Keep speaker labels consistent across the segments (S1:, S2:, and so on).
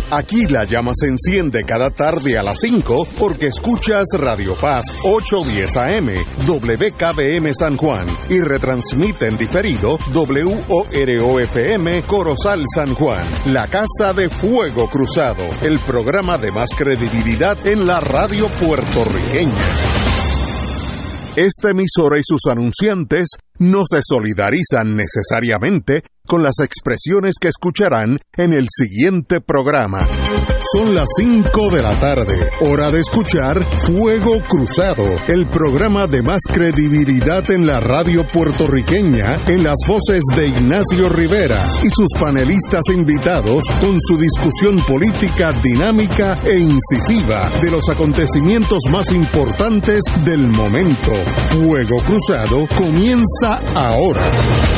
S1: Aquí la llama se enciende cada tarde a las 5 porque escuchas Radio Paz 810 AM, WKBM San Juan y retransmite en diferido WOROFM Corozal San Juan, la Casa de Fuego Cruzado, el programa de más credibilidad en la radio puertorriqueña. Esta emisora y sus anunciantes no se solidarizan necesariamente con las expresiones que escucharán en el siguiente programa. Son las 5 de la tarde, hora de escuchar Fuego Cruzado, el programa de más credibilidad en la radio puertorriqueña, en las voces de Ignacio Rivera y sus panelistas invitados con su discusión política dinámica e incisiva de los acontecimientos más importantes del momento. Fuego Cruzado comienza ahora.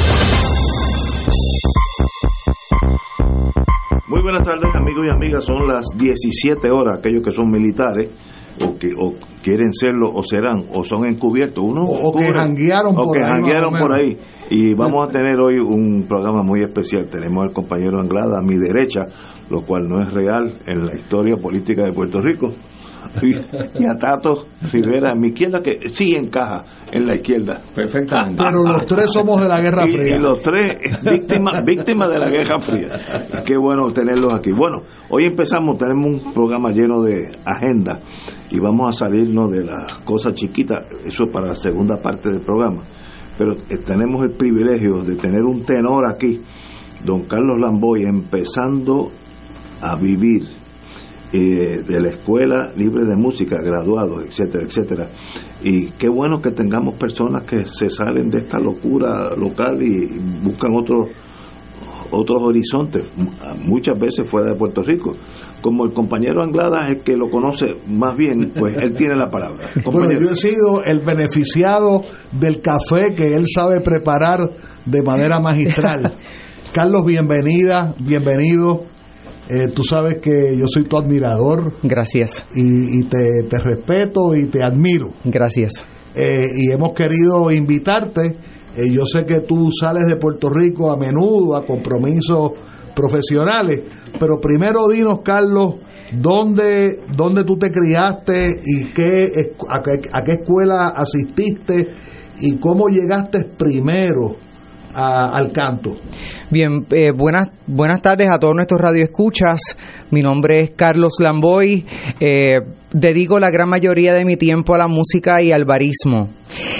S2: Muy buenas tardes, amigos y amigas. Son las 17 horas. Aquellos que son militares o quieren serlo o serán o son encubiertos,
S3: que janguearon
S2: por ahí. Y vamos a tener hoy un programa muy especial. Tenemos al compañero Anglada a mi derecha, lo cual no es real en la historia política de Puerto Rico, y a Tato Rivera a mi izquierda, que sí encaja en la izquierda
S3: perfectamente. Pero los tres somos de la Guerra Fría.
S2: Y los tres víctimas de la Guerra Fría. Qué bueno tenerlos aquí. Bueno, hoy empezamos, tenemos un programa lleno de agenda y vamos a salirnos de las cosas chiquitas, eso es para la segunda parte del programa. Pero tenemos el privilegio de tener un tenor aquí, don Carlos Lamboy, empezando a vivir de la Escuela Libre de Música, graduado, etcétera, etcétera. Y qué bueno que tengamos personas que se salen de esta locura local y buscan otros horizontes, muchas veces fuera de Puerto Rico. Como el compañero Anglada es el que lo conoce más bien, pues él tiene la palabra.
S3: Bueno, yo he sido el beneficiado del café que él sabe preparar de manera magistral. Carlos, bienvenido. Tú sabes que yo soy tu admirador.
S4: Gracias.
S3: Y te respeto y te admiro.
S4: Gracias.
S3: Y hemos querido invitarte. Yo sé que tú sales de Puerto Rico a menudo a compromisos profesionales, pero primero dinos, Carlos, ¿dónde tú te criaste y a qué escuela asististe y cómo llegaste primero al canto?
S4: Bien, buenas tardes a todos nuestros radioescuchas. Mi nombre es Carlos Lamboy. Dedico la gran mayoría de mi tiempo a la música y al barismo.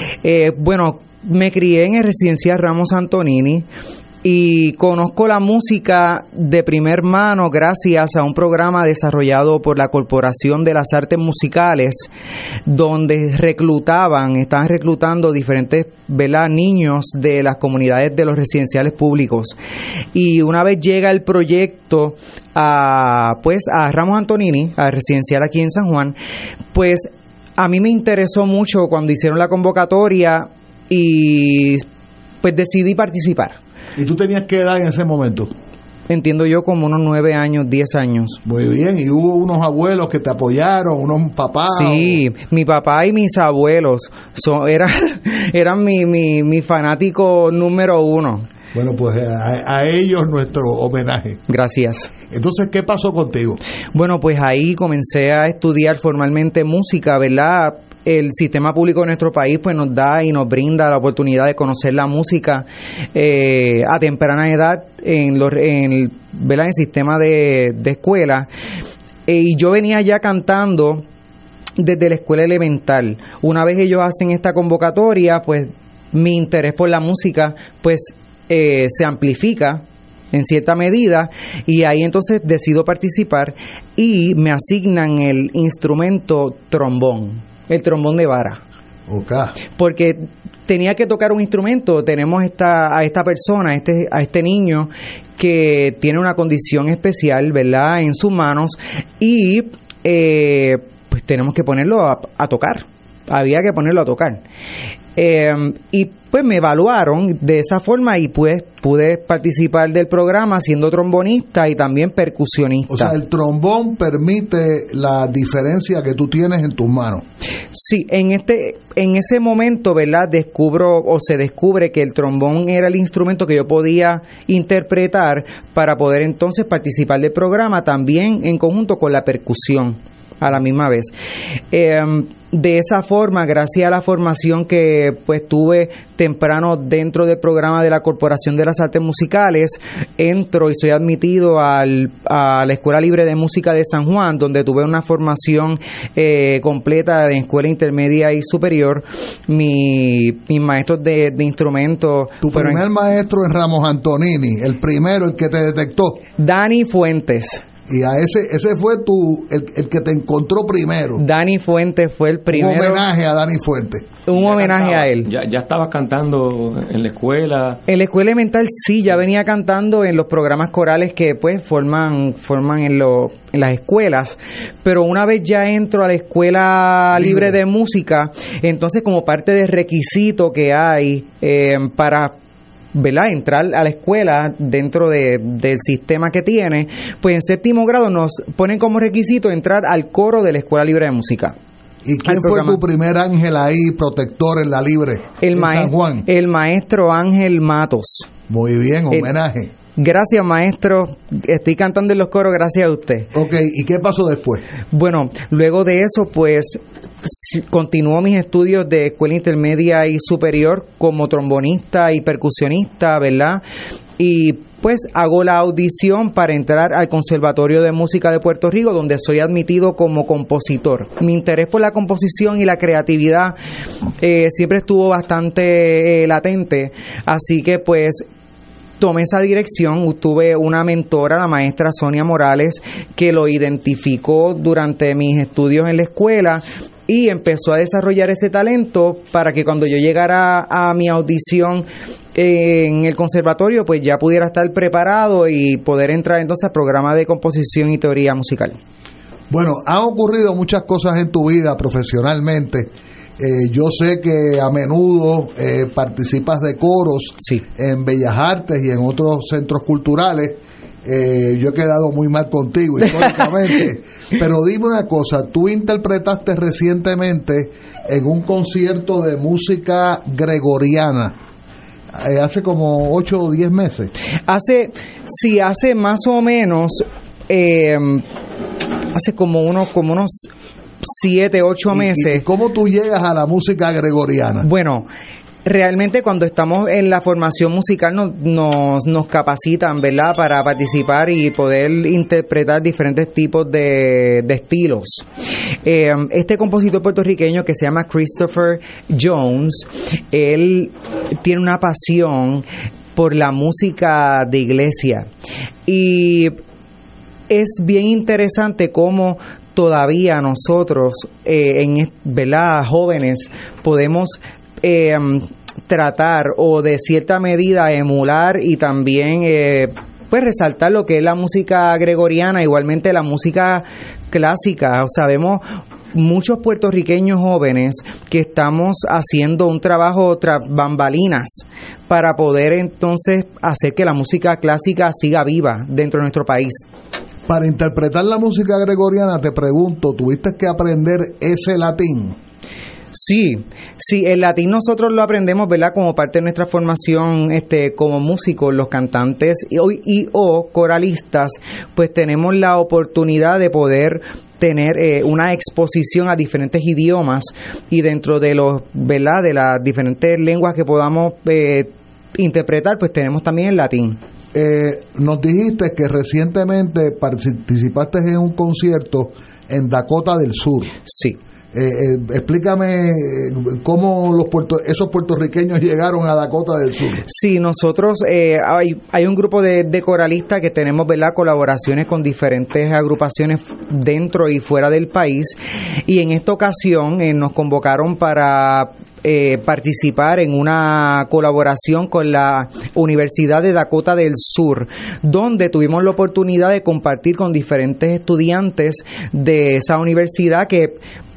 S4: Me crié en el residencial Ramos Antonini y conozco la música de primer mano gracias a un programa desarrollado por la Corporación de las Artes Musicales, donde estaban reclutando diferentes niños de las comunidades de los residenciales públicos. Y una vez llega el proyecto a Ramos Antonini, al residencial aquí en San Juan, pues a mí me interesó mucho cuando hicieron la convocatoria y pues decidí participar.
S3: ¿Y tú tenías qué edad en ese momento?
S4: Entiendo yo como unos 9 años, 10 años.
S3: Muy bien, ¿y hubo unos abuelos que te apoyaron, unos papás?
S4: Sí, mi papá y mis abuelos eran mi fanático número uno.
S3: Bueno, pues a ellos nuestro homenaje.
S4: Gracias.
S3: Entonces, ¿qué pasó contigo?
S4: Bueno, pues ahí comencé a estudiar formalmente música, ¿verdad? El sistema público de nuestro país pues nos da y nos brinda la oportunidad de conocer la música a temprana edad en el sistema de escuela. Y yo venía ya cantando desde la escuela elemental. Una vez ellos hacen esta convocatoria, pues mi interés por la música pues se amplifica en cierta medida, y ahí entonces decido participar y me asignan el instrumento trombón. El trombón de vara.
S3: Okay.
S4: Porque tenía que tocar un instrumento. Tenemos a esta persona, a este niño que tiene una condición especial, ¿verdad?, en sus manos, y pues tenemos que ponerlo a tocar. había que ponerlo a tocar. Y pues me evaluaron de esa forma y pues pude participar del programa siendo trombonista y también percusionista.
S3: O sea, el trombón permite la diferencia que tú tienes en tus manos.
S4: Sí, en ese momento, ¿verdad? Se descubre que el trombón era el instrumento que yo podía interpretar para poder entonces participar del programa también en conjunto con la percusión a la misma vez. De esa forma, gracias a la formación que pues tuve temprano dentro del programa de la Corporación de las Artes Musicales, entro y soy admitido a la Escuela Libre de Música de San Juan, donde tuve una formación completa de escuela intermedia y superior. Mis maestros de instrumentos.
S3: Tu primer maestro es Ramos Antonini, el primero, el que te detectó.
S4: Dani Fuentes.
S3: Y a ese fue el que te encontró primero.
S4: Dani Fuentes fue el primero.
S3: Un homenaje a Dani Fuentes.
S4: Un homenaje a él.
S5: Ya estabas cantando en la escuela.
S4: En la escuela elemental sí, ya venía cantando en los programas corales que pues forman en las escuelas, pero una vez ya entro a la Escuela Libre de Música, entonces como parte del requisito que hay para, ¿verdad?, entrar a la escuela dentro del sistema que tiene, pues en séptimo grado nos ponen como requisito entrar al coro de la Escuela Libre de Música.
S3: ¿Y quién fue tu primer ángel ahí, protector en la Libre? San Juan.
S4: El maestro Ángel Matos.
S3: Muy bien, homenaje.
S4: Gracias, maestro. Estoy cantando en los coros gracias a usted.
S3: Ok, ¿y qué pasó después?
S4: Bueno, luego de eso, pues continuó mis estudios de escuela intermedia y superior como trombonista y percusionista, ¿verdad? Y pues hago la audición para entrar al Conservatorio de Música de Puerto Rico, donde soy admitido como compositor. Mi interés por la composición y la creatividad siempre estuvo bastante latente, así que pues tomé esa dirección. Tuve una mentora, la maestra Sonia Morales, que lo identificó durante mis estudios en la escuela y empezó a desarrollar ese talento para que cuando yo llegara a mi audición en el conservatorio, pues ya pudiera estar preparado y poder entrar entonces al programa de composición y teoría musical.
S3: Bueno, han ocurrido muchas cosas en tu vida profesionalmente. Yo sé que a menudo participas de coros, sí, en Bellas Artes y en otros centros culturales. Yo he quedado muy mal contigo históricamente, pero dime una cosa, tú interpretaste recientemente en un concierto de música gregoriana, hace como 8 o 10 meses. Hace
S4: más o menos, hace como unos 7, 8 meses.
S3: ¿Y cómo tú llegas a la música gregoriana?
S4: Bueno, realmente cuando estamos en la formación musical nos capacitan, ¿verdad?, para participar y poder interpretar diferentes tipos de estilos. Este compositor puertorriqueño que se llama Christopher Jones, él tiene una pasión por la música de iglesia y es bien interesante cómo todavía nosotros, ¿verdad?, jóvenes, podemos tratar o de cierta medida emular y también pues resaltar lo que es la música gregoriana, igualmente la música clásica. Sabemos muchos puertorriqueños jóvenes que estamos haciendo un trabajo tras bambalinas para poder entonces hacer que la música clásica siga viva dentro de nuestro país.
S3: Para interpretar la música gregoriana, te pregunto, ¿tuviste que aprender ese latín?
S4: Sí, el latín nosotros lo aprendemos, ¿verdad?, como parte de nuestra formación como músicos, los cantantes o coralistas, pues tenemos la oportunidad de poder tener una exposición a diferentes idiomas y dentro de ¿verdad?, de las diferentes lenguas que podamos interpretar, pues tenemos también el latín.
S3: Nos dijiste que recientemente participaste en un concierto en Dakota del Sur.
S4: Sí.
S3: Explícame cómo esos puertorriqueños llegaron a Dakota del Sur.
S4: Sí, nosotros hay un grupo de coralistas que tenemos, ¿verdad?, colaboraciones con diferentes agrupaciones dentro y fuera del país, y en esta ocasión nos convocaron para participar en una colaboración con la Universidad de Dakota del Sur, donde tuvimos la oportunidad de compartir con diferentes estudiantes de esa universidad que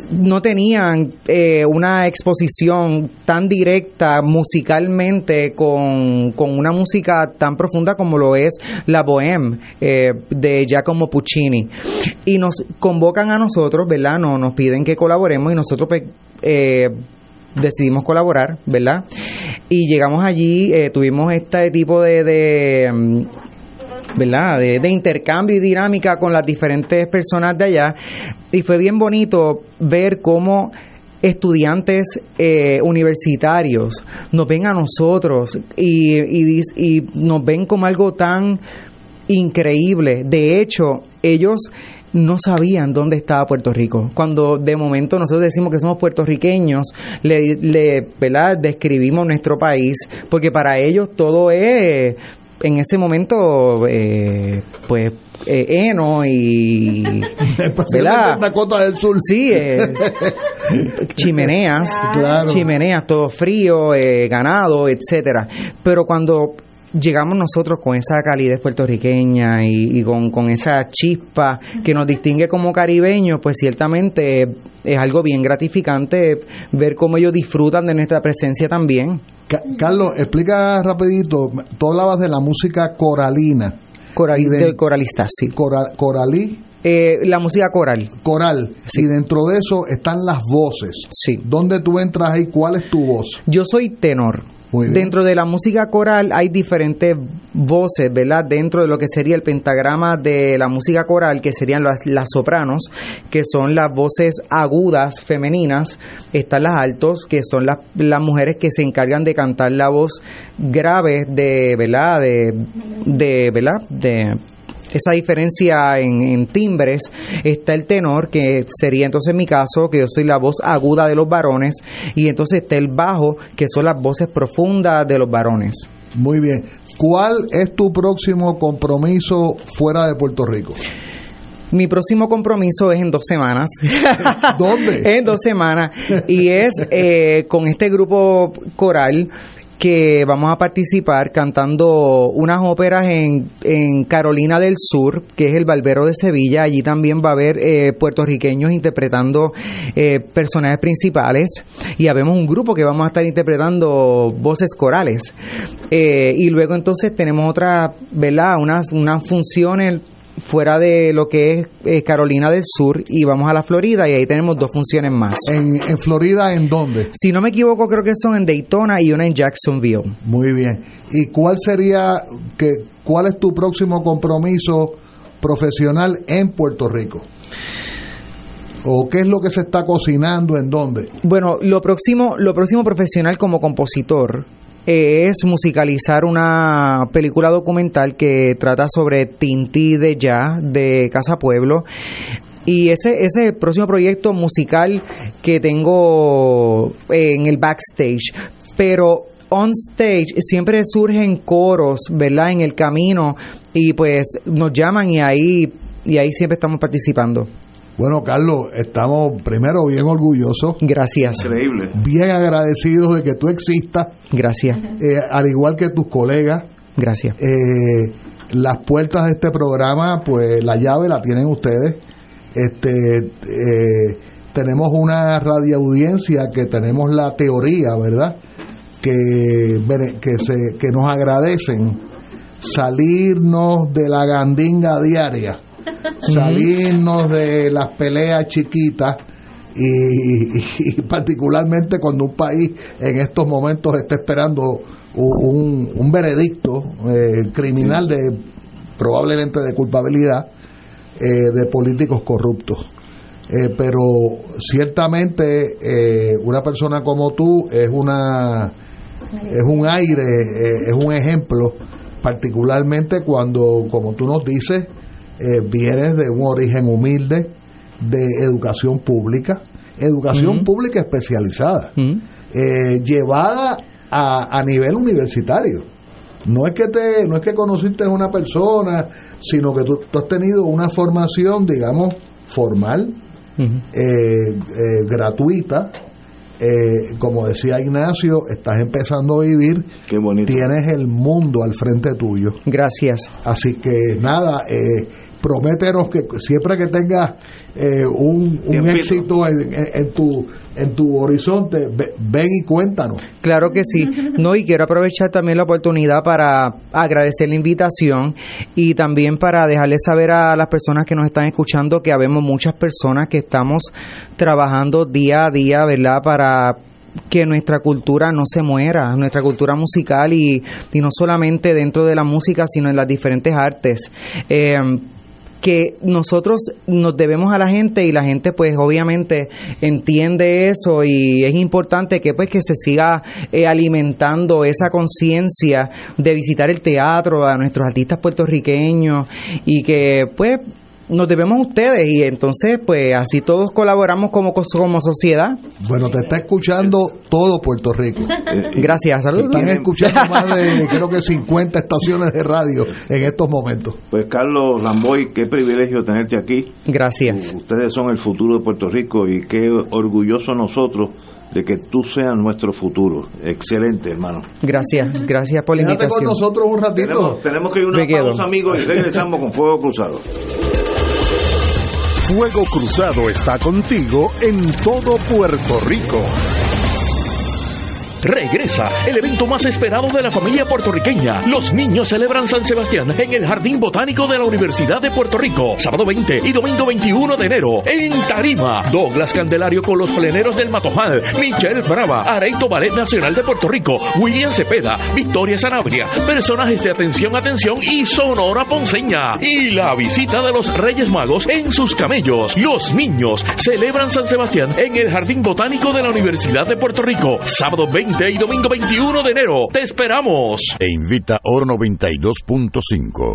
S4: no tenían una exposición tan directa musicalmente con una música tan profunda como lo es la Bohème de Giacomo Puccini, y nos convocan a nosotros, ¿verdad? Nos piden que colaboremos y nosotros decidimos colaborar, ¿verdad? Y llegamos allí, tuvimos este tipo de ¿verdad? De intercambio y dinámica con las diferentes personas de allá, y fue bien bonito ver cómo estudiantes universitarios nos ven a nosotros y nos ven como algo tan increíble. De hecho, ellos no sabían dónde estaba Puerto Rico. Cuando de momento nosotros decimos que somos puertorriqueños, ¿verdad? Describimos nuestro país, porque para ellos todo es, en ese momento, pues, heno y, ¿verdad?
S3: Dakota del Sur.
S4: Sí, chimeneas,
S3: claro.
S4: Chimeneas, todo frío, ganado, etcétera. Pero cuando llegamos nosotros con esa calidez puertorriqueña y con esa chispa que nos distingue como caribeños, pues ciertamente es algo bien gratificante ver cómo ellos disfrutan de nuestra presencia también.
S3: Carlos, explica rapidito, tú hablabas de la música coralina.
S4: Coralista, sí.
S3: Coralí.
S4: La música coral.
S3: Coral.
S4: Sí.
S3: Y dentro de eso están las voces.
S4: Sí.
S3: ¿Dónde tú entras ahí? ¿Cuál es tu voz?
S4: Yo soy tenor. Dentro de la música coral hay diferentes voces, ¿verdad? Dentro de lo que sería el pentagrama de la música coral, que serían las sopranos, que son las voces agudas femeninas. Están las altos, que son las mujeres que se encargan de cantar la voz grave de, ¿verdad? De esa diferencia en timbres. Está el tenor, que sería entonces en mi caso, que yo soy la voz aguda de los varones, y entonces está el bajo, que son las voces profundas de los varones.
S3: Muy bien. ¿Cuál es tu próximo compromiso fuera de Puerto Rico?
S4: Mi próximo compromiso es en 2 semanas.
S3: ¿Dónde?
S4: En 2 semanas. Y es con este grupo coral que vamos a participar cantando unas óperas en Carolina del Sur, que es el Barbero de Sevilla. Allí también va a haber puertorriqueños interpretando personajes principales, y habemos un grupo que vamos a estar interpretando voces corales. Y luego entonces tenemos otra, ¿verdad? Unas funciones fuera de lo que es Carolina del Sur, y vamos a la Florida, y ahí tenemos 2 funciones más.
S3: ¿En Florida en dónde?
S4: Si no me equivoco, creo que son en Daytona y una en Jacksonville.
S3: Muy bien. ¿Y cuál es tu próximo compromiso profesional en Puerto Rico? ¿O qué es lo que se está cocinando en dónde?
S4: Bueno, lo próximo profesional como compositor es musicalizar una película documental que trata sobre Tintí de Ya, de Casa Pueblo. Y ese es el próximo proyecto musical que tengo en el backstage. Pero on stage siempre surgen coros, ¿verdad? En el camino, y pues nos llaman, y ahí siempre estamos participando.
S3: Bueno, Carlos, estamos primero bien orgullosos.
S4: Gracias.
S2: Increíble.
S3: Bien agradecidos de que tú existas.
S4: Gracias.
S3: Al igual que tus colegas.
S4: Gracias.
S3: Las puertas de este programa, pues la llave la tienen ustedes. Tenemos una radioaudiencia que tenemos la teoría, ¿verdad? Que nos agradecen salirnos de la gandinga diaria, salirnos de las peleas chiquitas, y particularmente cuando un país en estos momentos está esperando un veredicto criminal, probablemente de culpabilidad, de políticos corruptos. Pero ciertamente una persona como tú es un aire, es un ejemplo, particularmente cuando, como tú nos dices, vienes de un origen humilde, de educación pública especializada, llevada a nivel universitario. No es que conociste a una persona, sino que tú has tenido una formación, digamos, formal, gratuita. Como decía Ignacio, estás empezando a vivir.
S2: Qué bonito.
S3: Tienes el mundo al frente tuyo.
S4: Gracias.
S3: Así que nada, prométenos que siempre que tengas un éxito en tu horizonte, ven y cuéntanos.
S4: Claro que sí. No, y quiero aprovechar también la oportunidad para agradecer la invitación y también para dejarles saber a las personas que nos están escuchando que habemos muchas personas que estamos trabajando día a día, ¿verdad?, para que nuestra cultura no se muera, nuestra cultura musical y no solamente dentro de la música, sino en las diferentes artes. Que nosotros nos debemos a la gente y la gente pues obviamente entiende eso, y es importante que pues que se siga alimentando esa conciencia de visitar el teatro, a nuestros artistas puertorriqueños, y que pues nos debemos a ustedes, y entonces pues así todos colaboramos como sociedad.
S3: Bueno, te está escuchando todo Puerto Rico.
S4: Gracias, saludos.
S3: Están escuchando más de creo que 50 estaciones de radio en estos momentos.
S2: Pues Carlos Lamboy, qué privilegio tenerte aquí.
S4: Gracias.
S2: Ustedes son el futuro de Puerto Rico y qué orgullosos nosotros de que tú seas nuestro futuro. Excelente, hermano.
S4: Gracias por la invitación.
S3: Quédate con nosotros un ratito.
S2: Tenemos que ir a una pausa, amigos, y regresamos con Fuego Cruzado.
S1: Fuego Cruzado está contigo en todo Puerto Rico.
S6: Regresa el evento más esperado de la familia puertorriqueña. Los niños celebran San Sebastián en el Jardín Botánico de la Universidad de Puerto Rico, sábado 20 y domingo 21 de enero. En Tarima, Douglas Candelario con los pleneros del Matojal, Michelle Brava, Areito Ballet Nacional de Puerto Rico, William Cepeda, Victoria Sanabria, personajes de Atención y Sonora Ponceña, y la visita de los Reyes Magos en sus camellos. Los niños celebran San Sebastián en el Jardín Botánico de la Universidad de Puerto Rico, sábado 20 y domingo 21 de enero. ¡Te esperamos!
S1: Te invita Oro 92.5.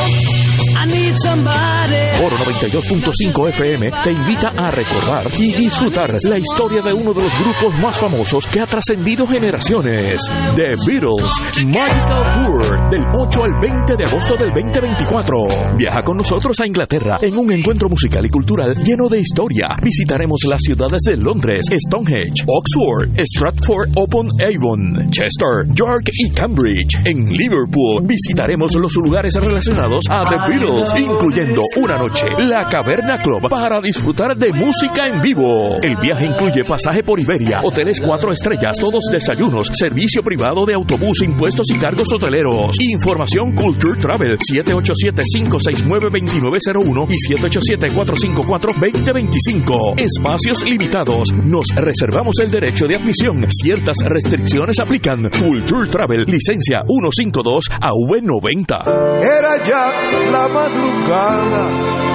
S6: Oro 92.5 FM te invita a recordar y disfrutar la historia de uno de los grupos más famosos que ha trascendido generaciones, The Beatles Magical Tour, del 8 al 20 de agosto del 2024. Viaja con nosotros a Inglaterra en un encuentro musical y cultural lleno de historia. Visitaremos las ciudades de Londres, Stonehenge, Oxford, Stratford-upon-Avon, Chester, York y Cambridge. En Liverpool visitaremos los lugares relacionados a The Beatles, incluyendo una noche la Caverna Club para disfrutar de música en vivo. El viaje incluye pasaje por Iberia, hoteles 4 estrellas, todos desayunos, servicio privado de autobús, impuestos y cargos hoteleros. Información Culture Travel, 787-569-2901 y 787-454-2025. Espacios limitados. Nos reservamos el derecho de admisión. Ciertas restricciones aplican. Culture Travel, licencia 152AV90.
S7: Era ya la madrugada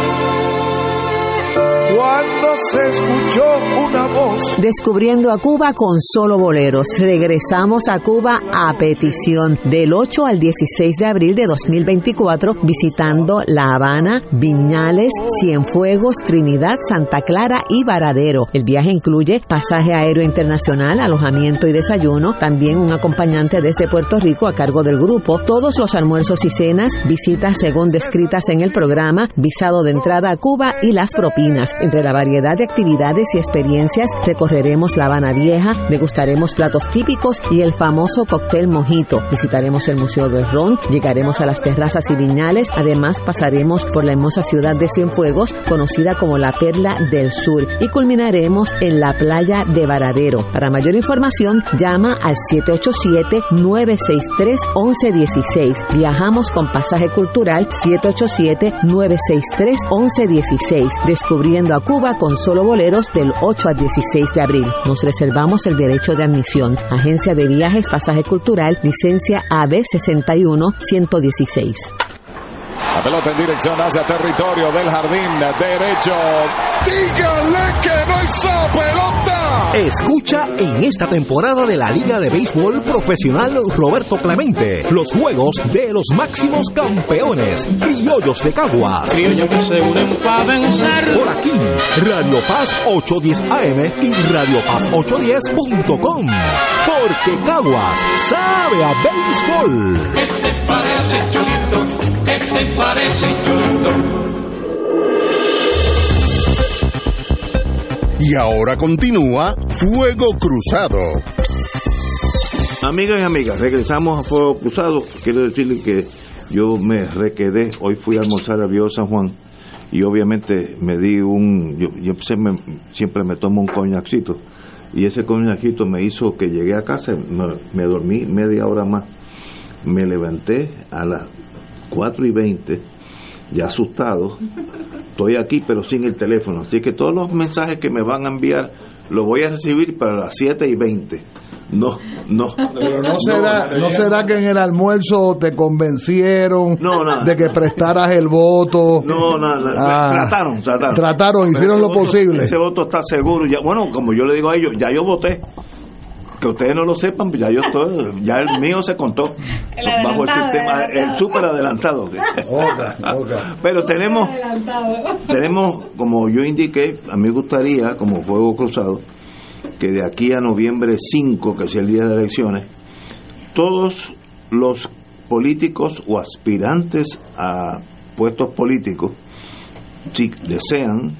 S7: cuando se escuchó una voz.
S8: Descubriendo a Cuba con solo boleros. Regresamos a Cuba a petición, del 8 al 16 de abril de 2024, visitando La Habana, Viñales, Cienfuegos, Trinidad, Santa Clara y Varadero. El viaje incluye pasaje aéreo internacional, alojamiento y desayuno, también un acompañante desde Puerto Rico a cargo del grupo, todos los almuerzos y cenas, visitas según descritas en el programa, visado de entrada a Cuba y las propinas. Entre la variedad de actividades y experiencias, recorreremos La Habana Vieja, degustaremos platos típicos y el famoso cóctel mojito. Visitaremos el Museo del Ron, llegaremos a las terrazas y viñales, además pasaremos por la hermosa ciudad de Cienfuegos, conocida como la Perla del Sur, y culminaremos en la playa de Varadero. Para mayor información, llama al 787-963-1116. Viajamos con pasaje cultural 787-963-1116. Descubriendo a Cuba con solo boleros del 8 al 16 de abril. Nos reservamos el derecho de admisión. Agencia de Viajes, Pasaje Cultural, licencia AB61116.
S9: La pelota en dirección hacia territorio del jardín derecho.
S7: Dígale que no hizo pelota.
S10: Escucha en esta temporada de la Liga de Béisbol Profesional Roberto Clemente los juegos de los máximos campeones, Criollos de Caguas.
S11: Criollos que se unen para vencer.
S10: Por aquí, Radio Paz 810 AM y Radio Paz 810.com. Porque Caguas sabe a béisbol.
S11: ¿Qué te parece, chulito? ¿Qué te parece, chulito?
S1: Y ahora continúa Fuego Cruzado.
S2: Amigas y amigas, regresamos a Fuego Cruzado. Quiero decirles que yo me requedé. Hoy fui a almorzar al Viejo San Juan y obviamente me di yo siempre me tomo un coñacito, y ese coñacito me hizo que llegué a casa, me dormí media hora más, me levanté a las 4:20, ya asustado. Estoy aquí pero sin el teléfono, así que todos los mensajes que me van a enviar los voy a recibir para las 7:20. No.
S3: Pero no será que en el almuerzo te convencieron de que prestaras el voto.
S2: No.
S3: Trataron, hicieron lo posible.
S2: Ese voto está seguro. Ya, bueno, como yo le digo a ellos, ya yo voté. Que ustedes no lo sepan, ya el mío se contó bajo el sistema, el súper adelantado. Okay. Pero tenemos, como yo indiqué, a mí me gustaría, como Fuego Cruzado, que de aquí a noviembre 5, que es el día de elecciones, todos los políticos o aspirantes a puestos políticos, si desean,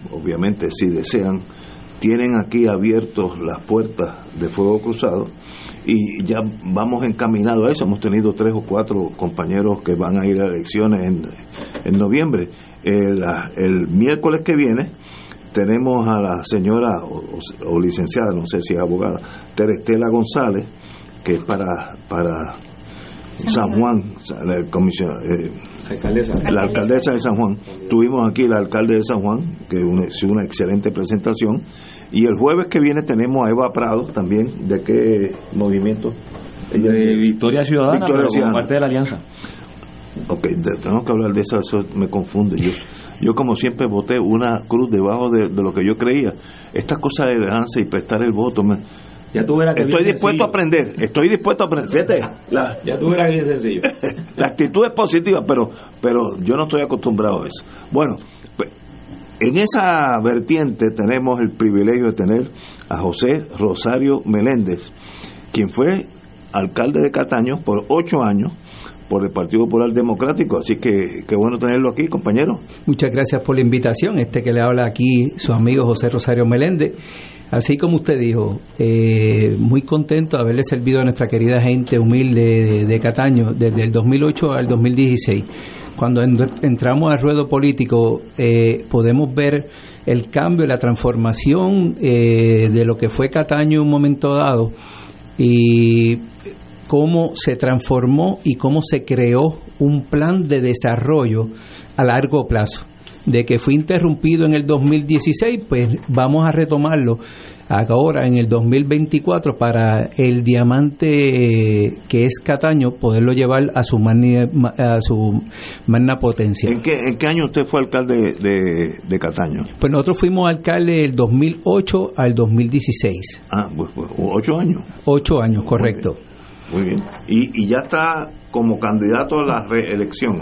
S2: tienen aquí abiertos las puertas de Fuego Cruzado, y ya vamos encaminados a eso. Hemos tenido 3 o 4 compañeros que van a ir a elecciones en noviembre. El miércoles que viene tenemos a la señora o licenciada, no sé si es abogada, Terestela González, que es para San Juan, la alcaldesa de San Juan. Tuvimos aquí la alcalde de San Juan, que hizo una excelente presentación. Y el jueves que viene tenemos a Eva Prado también. ¿De qué movimiento?
S5: De Victoria Ciudadana, pero como parte de la alianza.
S2: Ok, tenemos que hablar de eso me confunde. Yo como siempre voté una cruz debajo de lo que yo creía. Estas cosas de elegancia y prestar el voto, estoy dispuesto a aprender. Fíjate,
S5: ya tú verás que es sencillo.
S2: La actitud es positiva, pero yo no estoy acostumbrado a eso. Bueno, pues, en esa vertiente tenemos el privilegio de tener a José Rosario Meléndez, quien fue alcalde de Cataño por 8 años por el Partido Popular Democrático, así que qué bueno tenerlo aquí, compañero.
S12: Muchas gracias por la invitación. Que le habla aquí su amigo José Rosario Meléndez. Así como usted dijo, muy contento de haberle servido a nuestra querida gente humilde de Cataño desde el 2008 al 2016. Cuando entramos al ruedo político, podemos ver el cambio, la transformación de lo que fue Cataño en un momento dado, y cómo se transformó y cómo se creó un plan de desarrollo a largo plazo. De que fue interrumpido en el 2016, pues vamos a retomarlo ahora en el 2024 para el diamante que es Cataño, poderlo llevar a su magna potencia.
S2: ¿En qué año usted fue alcalde de Cataño?
S12: Pues nosotros fuimos alcalde del 2008 al 2016.
S2: Pues 8 años.
S12: 8 años, correcto.
S2: Muy bien. Y ya está como candidato a la reelección.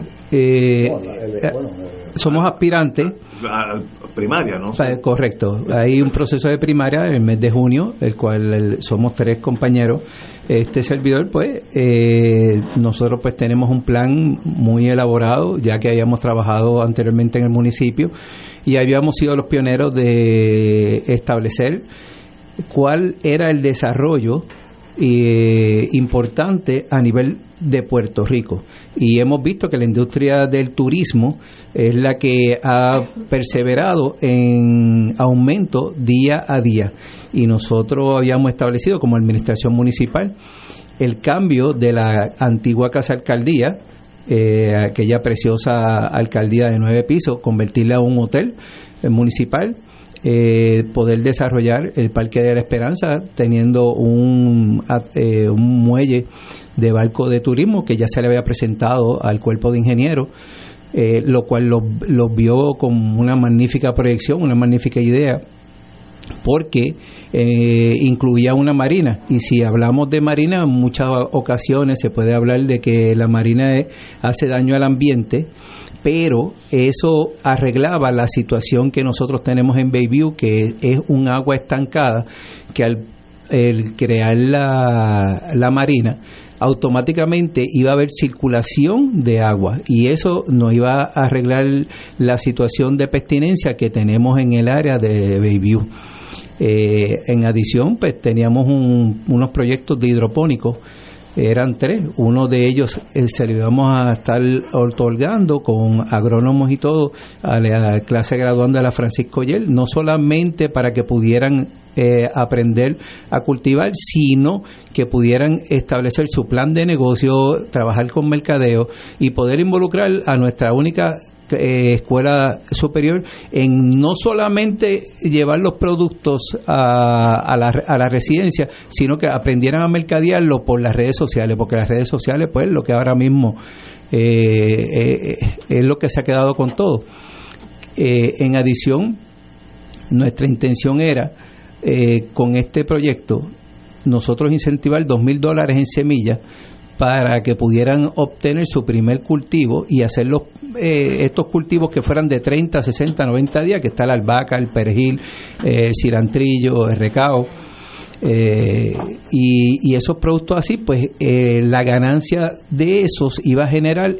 S12: Somos aspirantes.
S2: Primaria, ¿no?
S12: Correcto. Hay un proceso de primaria en el mes de junio, el cual somos 3 compañeros. Este servidor, pues, nosotros pues tenemos un plan muy elaborado, ya que habíamos trabajado anteriormente en el municipio y habíamos sido los pioneros de establecer cuál era el desarrollo importante a nivel de Puerto Rico, y hemos visto que la industria del turismo es la que ha perseverado en aumento día a día, y nosotros habíamos establecido como administración municipal el cambio de la antigua casa alcaldía, aquella preciosa alcaldía de 9 pisos, convertirla a un hotel municipal, poder desarrollar el Parque de la Esperanza teniendo un muelle de barco de turismo que ya se le había presentado al cuerpo de ingenieros, lo cual los vio con una magnífica proyección, una magnífica idea, porque incluía una marina, y si hablamos de marina en muchas ocasiones se puede hablar de que la marina hace daño al ambiente, pero eso arreglaba la situación que nosotros tenemos en Bayview, que es un agua estancada, que al crear la marina automáticamente iba a haber circulación de agua, y eso nos iba a arreglar la situación de pestilencia que tenemos en el área de Bayview. En adición, pues teníamos unos proyectos de hidropónicos eran 3. Uno de ellos se lo íbamos a estar otorgando con agrónomos y todo a la clase graduanda de la Francisco Yel, no solamente para que pudieran aprender a cultivar, sino que pudieran establecer su plan de negocio, trabajar con mercadeo y poder involucrar a nuestra única escuela superior en no solamente llevar los productos a la residencia, sino que aprendieran a mercadearlo por las redes sociales, porque las redes sociales, pues, lo que ahora mismo es lo que se ha quedado con todo. En adición, nuestra intención era, con este proyecto, nosotros incentivar $2,000 en semillas para que pudieran obtener su primer cultivo y hacer estos cultivos que fueran de 30, 60, 90 días, que está la albahaca, el perejil, el cilantrillo, el recao, y esos productos así, pues la ganancia de esos iba a generar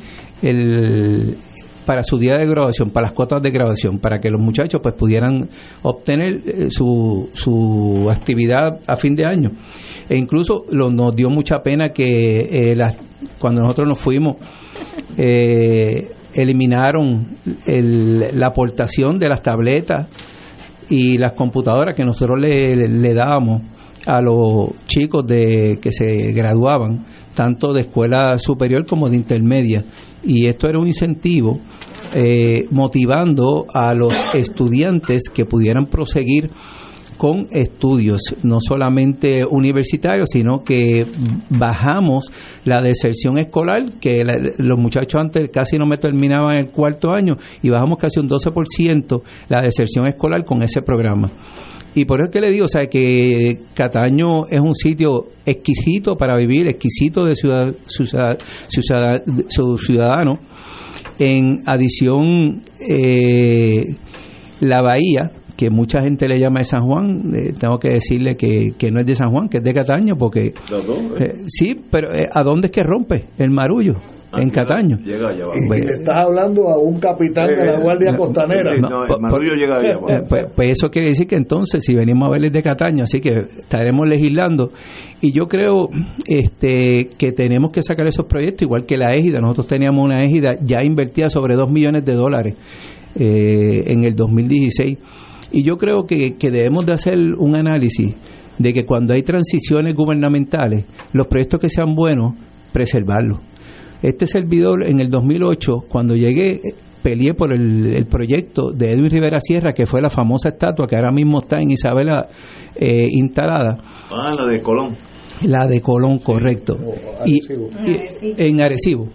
S12: para su día de graduación, para las cuotas de graduación, para que los muchachos pues pudieran obtener su actividad a fin de año. E incluso nos dio mucha pena que cuando nosotros nos fuimos, eliminaron la aportación de las tabletas y las computadoras que nosotros le dábamos a los chicos que se graduaban, tanto de escuela superior como de intermedia. Y esto era un incentivo motivando a los estudiantes que pudieran proseguir con estudios, no solamente universitarios, sino que bajamos la deserción escolar, que los muchachos antes casi no me terminaban el cuarto año, y bajamos casi un 12% la deserción escolar con ese programa. Y por eso es que le digo, o sea, que Cataño es un sitio exquisito para vivir, exquisito de su ciudadano. En adición, la bahía, que mucha gente le llama de San Juan, tengo que decirle que no es de San Juan, que es de Cataño, porque sí, pero ¿a dónde es que rompe el marullo? En Cataño.
S2: Llega allá abajo.
S3: Y le estás hablando a un capitán de la Guardia Costanera.
S2: No, el marullo llega allá abajo.
S12: Pues eso quiere decir que entonces, si venimos a verles de Cataño, así que estaremos legislando. Y yo creo que tenemos que sacar esos proyectos, igual que la égida. Nosotros teníamos una égida ya invertida sobre $2 millones en el 2016. Y yo creo que debemos de hacer un análisis de que cuando hay transiciones gubernamentales, los proyectos que sean buenos, preservarlos. Este servidor, en el 2008, cuando llegué, peleé por el proyecto de Edwin Rivera Sierra, que fue la famosa estatua que ahora mismo está en Isabela instalada.
S2: La de Colón.
S12: La de Colón, correcto. Y en Arecibo.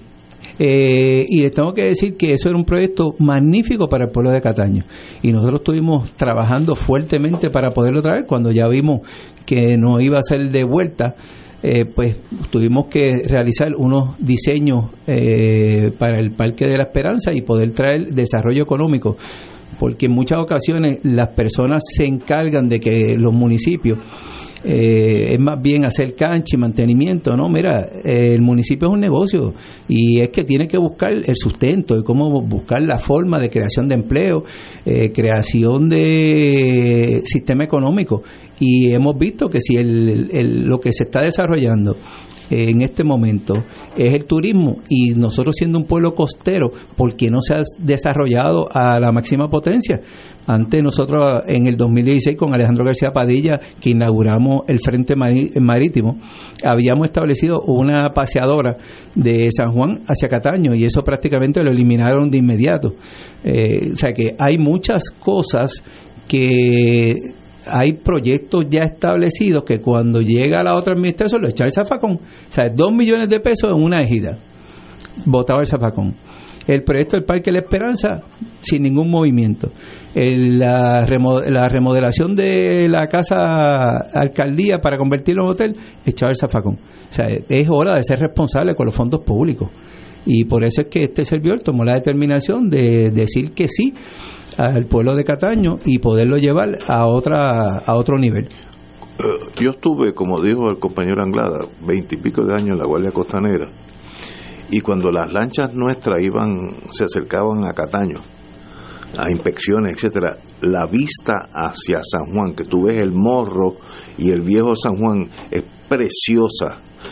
S12: Y les tengo que decir que eso era un proyecto magnífico para el pueblo de Cataño, y nosotros estuvimos trabajando fuertemente para poderlo traer. Cuando ya vimos que no iba a ser de vuelta, pues tuvimos que realizar unos diseños para el Parque de la Esperanza y poder traer desarrollo económico, porque en muchas ocasiones las personas se encargan de que los municipios es más bien hacer cancha y mantenimiento. No, mira, el municipio es un negocio y es que tiene que buscar el sustento y cómo buscar la forma de creación de empleo, creación de sistema económico. Y hemos visto que si lo que se está desarrollando en este momento es el turismo, y nosotros siendo un pueblo costero, ¿por qué no se ha desarrollado a la máxima potencia? Antes nosotros en el 2016 con Alejandro García Padilla, que inauguramos el Frente Marítimo, habíamos establecido una paseadora de San Juan hacia Cataño, y eso prácticamente lo eliminaron de inmediato. O sea que hay muchas cosas que... Hay proyectos ya establecidos que cuando llega la otra administración lo echa el zafacón. O sea, $2 millones en una ejida, botaba el zafacón. El proyecto del Parque La Esperanza, sin ningún movimiento. La remodelación de la casa alcaldía para convertirlo en hotel, echaba el zafacón. O sea, es hora de ser responsable con los fondos públicos. Y por eso es que este servidor tomó la determinación de decir que sí al pueblo de Cataño y poderlo llevar a otro nivel.
S2: Yo estuve, como dijo el compañero Anglada, 20 y pico de años en la Guardia Costanera, y cuando las lanchas nuestras se acercaban a Cataño a inspecciones, etcétera, la vista hacia San Juan, que tú ves el Morro y el viejo San Juan, es preciosa.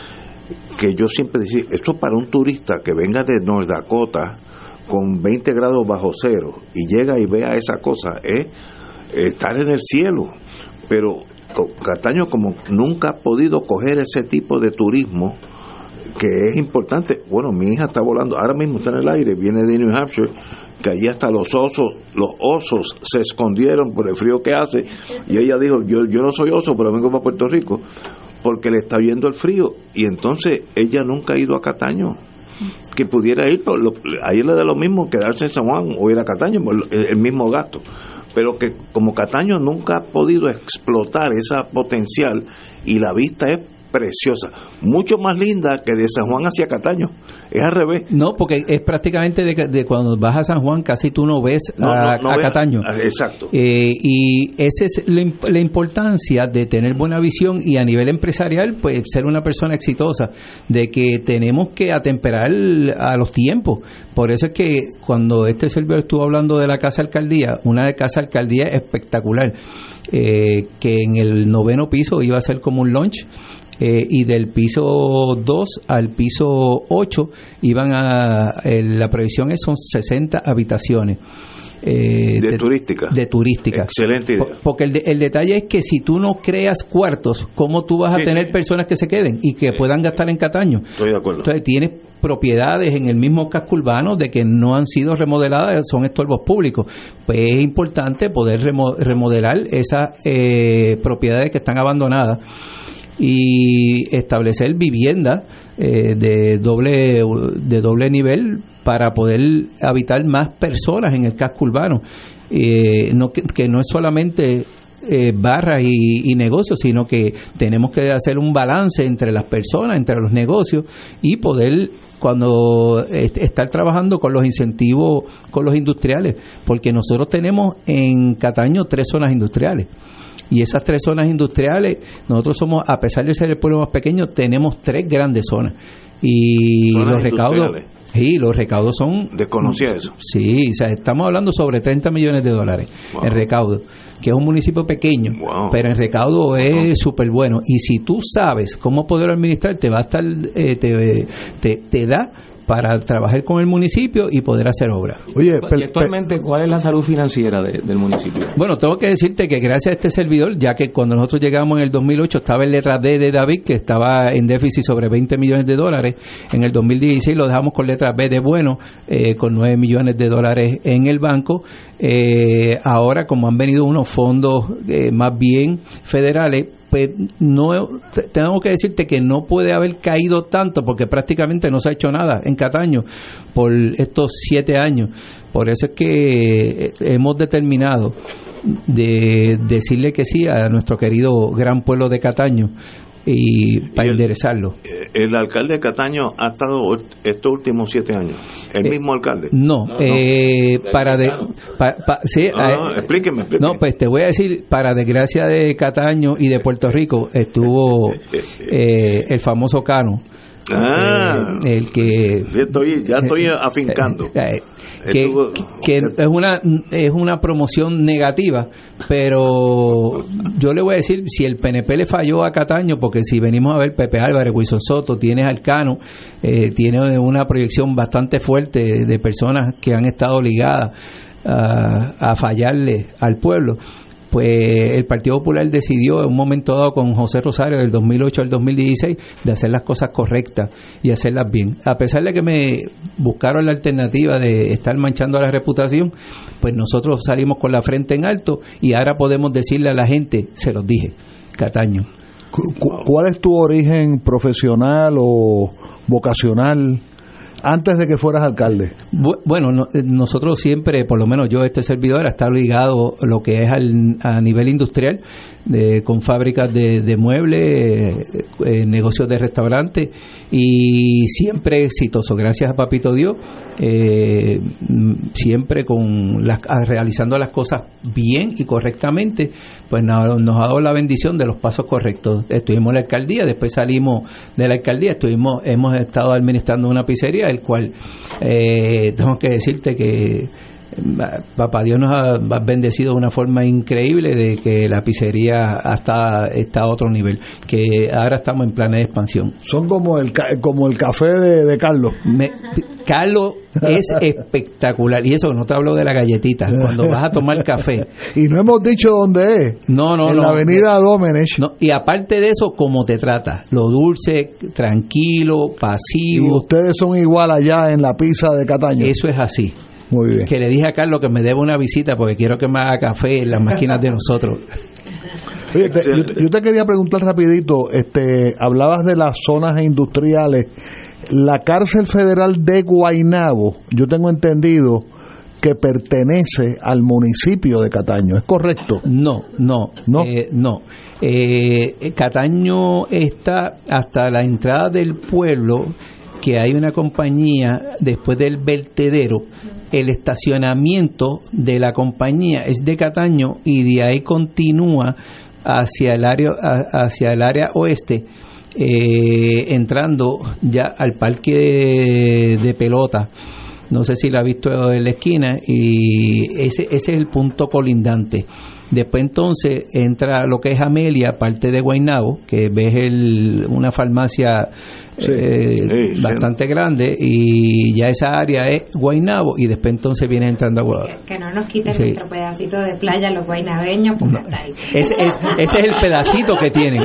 S2: que yo siempre decía, esto para un turista que venga de North Dakota con 20 grados bajo cero y llega y vea esa cosa, es estar en el cielo. Pero Cataño, como nunca ha podido coger ese tipo de turismo que es importante. Bueno, mi hija está volando, ahora mismo está en el aire, viene de New Hampshire, que allí hasta los osos se escondieron por el frío que hace, y ella dijo, yo no soy oso, pero vengo para Puerto Rico porque le está viendo el frío. Y entonces ella nunca ha ido a Cataño, que pudiera ir, pero ahí le da lo mismo quedarse en San Juan o ir a Cataño, el mismo gasto. Pero que como Cataño nunca ha podido explotar esa potencial, y la vista es preciosa, mucho más linda que de San Juan hacia Cataño, es al revés.
S12: No, porque es prácticamente de cuando vas a San Juan casi tú no ves a Cataño.
S2: Exacto.
S12: Y esa es la importancia de tener buena visión, y a nivel empresarial pues ser una persona exitosa, de que tenemos que atemperar a los tiempos. Por eso es que cuando este servidor estuvo hablando de la Casa Alcaldía, una Casa Alcaldía espectacular, que en el 9º piso iba a ser como un lunch, y del piso 2 al piso 8 iban la previsión son 60 habitaciones. De turística.
S2: Excelente idea.
S12: Porque el detalle es que si tú no creas cuartos, ¿cómo tú vas a tener personas que se queden y que puedan gastar en Cataño?
S2: Estoy de acuerdo.
S12: Entonces tienes propiedades en el mismo casco urbano de que no han sido remodeladas, son estorbos públicos. Pues es importante poder remodelar esas propiedades que están abandonadas y establecer viviendas de doble nivel para poder habitar más personas en el casco urbano, que no es solamente barras y negocios, sino que tenemos que hacer un balance entre las personas, entre los negocios, y poder cuando estar trabajando con los incentivos con los industriales, porque nosotros tenemos en Cataño 3 zonas industriales. Y esas 3 zonas industriales, nosotros somos, a pesar de ser el pueblo más pequeño, tenemos 3 grandes zonas. Y los recaudos son...
S2: Desconocía eso.
S12: Sí, o sea, estamos hablando sobre $30 millones en recaudo, que es un municipio pequeño, pero en recaudo es súper bueno. Y si tú sabes cómo poderlo administrar, te va a estar, te da para trabajar con el municipio y poder hacer obras.
S5: Oye, ¿y actualmente cuál es la salud financiera del municipio?
S12: Bueno, tengo que decirte que gracias a este servidor, ya que cuando nosotros llegamos en el 2008 estaba en letra D de David, que estaba en déficit sobre $20 millones, en el 2016 lo dejamos con letra B de bueno, con $9 millones en el banco. Ahora, como han venido unos fondos más bien federales, pues no tengo que decirte que no puede haber caído tanto, porque prácticamente no se ha hecho nada en Cataño por estos 7 años. Por eso es que hemos determinado de decirle que sí a nuestro querido gran pueblo de Cataño y para enderezarlo.
S2: El alcalde de Cataño ha estado estos últimos 7 años, el mismo alcalde. Explíqueme.
S12: No, pues te voy a decir, para desgracia de Cataño y de Puerto Rico estuvo el famoso Cano. El que
S2: ya estoy afincando.
S12: Que es una promoción negativa, pero yo le voy a decir, si el PNP le falló a Cataño, porque si venimos a ver Pepe Álvarez, Wilson Soto, tienes al Cano, tiene una proyección bastante fuerte de personas que han estado ligadas a fallarle al pueblo. Pues el Partido Popular decidió en un momento dado con José Rosario del 2008 al 2016 de hacer las cosas correctas y hacerlas bien. A pesar de que me buscaron la alternativa de estar manchando la reputación, pues nosotros salimos con la frente en alto y ahora podemos decirle a la gente, se los dije, Cataño.
S3: ¿Cuál es tu origen profesional o vocacional antes de que fueras alcalde?
S12: Bueno, nosotros siempre, por lo menos yo, este servidor, ha estado ligado lo que es a nivel industrial, con fábricas de muebles, negocios de restaurantes, y siempre exitoso, gracias a Papito Dios, siempre realizando las cosas bien y correctamente, pues nos ha dado la bendición de los pasos correctos. Estuvimos en la alcaldía, después salimos de la alcaldía, hemos estado administrando una pizzería, el cual tengo que decirte que papá Dios nos ha bendecido de una forma increíble, de que la pizzería está a otro nivel, que ahora estamos en planes de expansión.
S3: Son como el café de Carlos.
S12: Carlos es espectacular, y eso no te hablo de la galletita, cuando vas a tomar café.
S3: Y no hemos dicho dónde es.
S12: No.
S3: En la avenida Domenech.
S12: No, y aparte de eso, cómo te trata, lo dulce, tranquilo, pasivo.
S3: Y ustedes son igual allá en la pizza de Cataño.
S12: Eso es así.
S3: Muy bien.
S12: Que le dije a Carlos que me debe una visita porque quiero que me haga café en las máquinas de nosotros.
S3: Oye, yo te quería preguntar rapidito, hablabas de las zonas industriales. La cárcel federal de Guaynabo, yo tengo entendido que pertenece al municipio de Cataño, ¿es correcto?
S12: No. Cataño está hasta la entrada del pueblo, que hay una compañía después del vertedero. El estacionamiento de la compañía es de Cataño y de ahí continúa hacia el área oeste, entrando ya al parque de pelota. No sé si lo ha visto en la esquina, y ese es el punto colindante. Después entonces entra lo que es Amelia, parte de Guaynabo, que ves una farmacia bastante grande, y ya esa área es Guaynabo, y después entonces viene entrando a Guaynabo.
S13: Que no nos quiten nuestro pedacito de playa los guaynabeños, porque está ahí.
S12: Ese es el pedacito que tienen.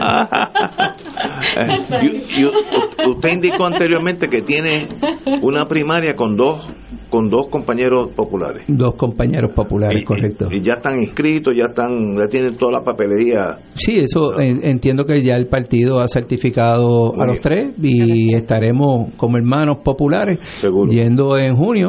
S2: Usted indicó anteriormente que tiene una primaria con dos compañeros populares.
S12: Dos compañeros populares, correcto.
S2: Y ya están inscritos, ya tienen toda la papelería.
S12: Sí, eso entiendo que ya el partido ha certificado a los tres, y estaremos como hermanos populares. Seguro. Yendo en junio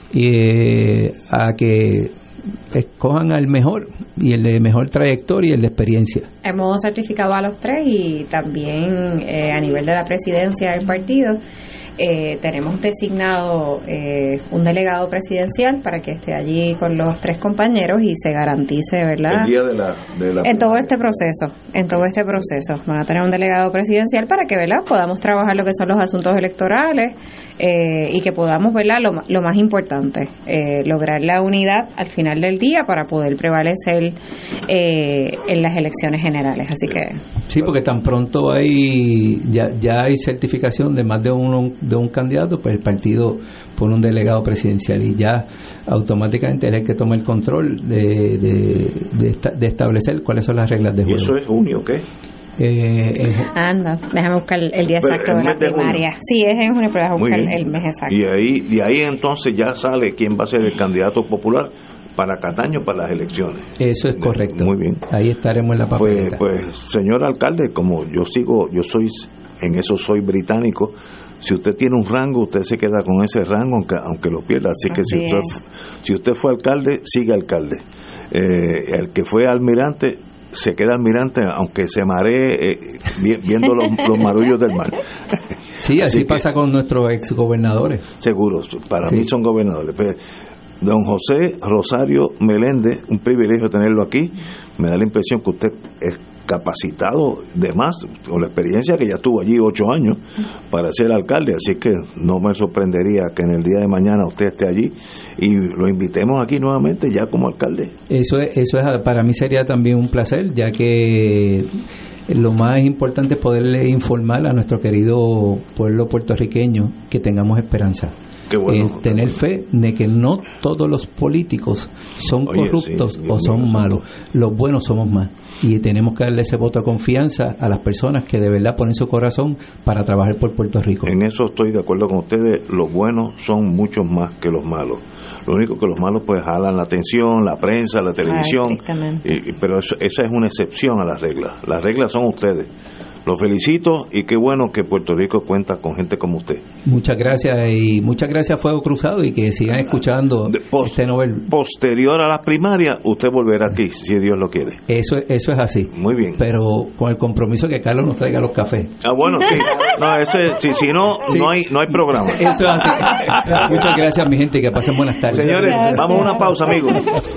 S12: a que escojan al mejor, y el de mejor trayectoria y el de experiencia.
S13: Hemos certificado a los tres, y también a nivel de la presidencia del partido tenemos designado un delegado presidencial para que esté allí con los tres compañeros y se garantice, ¿verdad?
S2: El día de la
S13: en todo este proceso van a tener un delegado presidencial para que, ¿verdad?, podamos trabajar lo que son los asuntos electorales, y que podamos, ¿verdad?, lo más importante, lograr la unidad al final del día para poder prevalecer en las elecciones generales. Así que
S12: sí, porque tan pronto ya hay certificación de más de un candidato, pues el partido pone un delegado presidencial, y ya automáticamente es el que toma el control de establecer cuáles son las reglas de juego.
S2: ¿Y eso es junio, qué?
S13: Déjame buscar el día exacto de la primaria. Sí, es en junio, pero déjame buscar el mes exacto.
S2: Y ahí entonces ya sale quién va a ser el candidato popular para Cataño para las elecciones.
S12: Eso es correcto.
S2: Muy bien.
S12: Ahí estaremos en la papeleta.
S2: Pues señor alcalde, como yo soy británico. Si usted tiene un rango, usted se queda con ese rango aunque lo pierda. Así que si usted fue alcalde, sigue alcalde. El que fue almirante se queda almirante aunque se maree viendo los marullos del mar.
S12: Sí, así pasa con nuestros exgobernadores.
S2: Seguro, para mí son gobernadores. Don José Rosario Meléndez, un privilegio tenerlo aquí. Me da la impresión que usted es capacitado de más, con la experiencia que ya estuvo allí 8 años para ser alcalde, así que no me sorprendería que en el día de mañana usted esté allí y lo invitemos aquí nuevamente ya como alcalde.
S12: Eso es para mí sería también un placer, ya que lo más importante es poderle informar a nuestro querido pueblo puertorriqueño que tengamos esperanza.
S2: Qué bueno,
S12: tener fe de que no todos los políticos son corruptos o son malos, los buenos somos más, y tenemos que darle ese voto de confianza a las personas que de verdad ponen su corazón para trabajar por Puerto Rico.
S2: En eso estoy de acuerdo con ustedes, los buenos son muchos más que los malos. Lo único que los malos pues jalan la atención, la prensa, la televisión, pero esa es una excepción a las reglas. Las reglas son ustedes. Los felicito y qué bueno que Puerto Rico cuenta con gente como usted.
S12: Muchas gracias, y muchas gracias Fuego Cruzado, y que sigan escuchando este novel.
S2: Posterior a las primarias, usted volverá aquí, si Dios lo quiere.
S12: Eso es así.
S2: Muy bien.
S12: Pero con el compromiso que Carlos nos traiga los cafés.
S2: Bueno, sí. No, si no, sí. no hay programa.
S12: Eso es así. Muchas gracias, mi gente, que pasen buenas tardes.
S2: Señores, vamos a una pausa, amigos.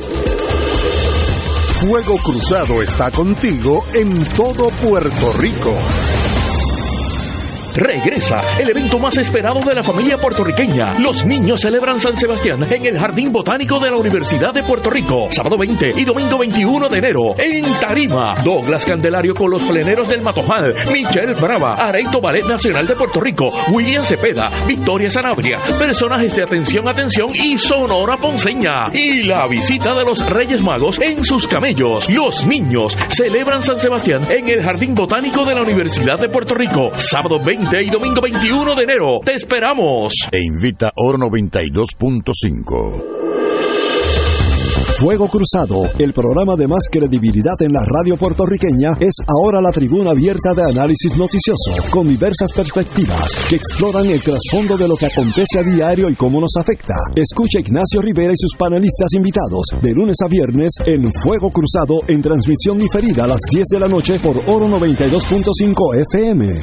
S1: Fuego Cruzado está contigo en todo Puerto Rico.
S6: Regresa el evento más esperado de la familia puertorriqueña. Los niños celebran San Sebastián en el Jardín Botánico de la Universidad de Puerto Rico, sábado 20 y domingo 21 de enero. En Tarima, Douglas Candelario con los pleneros del Matojal, Michelle Brava, Areito Ballet Nacional de Puerto Rico, William Cepeda, Victoria Sanabria, personajes de Atención y Sonora Ponceña. Y la visita de los Reyes Magos en sus camellos. Los niños celebran San Sebastián en el Jardín Botánico de la Universidad de Puerto Rico, sábado 20 y domingo 21 de enero. ¡Te esperamos!
S1: E invita Oro 92.5.
S14: Fuego Cruzado, el programa de más credibilidad en la radio puertorriqueña, es ahora la tribuna abierta de análisis noticioso, con diversas perspectivas que exploran el trasfondo de lo que acontece a diario y cómo nos afecta. Escucha Ignacio Rivera y sus panelistas invitados de lunes a viernes en Fuego Cruzado, en transmisión diferida a las 10 de la noche por Oro 92.5 FM.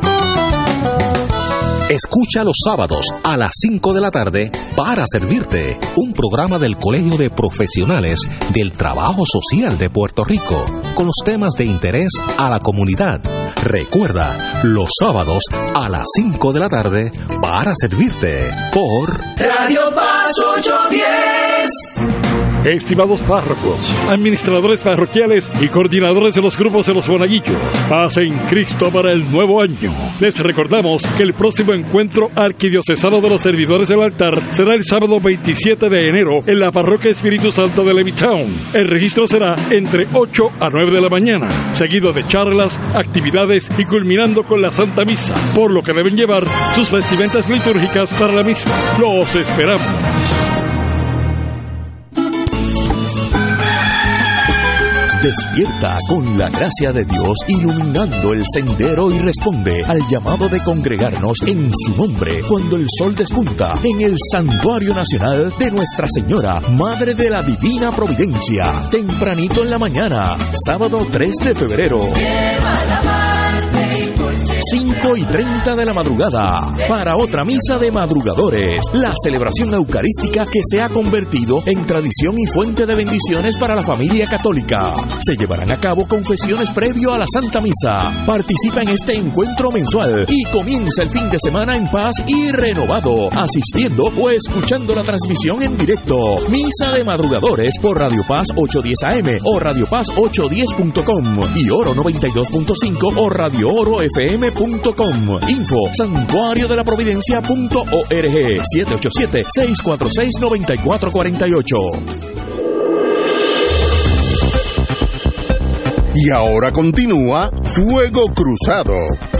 S10: Escucha los sábados a las 5 de la tarde Para Servirte, un programa del Colegio de Profesionales del Trabajo Social de Puerto Rico, con los temas de interés a la comunidad. Recuerda, los sábados a las 5 de la tarde Para Servirte, por
S11: Radio Paz 810.
S15: Estimados párrocos, administradores parroquiales y coordinadores de los grupos de los monaguillos, paz en Cristo para el nuevo año. Les recordamos que el próximo encuentro arquidiocesano de los servidores del altar será el sábado 27 de enero en la parroquia Espíritu Santo de Levittown. El registro será entre 8 a 9 de la mañana, seguido de charlas, actividades y culminando con la Santa Misa, por lo que deben llevar sus vestimentas litúrgicas para la misma. ¡Los esperamos!
S6: Despierta con la gracia de Dios iluminando el sendero y responde al llamado de congregarnos en su nombre cuando el sol despunta en el Santuario Nacional de Nuestra Señora, Madre de la Divina Providencia. Tempranito en la mañana, sábado 3 de febrero. 5:30 de la madrugada, para otra misa de madrugadores, la celebración eucarística que se ha convertido en tradición y fuente de bendiciones para la familia católica. Se llevarán a cabo confesiones previo a la Santa Misa. Participa en este encuentro mensual y comienza el fin de semana en paz y renovado, asistiendo o escuchando la transmisión en directo. Misa de madrugadores por Radio Paz 810 AM o Radio Paz 810.com y Oro 92.5 o Radio Oro FM.com. Info santuario de la providencia.org 787-646-9448.
S1: Y ahora continúa Fuego Cruzado.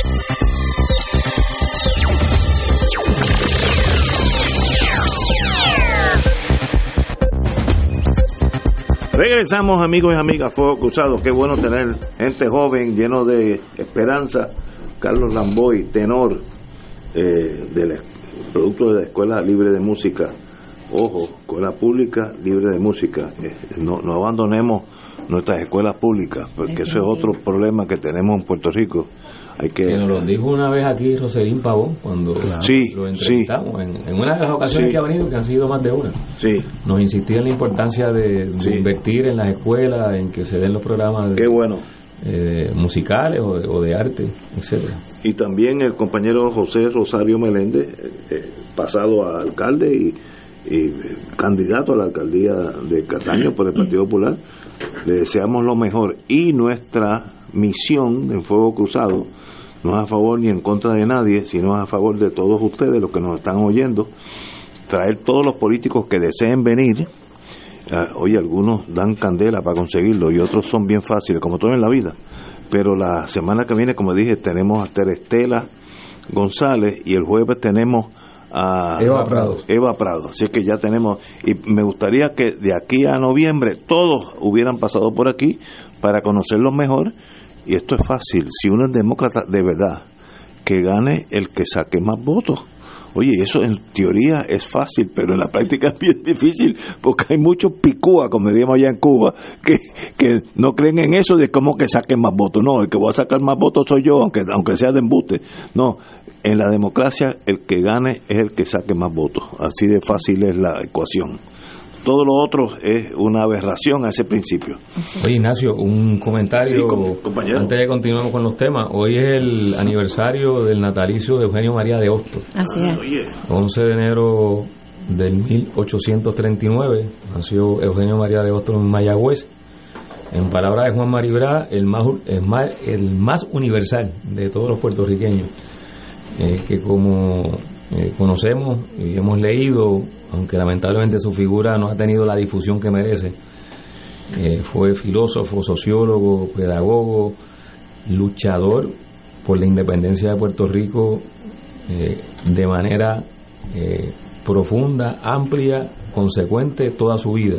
S2: Regresamos, amigos y amigas, Fuego Cruzado. Qué bueno tener gente joven, lleno de esperanza. Carlos Lamboy, tenor, producto de la Escuela Libre de Música. Ojo, Escuela Pública Libre de Música. No abandonemos nuestras escuelas públicas, porque eso es otro problema que tenemos en Puerto Rico. Hay que
S5: nos lo dijo una vez aquí Roselín Pavón cuando lo entrevistamos en una de las ocasiones que ha venido, que han sido más de una. Nos insistía en la importancia de invertir en las escuelas, en que se den los programas musicales o de arte, etcétera.
S2: Y también el compañero José Rosario Meléndez, pasado a alcalde y candidato a la alcaldía de Cataño por el Partido Popular. Le deseamos lo mejor, y nuestra misión en Fuego Cruzado no es a favor ni en contra de nadie, sino a favor de todos ustedes, los que nos están oyendo, traer todos los políticos que deseen venir. Oye, algunos dan candela para conseguirlo y otros son bien fáciles, como todo en la vida. Pero la semana que viene, como dije, tenemos a Terestela González y el jueves tenemos a Eva Prado. Así que ya tenemos, y me gustaría que de aquí a noviembre todos hubieran pasado por aquí para conocerlos mejor. Y esto es fácil, si uno es demócrata de verdad, que gane el que saque más votos. Oye, eso en teoría es fácil, pero en la práctica es bien difícil, porque hay muchos picúas, como diríamos allá en Cuba, que no creen en eso de cómo que saquen más votos. No, el que va a sacar más votos soy yo, aunque sea de embuste. No, en la democracia el que gane es el que saque más votos. Así de fácil es la ecuación. Todo lo otro es una aberración a ese principio.
S5: Oye, Ignacio, un comentario antes de continuar con los temas. Hoy es el aniversario del natalicio de Eugenio María de Hostos.
S13: Así es.
S5: 11 de enero del 1839 nació Eugenio María de Hostos en Mayagüez. En palabras de Juan Maribra, el más universal de todos los puertorriqueños, que como conocemos y hemos leído, aunque lamentablemente su figura no ha tenido la difusión que merece, fue filósofo, sociólogo, pedagogo, luchador por la independencia de Puerto Rico de manera profunda, amplia, consecuente toda su vida.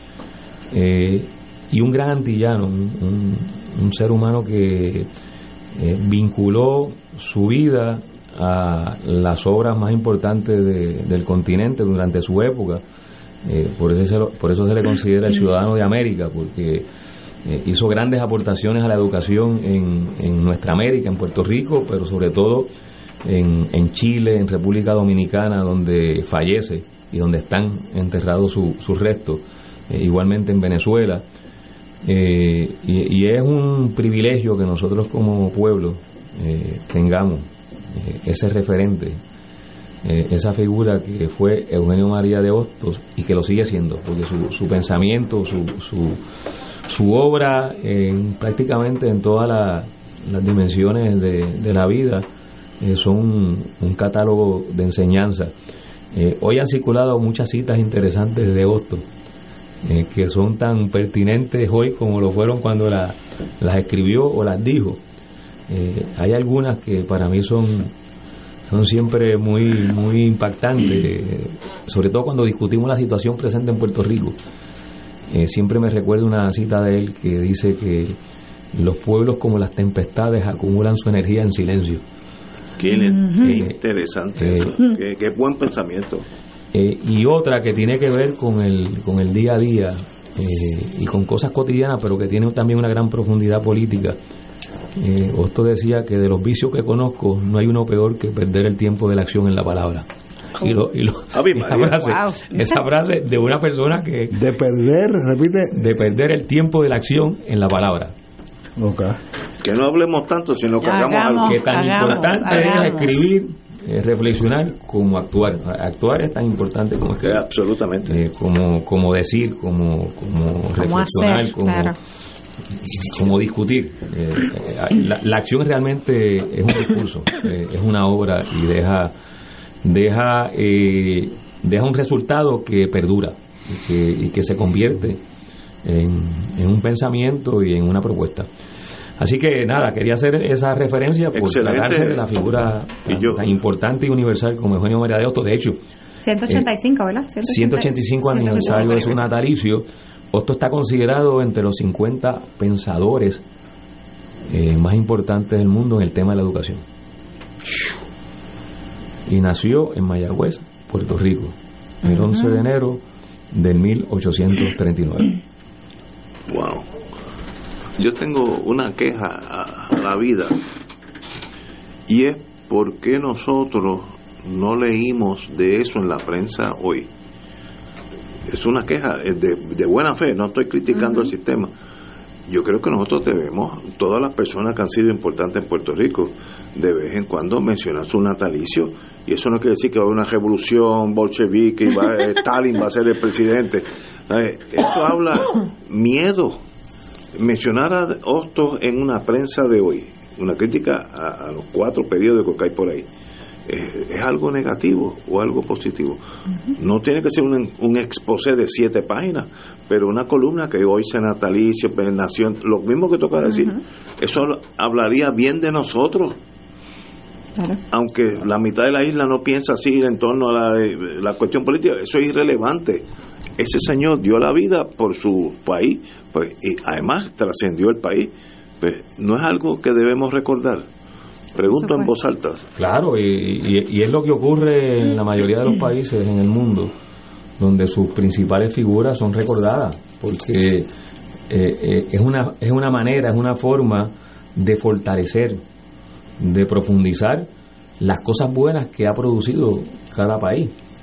S5: Y un gran antillano, un ser humano que vinculó su vida a las obras más importantes del continente durante su época. Por eso se le considera el ciudadano de América, porque hizo grandes aportaciones a la educación en nuestra América, en Puerto Rico, pero sobre todo en Chile, en República Dominicana, donde fallece y donde están enterrados sus restos, igualmente en Venezuela. Y es un privilegio que nosotros como pueblo tengamos ese referente, esa figura que fue Eugenio María de Hostos y que lo sigue siendo, porque su pensamiento, su obra prácticamente en todas las dimensiones de la vida son un catálogo de enseñanza. Hoy han circulado muchas citas interesantes de Hostos, que son tan pertinentes hoy como lo fueron cuando las escribió o las dijo. Hay algunas que para mí son siempre muy impactantes, sobre todo cuando discutimos la situación presente en Puerto Rico. Siempre me recuerdo una cita de él que dice que los pueblos, como las tempestades, acumulan su energía en silencio.
S2: Qué interesante eso. Qué buen pensamiento.
S5: Y otra que tiene que ver con el día a día y con cosas cotidianas, pero que tiene también una gran profundidad política. Hostos decía que de los vicios que conozco no hay uno peor que perder el tiempo de la acción en la palabra. Esa frase de una persona que
S3: de perder
S5: el tiempo de la acción en la palabra.
S3: Okay.
S2: Que no hablemos tanto, sino que hagamos algo.
S5: Que tan importante es escribir, reflexionar como actuar. Actuar es tan importante como escribir.
S2: Absolutamente.
S5: Como decir, como reflexionar,
S13: hacer,
S5: como discutir. La acción realmente es un discurso, es una obra y deja un resultado que perdura y que se convierte en un pensamiento y en una propuesta. Así que nada, quería hacer esa referencia por tratarse de la figura tan importante y universal como Eugenio María de Hostos. De hecho,
S13: 185, ¿verdad?
S5: 185 aniversario de su natalicio. Hostos está considerado entre los 50 pensadores más importantes del mundo en el tema de la educación. Y nació en Mayagüez, Puerto Rico, el 11 de enero del 1839.
S2: Wow. Yo tengo una queja a la vida, y es por qué nosotros no leímos de eso en la prensa hoy. Es una queja de buena fe, no estoy criticando el sistema. Yo creo que nosotros debemos, todas las personas que han sido importantes en Puerto Rico, de vez en cuando mencionar su natalicio, y eso no quiere decir que va a haber una revolución bolchevique y Stalin va a ser el presidente. Eso habla miedo. Mencionar a Hostos en una prensa de hoy, una crítica a los 4 periódicos que hay por ahí, ¿es algo negativo o algo positivo? No tiene que ser un exposé de 7 páginas, pero una columna que hoy se natalicio, nació, lo mismo que toca decir, eso hablaría bien de nosotros. Claro. Aunque la mitad de la isla no piensa así en torno a la cuestión política, eso es irrelevante. Ese señor dio la vida por su país, pues, y además trascendió el país. Pues, no es algo que debemos recordar. Pregunto en voz alta.
S5: Claro, y es lo que ocurre en la mayoría de los países en el mundo, donde sus principales figuras son recordadas, porque es una manera, es una forma de fortalecer, de profundizar las cosas buenas que ha producido cada país.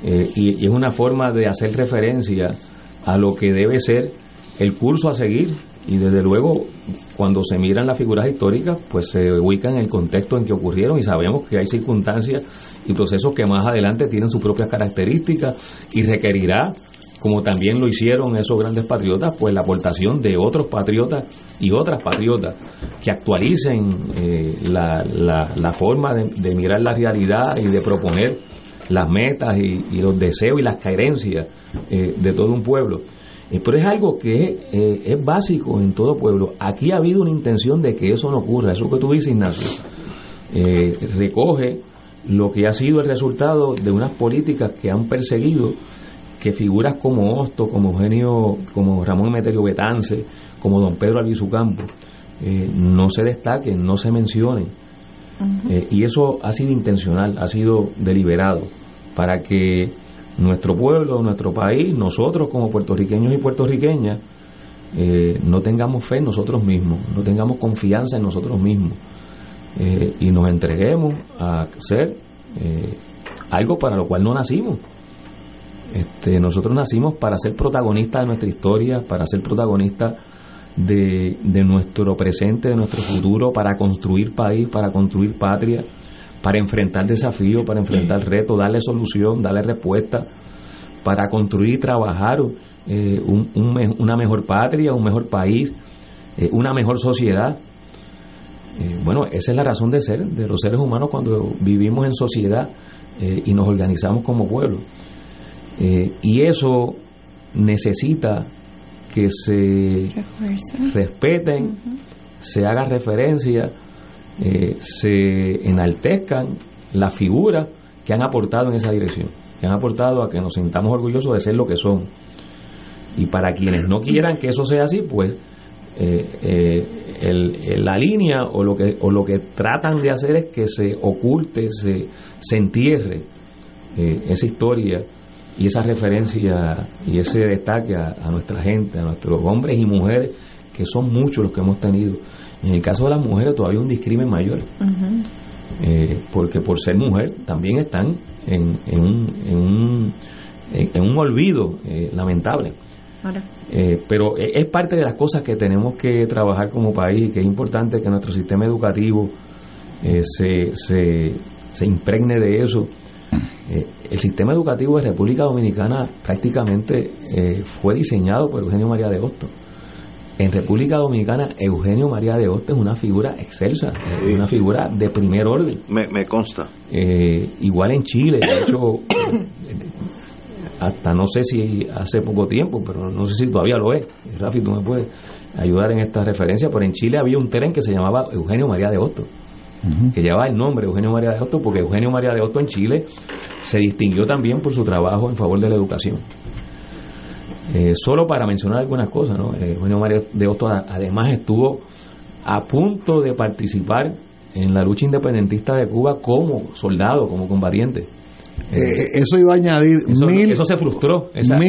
S5: y es una forma de hacer referencia a lo que debe ser el curso a seguir, y desde luego cuando se miran las figuras históricas pues se ubican en el contexto en que ocurrieron, y sabemos que hay circunstancias y procesos que más adelante tienen sus propias características y requerirá, como también lo hicieron esos grandes patriotas, pues la aportación de otros patriotas y otras patriotas que actualicen la forma de mirar la realidad y de proponer las metas y los deseos y las carencias de todo un pueblo. Pero es algo que es básico en todo pueblo. Aquí ha habido una intención de que eso no ocurra. Eso que tú dices, Ignacio, recoge lo que ha sido el resultado de unas políticas que han perseguido que figuras como Hostos, como Eugenio, como Ramón Emeterio Betance, como don Pedro Albizu Campos, no se destaquen, no se mencionen. Y eso ha sido intencional, ha sido deliberado, para que nuestro pueblo, nuestro país, nosotros como puertorriqueños y puertorriqueñas, no tengamos fe en nosotros mismos, no tengamos confianza en nosotros mismos, y nos entreguemos a ser algo para lo cual no nacimos. Nosotros nacimos para ser protagonistas de nuestra historia, para ser protagonistas de nuestro presente, de nuestro futuro, para construir país, para construir patria, para enfrentar desafíos, para enfrentar retos, darle solución, darle respuesta, para construir y trabajar una mejor patria, un mejor país, una mejor sociedad. Bueno, esa es la razón de ser de los seres humanos cuando vivimos en sociedad y nos organizamos como pueblo. Y eso necesita que se respeten, se haga referencia, se enaltezcan las figuras que han aportado en esa dirección, que han aportado a que nos sintamos orgullosos de ser lo que somos. Y para quienes no quieran que eso sea así, pues la línea o lo que tratan de hacer es que se oculte, se entierre esa historia y esa referencia y ese destaque a nuestra gente, a nuestros hombres y mujeres, que son muchos los que hemos tenido. En el caso de las mujeres todavía hay un discrimen mayor, porque por ser mujer también están en un olvido lamentable. Pero es parte de las cosas que tenemos que trabajar como país, que es importante que nuestro sistema educativo se impregne de eso. El sistema educativo de República Dominicana prácticamente fue diseñado por Eugenio María de Hostos. En República Dominicana, Eugenio María de Hostos es una figura excelsa, una figura de primer orden.
S2: Me consta.
S5: Igual en Chile, de hecho, hasta no sé si hace poco tiempo, pero no sé si todavía lo es. Rafi, tú me puedes ayudar en esta referencia, pero en Chile había un tren que se llamaba Eugenio María de Hostos, que llevaba el nombre Eugenio María de Hostos, porque Eugenio María de Hostos en Chile se distinguió también por su trabajo en favor de la educación. Solo para mencionar algunas cosas, ¿no? Eugenio María de Hostos además estuvo a punto de participar en la lucha independentista de Cuba como soldado, como combatiente.
S3: Eso iba a añadir,
S5: eso se frustró.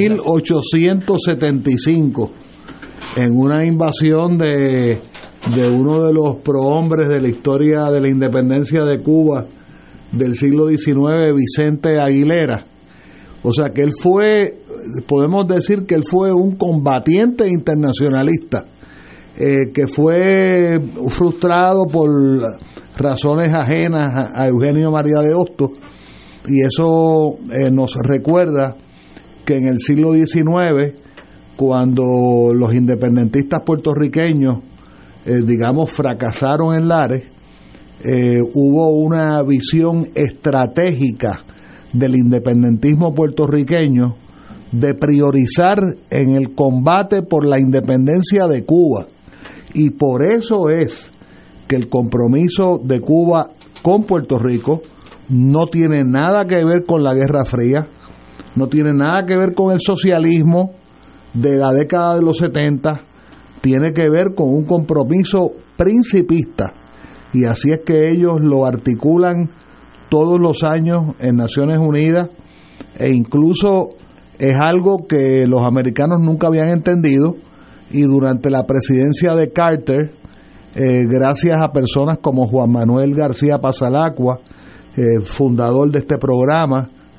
S3: 1875, en una invasión de uno de los prohombres de la historia de la independencia de Cuba del siglo XIX, Vicente Aguilera. O sea que él fue, podemos decir que él fue un combatiente internacionalista, que fue frustrado por razones ajenas a Eugenio María de Hostos, y eso nos recuerda que en el siglo XIX, cuando los independentistas puertorriqueños fracasaron en Lares, hubo una visión estratégica del independentismo puertorriqueño de priorizar en el combate por la independencia de Cuba, y por eso es que el compromiso de Cuba con Puerto Rico no tiene nada que ver con la Guerra Fría, no tiene nada que ver con el socialismo de la década de los 70, tiene que ver con un compromiso principista, y así es que ellos lo articulan todos los años en Naciones Unidas, e incluso es algo que los americanos nunca habían entendido, y durante la presidencia de Carter, gracias a personas como Juan Manuel García Pasalacua, fundador de este programa,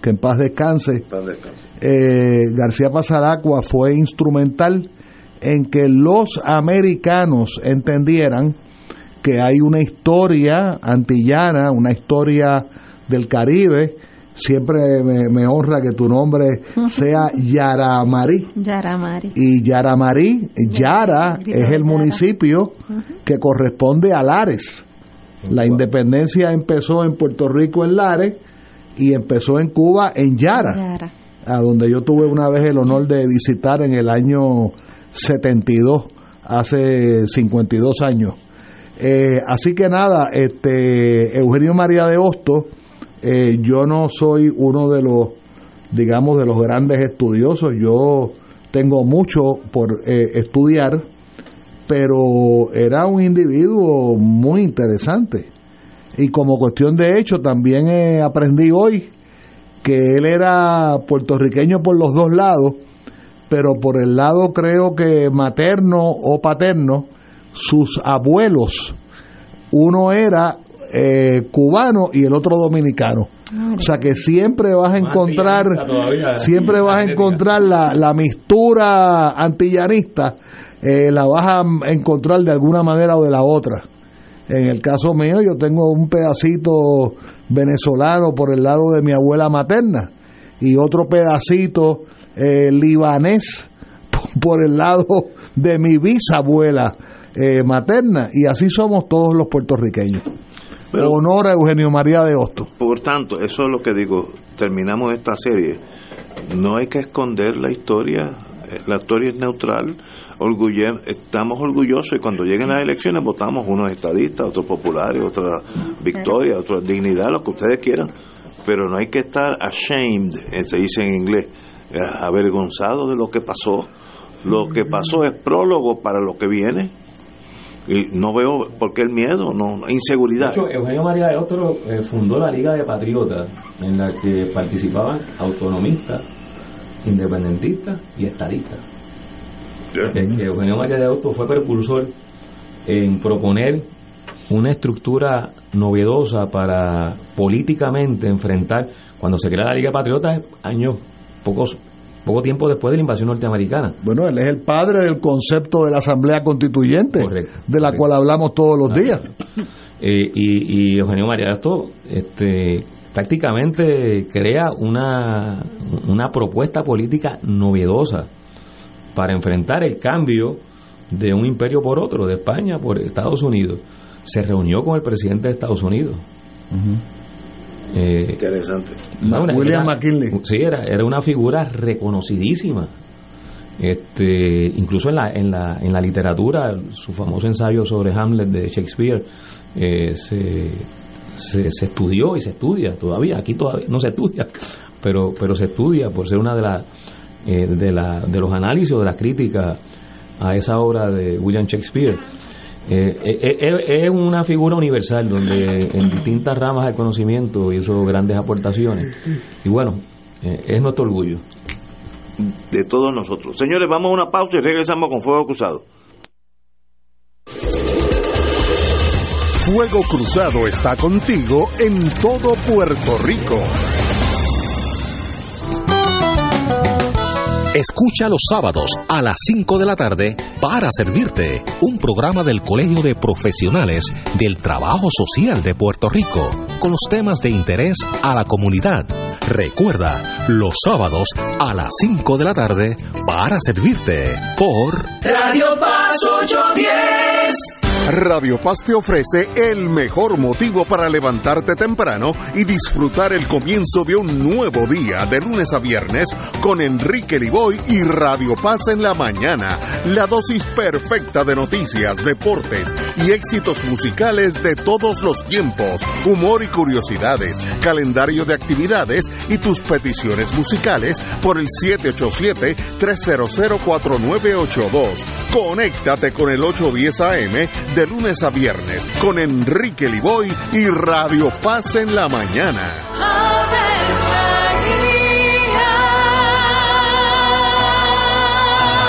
S3: que en paz descanse. García Pasaracua fue instrumental en que los americanos entendieran que hay una historia antillana, una historia del Caribe. Siempre me honra que tu nombre sea Yaramarí. Y Yaramarí, Yara es el municipio que corresponde a Lares. La independencia empezó en Puerto Rico en Lares y empezó en Cuba en Yara, a donde yo tuve una vez el honor de visitar en el año 72, hace 52 años. Así que nada, Eugenio María de Hostos, yo no soy uno de los, digamos, de los grandes estudiosos. Yo tengo mucho por estudiar, pero era un individuo muy interesante. Y como cuestión de hecho, también aprendí hoy que él era puertorriqueño por los dos lados, pero por el lado creo que materno o paterno, sus abuelos, uno era cubano y el otro dominicano. O sea que siempre vas a encontrar la mistura antillanista, la vas a encontrar de alguna manera o de la otra. En el caso mío, yo tengo un pedacito venezolano por el lado de mi abuela materna y otro pedacito libanés por el lado de mi bisabuela materna, y así somos todos los puertorriqueños. Pero, honor a Eugenio María de Hostos.
S2: Por tanto, eso es lo que digo, terminamos esta serie. No hay que esconder la historia es neutral, estamos orgullosos, y cuando lleguen las elecciones votamos unos estadistas, otros populares, otra victoria, otra dignidad, lo que ustedes quieran, pero no hay que estar ashamed, se dice en inglés, avergonzado de lo que pasó. Lo que pasó es prólogo para lo que viene. Y no veo por qué el miedo, inseguridad.
S5: De hecho, Eugenio María de Hostos fundó la Liga de Patriotas, en la que participaban autonomistas, independentistas y estadistas. Eugenio María de Hostos fue precursor en proponer una estructura novedosa para políticamente enfrentar, cuando se crea la Liga de Patriotas, poco tiempo después de la invasión norteamericana.
S3: Bueno, él es el padre del concepto de la Asamblea Constituyente, de la cual hablamos todos los días.
S5: Y Eugenio María de Hostos prácticamente crea una propuesta política novedosa para enfrentar el cambio de un imperio por otro, de España por Estados Unidos. Se reunió con el presidente de Estados Unidos.
S2: Interesante.
S3: William McKinley.
S5: Sí, era una figura reconocidísima. Incluso en la literatura, su famoso ensayo sobre Hamlet de Shakespeare se estudió y se estudia todavía. Aquí todavía no se estudia, pero se estudia por ser una de los análisis o de las críticas a esa obra de William Shakespeare. Es una figura universal donde en distintas ramas del conocimiento hizo grandes aportaciones, y bueno, es nuestro orgullo
S2: de todos nosotros. Señores, vamos a una pausa y regresamos con Fuego Cruzado.
S1: Fuego Cruzado está contigo en todo Puerto Rico.
S10: Escucha los sábados a las 5 de la tarde Para Servirte, un programa del Colegio de Profesionales del Trabajo Social de Puerto Rico, con los temas de interés a la comunidad. Recuerda, los sábados a las 5 de la tarde Para Servirte, por
S11: Radio Paz 810.
S1: Radio Paz te ofrece el mejor motivo para levantarte temprano y disfrutar el comienzo de un nuevo día de lunes a viernes con Enrique Liboy y Radio Paz en la mañana. La dosis perfecta de noticias, deportes y éxitos musicales de todos los tiempos, humor y curiosidades, calendario de actividades y tus peticiones musicales por el 787-300-4982. Conéctate con el 810 AM de lunes a viernes con Enrique Liboy y Radio Paz en la mañana.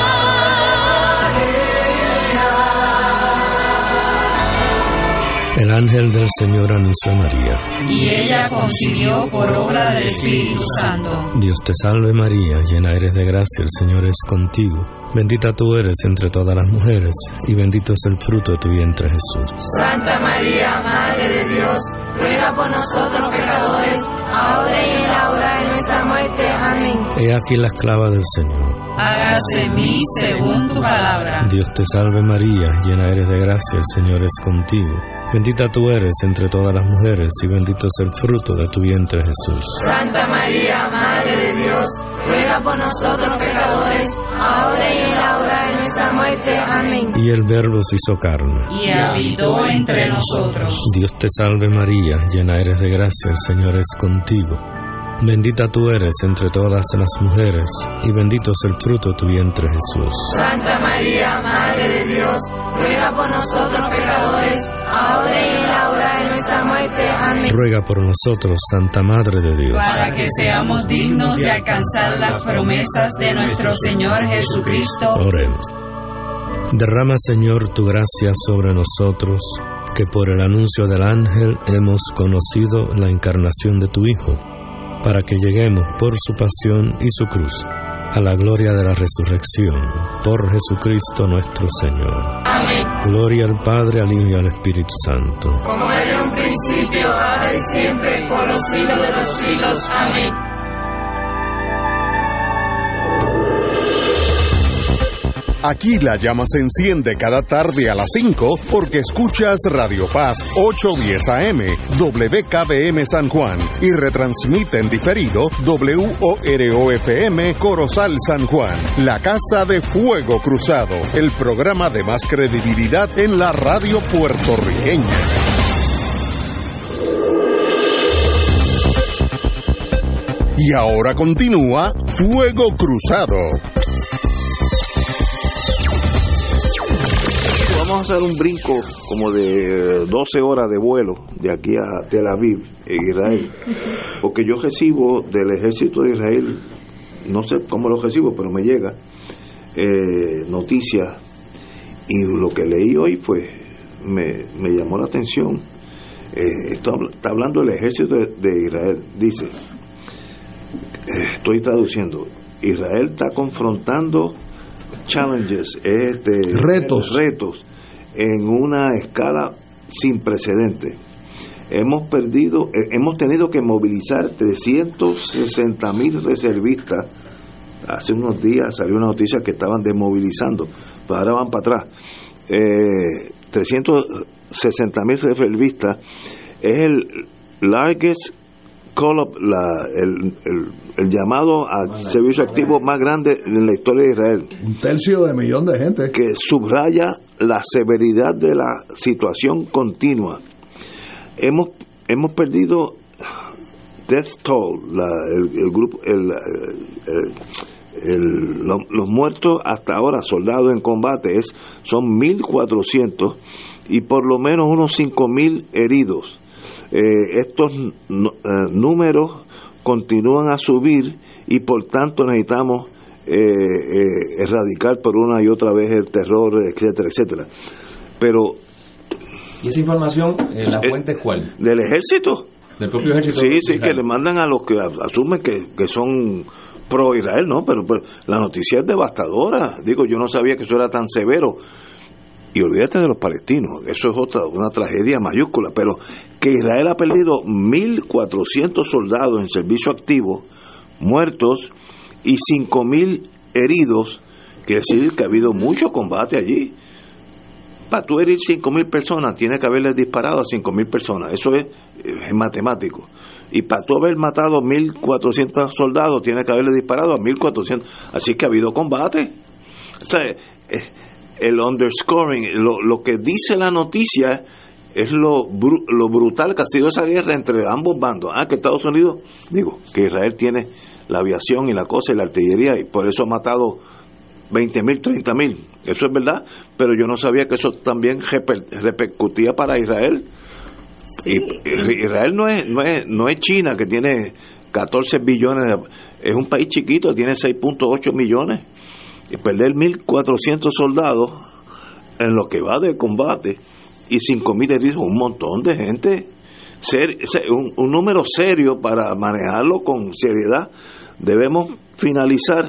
S16: En la ángel del Señor anunció a María,
S17: y ella concibió por obra del Espíritu Santo.
S16: Dios te salve María, llena eres de gracia, el Señor es contigo. Bendita tú eres entre todas las mujeres, y bendito es el fruto de tu vientre, Jesús.
S17: Santa María, Madre de Dios, ruega por nosotros pecadores, ahora y en la hora de nuestra muerte. Amén.
S16: He aquí la esclava del Señor.
S17: Hágase en mí según tu palabra.
S16: Dios te salve María, llena eres de gracia, el Señor es contigo. Bendita tú eres entre todas las mujeres, y bendito es el fruto de tu vientre, Jesús.
S17: Santa María, Madre de Dios, ruega por nosotros pecadores, ahora y en la hora de nuestra muerte. Amén.
S16: Y el Verbo se hizo carne,
S17: y habitó entre nosotros.
S16: Dios te salve María, llena eres de gracia, el Señor es contigo. Bendita tú eres entre todas las mujeres, y bendito es el fruto de tu vientre, Jesús.
S17: Santa María, Madre de Dios, ruega por nosotros pecadores, ahora y en la hora de nuestra muerte. Amén.
S16: Ruega por nosotros, Santa Madre de Dios,
S17: para que seamos dignos de alcanzar las promesas de nuestro Señor Jesucristo.
S16: Oremos. Derrama, Señor, tu gracia sobre nosotros, que por el anuncio del ángel hemos conocido la encarnación de tu Hijo, para que lleguemos por su pasión y su cruz a la gloria de la resurrección, por Jesucristo nuestro Señor.
S17: Amén.
S16: Gloria al Padre, al Hijo y al Espíritu Santo.
S17: Como era en un principio, ahora y siempre, por los siglos de los siglos. Amén.
S1: Aquí la llama se enciende cada tarde a las 5 porque escuchas Radio Paz 810 AM, WKBM San Juan, y retransmite en diferido WOROFM Corozal San Juan, la Casa de Fuego Cruzado, el programa de más credibilidad en la radio puertorriqueña. Y ahora continúa Fuego Cruzado.
S2: Vamos a hacer un brinco como de 12 horas de vuelo de aquí a Tel Aviv, en Israel, porque yo recibo del ejército de Israel, no sé cómo lo recibo, pero me llega noticias, y lo que leí hoy me llamó la atención. Está hablando el ejército de Israel, dice, estoy traduciendo, Israel está confrontando challenges, retos en una escala sin precedentes. Hemos tenido que movilizar 360,000 reservistas. Hace unos días salió una noticia que estaban desmovilizando, pero ahora van para atrás. 360,000 reservistas es el largest call-up, el llamado a servicio activo más grande en la historia de Israel.
S3: 1/3 de gente.
S2: Que subraya la severidad de la situación continua. Hemos perdido death toll, el grupo, los muertos hasta ahora, soldados en combate, son 1,400, y por lo menos unos 5,000 heridos. Estos números continúan a subir, y por tanto necesitamos erradicar por una y otra vez el terror, etcétera, etcétera. Pero
S5: ¿y esa información, la fuente es cuál?
S2: Del ejército.
S5: Del propio ejército.
S2: Sí, que le mandan a los que asumen que son pro Israel, ¿no? Pero la noticia es devastadora. Digo, yo no sabía que eso era tan severo. Y olvídate de los palestinos, eso es una tragedia mayúscula, pero que Israel ha perdido 1,400 soldados en servicio activo, muertos, y 5,000 heridos, quiere decir que ha habido mucho combate allí. Para tú herir 5,000 personas, tienes que haberles disparado a 5,000 personas, eso es matemático. Y para tú haber matado 1,400 soldados, tienes que haberles disparado a 1,400, así que ha habido combate. O sea, el underscoring, lo que dice la noticia es lo brutal que ha sido esa guerra entre ambos bandos. Que Estados Unidos, que Israel tiene la aviación y la cosa y la artillería, y por eso ha matado 20,000, 30,000. Eso es verdad, pero yo no sabía que eso también repercutía para Israel. Sí. Y Israel no es China, que tiene 14 billones, es un país chiquito, tiene 6.8 millones. Y perder 1,400 soldados en lo que va de combate y 5.000 heridos, un montón de gente, un número serio para manejarlo con seriedad. Debemos finalizar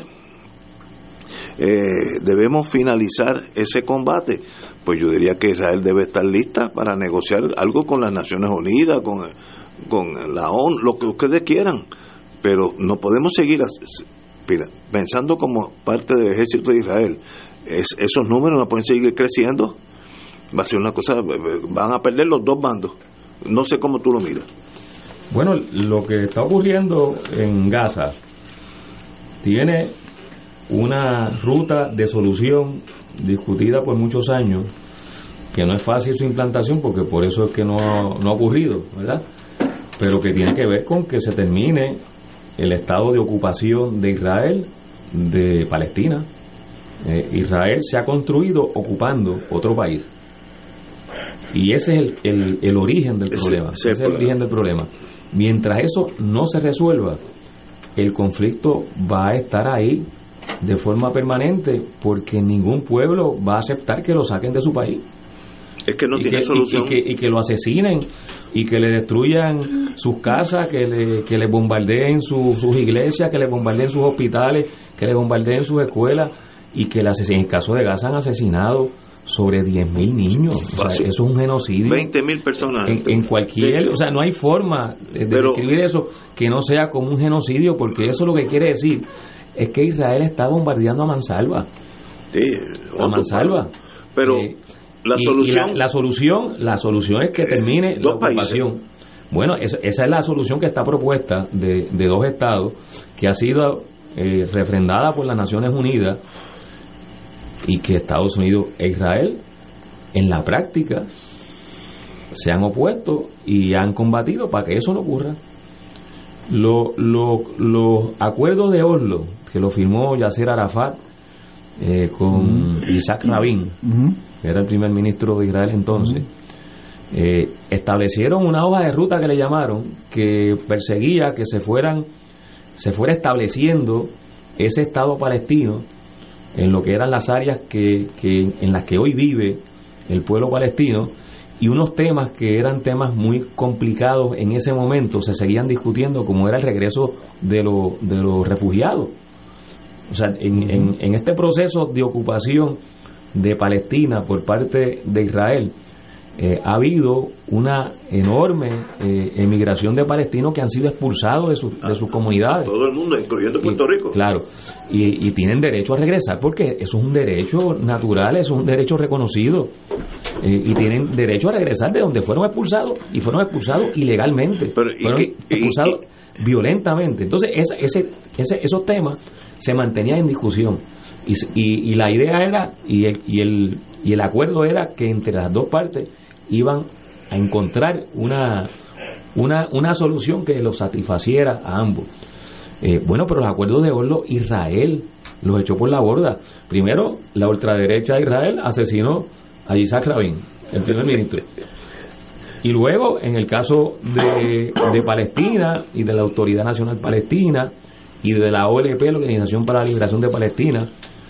S2: ese combate. Pues yo diría que Israel debe estar lista para negociar algo con las Naciones Unidas, con la ONU, lo que ustedes quieran, pero no podemos seguir pensando como parte del ejército de Israel. Esos números no pueden seguir creciendo. Va a ser una cosa, van a perder los dos bandos. No sé cómo tú lo miras.
S5: Bueno, lo que está ocurriendo en Gaza tiene una ruta de solución discutida por muchos años, que no es fácil su implantación, porque por eso es que no ha ocurrido, ¿verdad? Pero que tiene que ver con que se termine el estado de ocupación de Israel de Palestina. Israel se ha construido ocupando otro país, y ese es el origen del problema. Ese es el origen del problema. Mientras eso no se resuelva, el conflicto va a estar ahí de forma permanente, porque ningún pueblo va a aceptar que lo saquen de su país.
S2: Es que no tiene solución.
S5: Y que lo asesinen, y que le destruyan sus casas, que le bombardeen sus iglesias, que le bombardeen sus hospitales, que le bombardeen sus escuelas, y que en el caso de Gaza han asesinado sobre 10.000 niños. O sea, eso es un genocidio.
S2: 20.000 personas.
S5: En cualquier... Sí. O sea, no hay forma de describir eso que no sea como un genocidio, porque eso lo que quiere decir es que Israel está bombardeando a mansalva.
S2: Sí,
S5: a mansalva.
S2: Pero la solución...
S5: Y la solución es que termine la ocupación. Países. Bueno, esa es la solución que está propuesta de dos estados, que ha sido refrendada por las Naciones Unidas, y que Estados Unidos e Israel en la práctica se han opuesto y han combatido para que eso no ocurra. Los acuerdos de Oslo, que lo firmó Yasser Arafat con Isaac Rabin, que era el primer ministro de Israel entonces, establecieron una hoja de ruta que le llamaron, que perseguía que se fuera estableciendo ese Estado palestino en lo que eran las áreas en las que hoy vive el pueblo palestino, y unos temas que eran temas muy complicados en ese momento se seguían discutiendo, como era el regreso de los refugiados. O sea, en este proceso de ocupación de Palestina por parte de Israel, ha habido una enorme emigración de palestinos que han sido expulsados de sus comunidades.
S2: Todo el mundo, incluyendo Puerto Rico.
S5: Claro, y tienen derecho a regresar, porque eso es un derecho natural, eso es un derecho reconocido, y tienen derecho a regresar de donde fueron expulsados, y fueron expulsados ilegalmente. Fueron expulsados violentamente. Entonces esos temas se mantenían en discusión, y la idea era, y el acuerdo era que entre las dos partes iban a encontrar una solución que los satisfaciera a ambos. Bueno, pero los acuerdos de Oslo, Israel los echó por la borda. Primero, la ultraderecha de Israel asesinó a Yitzhak Rabin, el primer ministro. Y luego, en el caso de Palestina y de la Autoridad Nacional Palestina y de la OLP, la Organización para la Liberación de Palestina,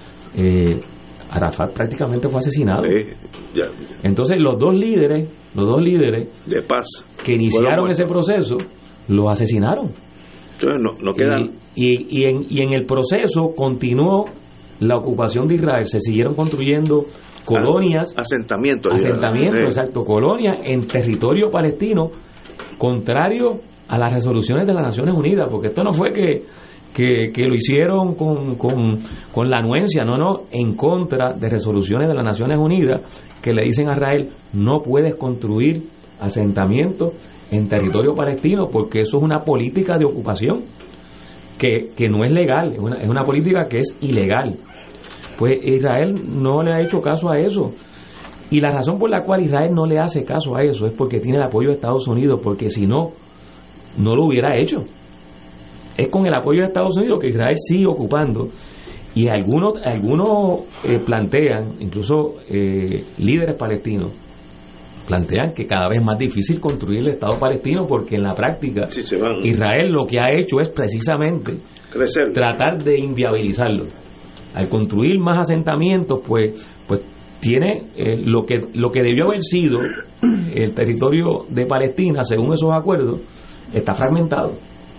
S5: Arafat prácticamente fue asesinado. Entonces los dos líderes
S2: de paz
S5: que iniciaron ese proceso los asesinaron.
S2: Entonces no quedan.
S5: Y en el proceso continuó la ocupación de Israel. Se siguieron construyendo colonias,
S2: asentamientos,
S5: exacto, colonias en territorio palestino, contrario a las resoluciones de las Naciones Unidas, porque esto no fue que lo hicieron con la anuencia, no, en contra de resoluciones de las Naciones Unidas que le dicen a Israel: no puedes construir asentamientos en territorio palestino, porque eso es una política de ocupación que no es legal, es una política que es ilegal. Pues Israel no le ha hecho caso a eso, y la razón por la cual Israel no le hace caso a eso es porque tiene el apoyo de Estados Unidos, porque si no lo hubiera hecho. Es con el apoyo de Estados Unidos que Israel sigue ocupando, y algunos plantean, incluso líderes palestinos plantean que cada vez es más difícil construir el Estado palestino, porque en la práctica Israel lo que ha hecho es precisamente tratar de inviabilizarlo. Al construir más asentamientos, pues tiene lo que debió haber sido el territorio de Palestina, según esos acuerdos, está fragmentado.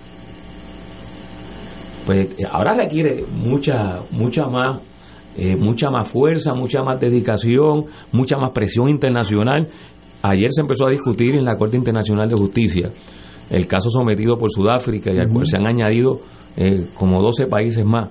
S5: Pues ahora requiere mucha más fuerza, mucha más dedicación, mucha más presión internacional. Ayer se empezó a discutir en la Corte Internacional de Justicia el caso sometido por Sudáfrica y al cual se han añadido como 12 países más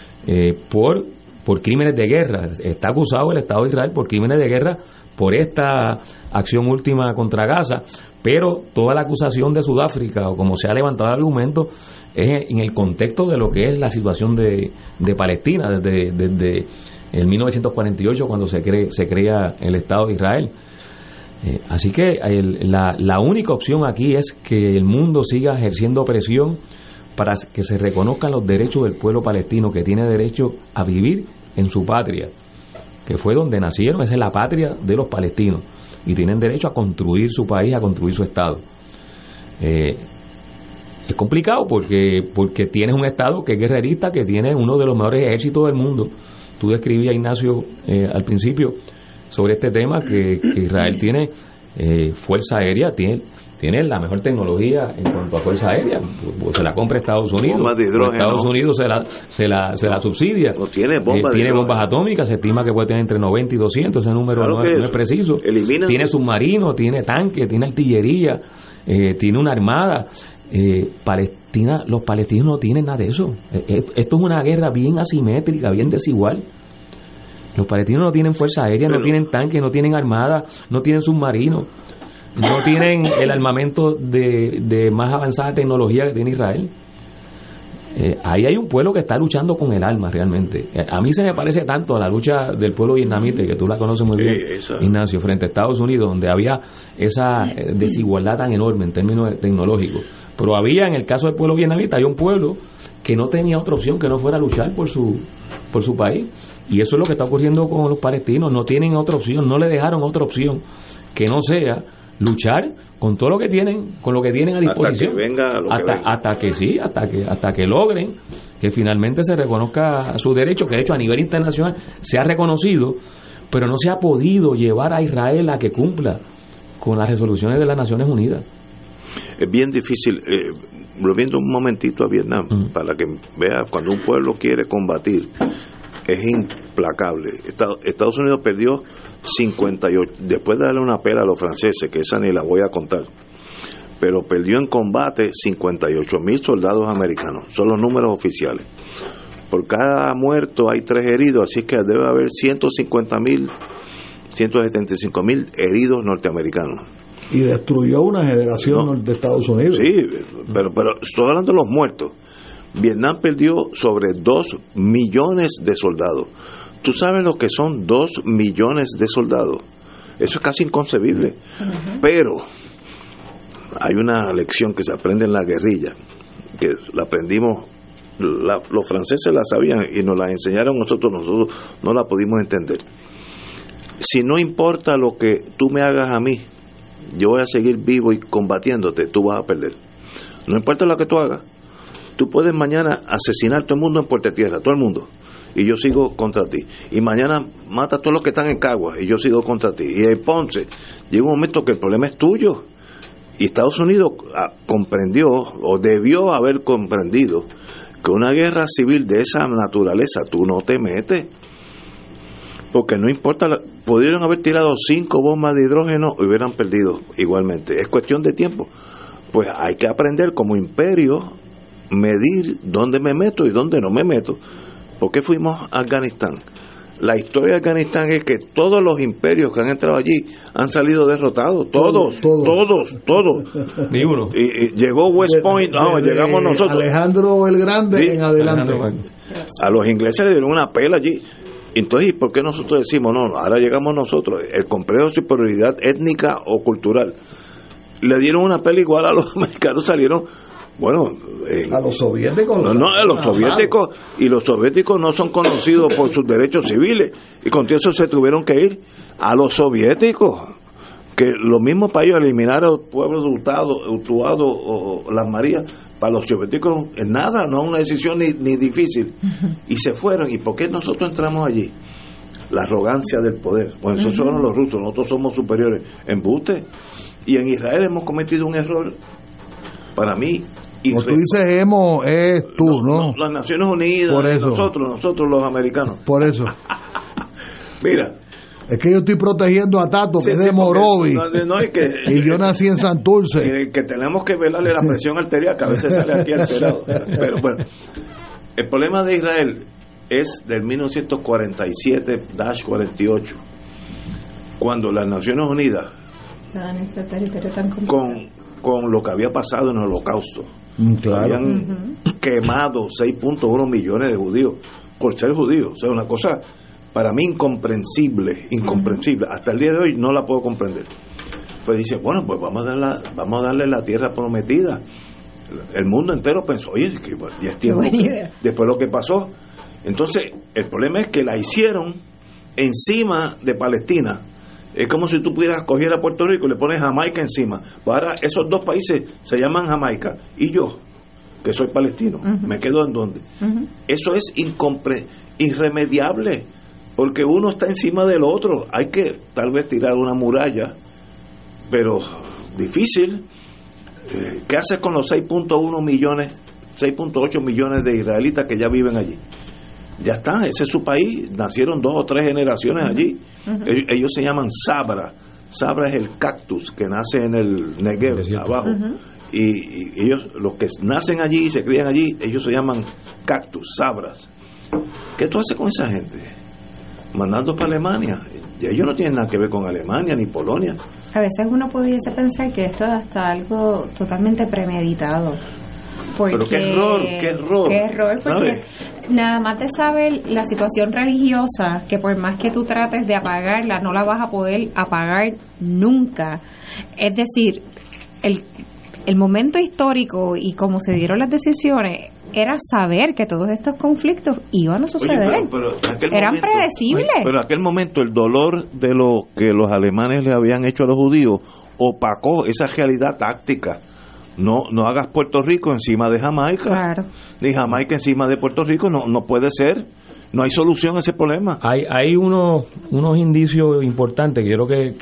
S5: por crímenes de guerra. Está acusado el Estado de Israel por crímenes de guerra por esta acción última contra Gaza, pero toda la acusación de Sudáfrica, o como se ha levantado el argumento, es en el contexto de lo que es la situación de Palestina desde el 1948, cuando se crea el Estado de Israel. Así que la única opción aquí es que el mundo siga ejerciendo presión para que se reconozcan los derechos del pueblo palestino, que tiene derecho a vivir en su patria, que fue donde nacieron. Esa es la patria de los palestinos, y tienen derecho a construir su país, a construir su Estado. Es complicado porque tienes un Estado que es guerrerista, que tiene uno de los mejores ejércitos del mundo. Tú describías, Ignacio, al principio sobre este tema, que Israel tiene fuerza aérea, tiene la mejor tecnología en cuanto a fuerza aérea. Se la compra Estados Unidos.
S2: Bombas de hidrógeno.
S5: Estados Unidos se la subsidia.
S2: No tiene bombas
S5: tiene bombas atómicas, se estima que puede tener entre 90 y 200, ese número no es preciso. Tiene submarinos, tiene tanques, tiene artillería, tiene una armada. Los palestinos no tienen nada de eso. Esto es una guerra bien asimétrica, bien desigual. Los palestinos no tienen fuerza aérea, no tienen tanques, no tienen armada, no tienen submarinos, no tienen el armamento de más avanzada tecnología que tiene Israel. Ahí hay un pueblo que está luchando con el alma realmente. A mí se me parece tanto a la lucha del pueblo vietnamita, que tú la conoces muy bien, Ignacio, frente a Estados Unidos, donde había esa desigualdad tan enorme en términos tecnológicos. Pero había, en el caso del pueblo vietnamita, hay un pueblo que no tenía otra opción que no fuera luchar por su país. Y eso es lo que está ocurriendo con los palestinos. No tienen otra opción, no le dejaron otra opción que no sea luchar con todo lo que tienen, con lo que tienen a disposición, hasta que logren que finalmente se reconozca su derecho, que de hecho a nivel internacional se ha reconocido, pero no se ha podido llevar a Israel a que cumpla con las resoluciones de las Naciones Unidas.
S2: Es bien difícil. Volviendo un momentito a Vietnam, para que vea, cuando un pueblo quiere combatir, es implacable. Estados Unidos perdió 58, después de darle una pela a los franceses, que esa ni la voy a contar, pero perdió en combate 58,000 soldados americanos, son los números oficiales. Por cada muerto hay 3 heridos, así que debe haber 150,000, 175,000 heridos norteamericanos.
S3: Y destruyó una generación de Estados Unidos.
S2: Sí, pero estoy hablando de los muertos. Vietnam perdió sobre 2 millones de soldados. ¿Tú sabes lo que son 2 millones de soldados? Eso es casi inconcebible. Pero hay una lección que se aprende en la guerrilla, que la aprendimos, los franceses la sabían y nos la enseñaron nosotros no la pudimos entender. Si no importa lo que tú me hagas a mí, yo voy a seguir vivo y combatiéndote, tú vas a perder. No importa lo que tú hagas. Tú puedes mañana asesinar a todo el mundo en Puerto Tierra, todo el mundo, y yo sigo contra ti. Y mañana mata a todos los que están en Caguas y yo sigo contra ti. Y en Ponce, llega un momento que el problema es tuyo. Y Estados Unidos comprendió, o debió haber comprendido, que una guerra civil de esa naturaleza tú no te metes. Porque no importa, pudieron haber tirado 5 bombas de hidrógeno y hubieran perdido igualmente. Es cuestión de tiempo. Pues hay que aprender como imperio, medir dónde me meto y dónde no me meto. ¿Por qué fuimos a Afganistán? La historia de Afganistán es que todos los imperios que han entrado allí han salido derrotados, todos.
S5: Ni uno.
S2: Y llegó West Point, llegamos nosotros.
S3: Alejandro el Grande en adelante.
S2: A los ingleses le dieron una pela allí. Entonces, ¿y por qué nosotros decimos, no, ahora llegamos nosotros? El complejo de superioridad étnica o cultural. Le dieron una pela igual a los americanos, salieron... Bueno,
S3: a los soviéticos.
S2: A los soviéticos, y los soviéticos no son conocidos por sus derechos civiles, y con eso se tuvieron que ir a los soviéticos, que los mismos países eliminaron pueblos de Utuado o Las Marías. Para los soviéticos es nada, no es una decisión ni difícil, y se fueron. ¿Y por qué nosotros entramos allí? la arrogancia del poder. Bueno, esos son los rusos, nosotros somos superiores. Embuste. Y en Israel hemos cometido un error, para mí.
S3: Como tú dices, es tú, ¿no?
S2: Las Naciones Unidas,
S3: por eso.
S2: nosotros los americanos.
S3: Por eso.
S2: Mira.
S3: Es que yo estoy protegiendo a Tato, que es de Morovi. Y yo nací en Santurce.
S2: Que tenemos que velarle la presión arterial, que a veces sale aquí alterado. Pero bueno, el problema de Israel es del 1947-48, cuando las Naciones Unidas, con lo que había pasado en el Holocausto, habían quemado 6.1 millones de judíos por ser judíos. O sea, una cosa para mí incomprensible. Hasta el día de hoy no la puedo comprender. Pues dice, bueno, pues vamos a darle la tierra prometida. El mundo entero pensó, oye, que ya es tiempo. Después lo que pasó. Entonces, el problema es que la hicieron encima de Palestina. Es como si tú pudieras coger a Puerto Rico y le pones Jamaica encima. Pues ahora esos dos países se llaman Jamaica. Y yo, que soy palestino, ¿me quedo en dónde? Eso es irremediable, porque uno está encima del otro. Hay que tal vez tirar una muralla, pero difícil. ¿Qué haces con los 6.8 millones de israelitas que ya viven allí? Ya está, ese es su país, nacieron 2 o 3 generaciones allí. Ellos se llaman Sabra. Sabra es el cactus que nace en el Negev, abajo. Y ellos, los que nacen allí y se crían allí, ellos se llaman cactus, Sabras. ¿Qué tú haces con esa gente? Mandando para Alemania. Y ellos no tienen nada que ver con Alemania ni Polonia.
S13: A veces uno pudiese pensar que esto es hasta algo totalmente premeditado. Porque,
S2: pero qué error,
S13: porque nada más te sabe la situación religiosa, que por más que tú trates de apagarla, no la vas a poder apagar nunca. Es decir, el momento histórico y cómo se dieron las decisiones era saber que todos estos conflictos iban a suceder.
S2: Oye, pero
S13: eran predecibles.
S2: Pero en aquel momento el dolor de lo que los alemanes le habían hecho a los judíos opacó esa realidad táctica. No hagas Puerto Rico encima de Jamaica,
S13: claro,
S2: ni Jamaica encima de Puerto Rico. No puede ser. No hay solución a ese problema.
S5: Hay unos indicios importantes que yo creo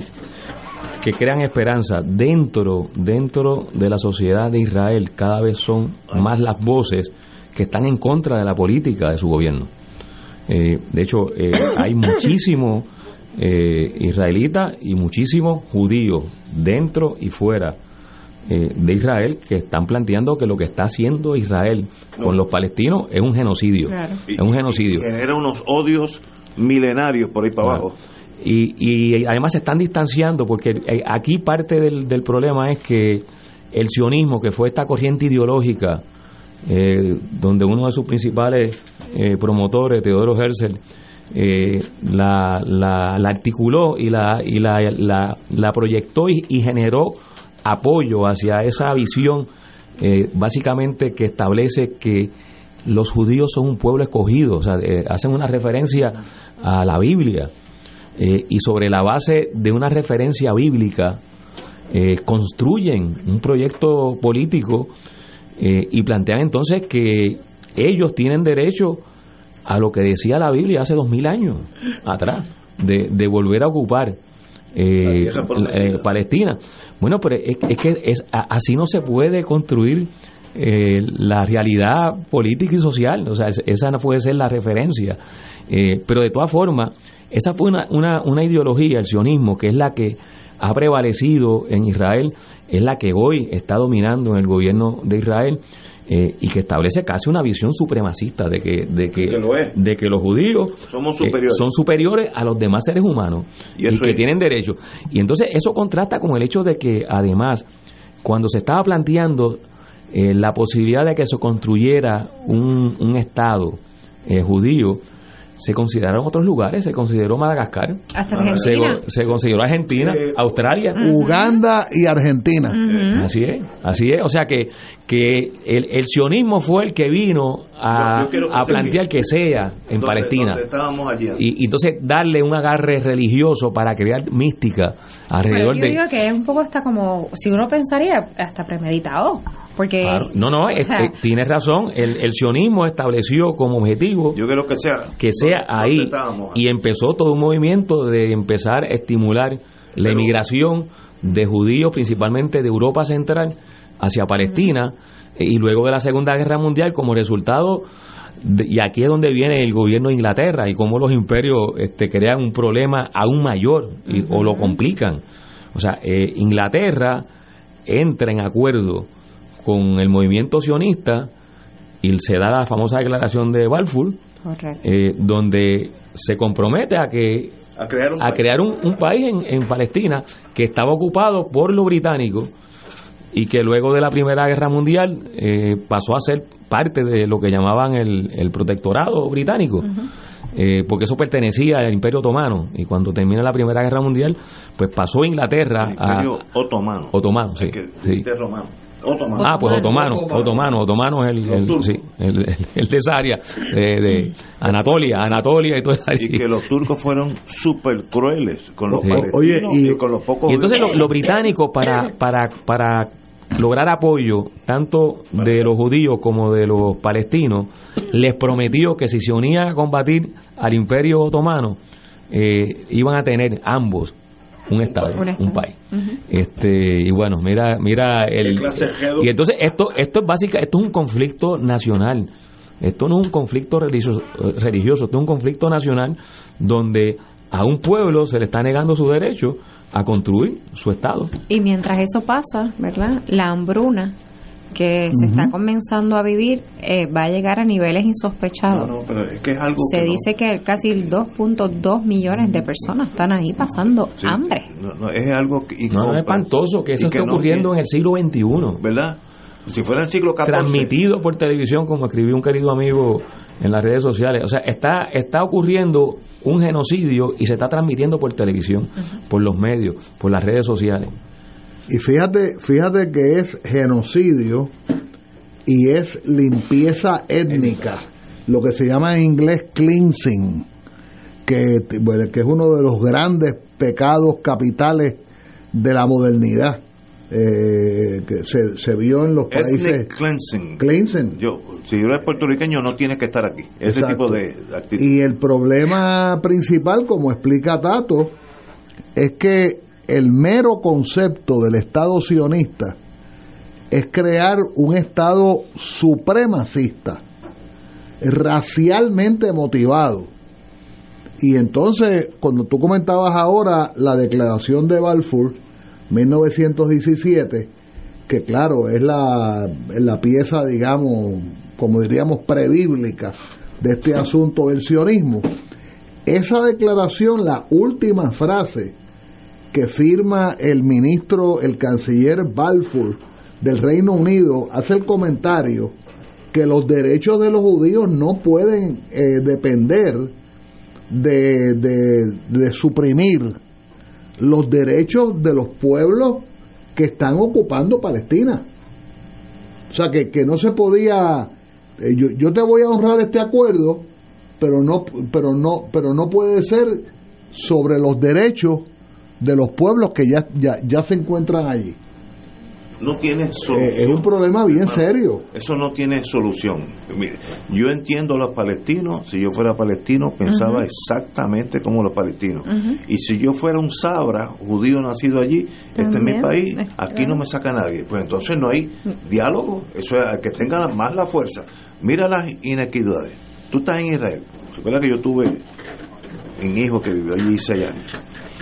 S5: que crean esperanza dentro de la sociedad de Israel. Cada vez son más las voces que están en contra de la política de su gobierno. De hecho, hay muchísimos israelitas y muchísimos judíos dentro y fuera de Israel que están planteando que lo que está haciendo Israel con los palestinos es un genocidio.
S13: Claro.
S5: Es un genocidio.
S2: Y genera unos odios milenarios por ahí para abajo.
S5: Y además se están distanciando, porque aquí parte del problema es que el sionismo, que fue esta corriente ideológica donde uno de sus principales promotores, Teodoro Herzl, la articuló y la proyectó y generó apoyo hacia esa visión, básicamente, que establece que los judíos son un pueblo escogido. O sea, hacen una referencia a la Biblia, y sobre la base de una referencia bíblica construyen un proyecto político, y plantean entonces que ellos tienen derecho a lo que decía la Biblia hace 2000 años atrás, de volver a ocupar Palestina. Bueno, pero es que así no se puede construir la realidad política y social. O sea, esa no puede ser la referencia. Pero de todas formas, esa fue una ideología, el sionismo, que es la que ha prevalecido en Israel, es la que hoy está dominando en el gobierno de Israel, y que establece casi una visión supremacista de que los judíos son superiores a los demás seres humanos y que tienen derecho. Y entonces eso contrasta con el hecho de que, además, cuando se estaba planteando la posibilidad de que se construyera un Estado judío, se consideraron otros lugares, se consideró Madagascar,
S13: hasta Argentina,
S5: se consideró Argentina, Australia,
S3: Uganda y Argentina.
S5: Así es, o sea que el sionismo fue el que vino a plantear que sea en Palestina,
S2: donde estábamos allí.
S5: Y entonces darle un agarre religioso para crear mística alrededor de...
S13: Yo digo que es un poco hasta como, si uno pensaría, hasta premeditado. Porque
S5: tienes razón, el sionismo estableció como objetivo,
S2: yo creo que sea
S5: ahí, y empezó todo un movimiento de empezar a estimular la emigración de judíos, principalmente de Europa Central, hacia Palestina, y luego de la Segunda Guerra Mundial, como resultado y aquí es donde viene el gobierno de Inglaterra y cómo los imperios crean un problema aún mayor o lo complican. O sea, Inglaterra entra en acuerdo con el movimiento sionista y se da la famosa declaración de Balfour, donde se compromete a crear un país en Palestina que estaba ocupado por los británicos y que luego de la Primera Guerra Mundial pasó a ser parte de lo que llamaban el protectorado británico, porque eso pertenecía al Imperio Otomano, y cuando termina la Primera Guerra Mundial pues pasó Inglaterra
S2: a Otomano,
S5: sí.
S2: Romano.
S5: Otomano es el de esa área de Anatolia y todo eso.
S2: Y que los turcos fueron súper crueles con los palestinos y con los pocos.
S5: Y entonces los británicos para lograr apoyo tanto de los judíos como de los palestinos, les prometió que si se unían a combatir al Imperio Otomano, iban a tener ambos un estado, un país. Y bueno, mira y entonces esto es esto es un conflicto nacional. Esto no es un conflicto religioso, esto es un conflicto nacional donde a un pueblo se le está negando su derecho a construir su estado.
S13: Y mientras eso pasa, ¿verdad? La hambruna que se está comenzando a vivir va a llegar a niveles insospechados.
S2: Pero es que es algo
S13: se dice que casi 2.2 millones de personas están ahí pasando hambre.
S2: Es algo
S5: es espantoso que eso esté ocurriendo en el siglo XXI,
S2: ¿verdad? Si fuera el siglo XIV,
S5: transmitido por televisión, como escribió un querido amigo en las redes sociales. O sea, está ocurriendo un genocidio y se está transmitiendo por televisión, por los medios, por las redes sociales.
S3: Y fíjate que es genocidio y es limpieza étnica, lo que se llama en inglés cleansing, que es uno de los grandes pecados capitales de la modernidad, que se vio en los países.
S2: Cleansing. Si eres puertorriqueño no tienes que estar aquí. Ese tipo de actitud.
S3: Y el problema principal, como explica Tato, es que el mero concepto del Estado sionista es crear un Estado supremacista, racialmente motivado. Y entonces, cuando tú comentabas ahora la declaración de Balfour, 1917, que claro, es la pieza, digamos, como diríamos, prebíblica de este asunto del sionismo, esa declaración, la última frase que firma el canciller Balfour del Reino Unido, hace el comentario que los derechos de los judíos no pueden depender de suprimir los derechos de los pueblos que están ocupando Palestina. O sea, que no se podía, yo te voy a honrar este acuerdo, pero no puede ser sobre los derechos de los pueblos que ya se encuentran allí.
S2: No tiene solución.
S3: Es un problema bien serio.
S2: Eso no tiene solución. Mire, yo entiendo a los palestinos. Si yo fuera palestino, pensaba exactamente como los palestinos. Y si yo fuera un sabra, judío nacido allí, este es mi país, aquí no me saca nadie. Pues entonces no hay diálogo. Eso es que tengan más la fuerza. Mira las inequidades. Tú estás en Israel. ¿Recuerda que yo tuve un hijo que vivió allí 6 años?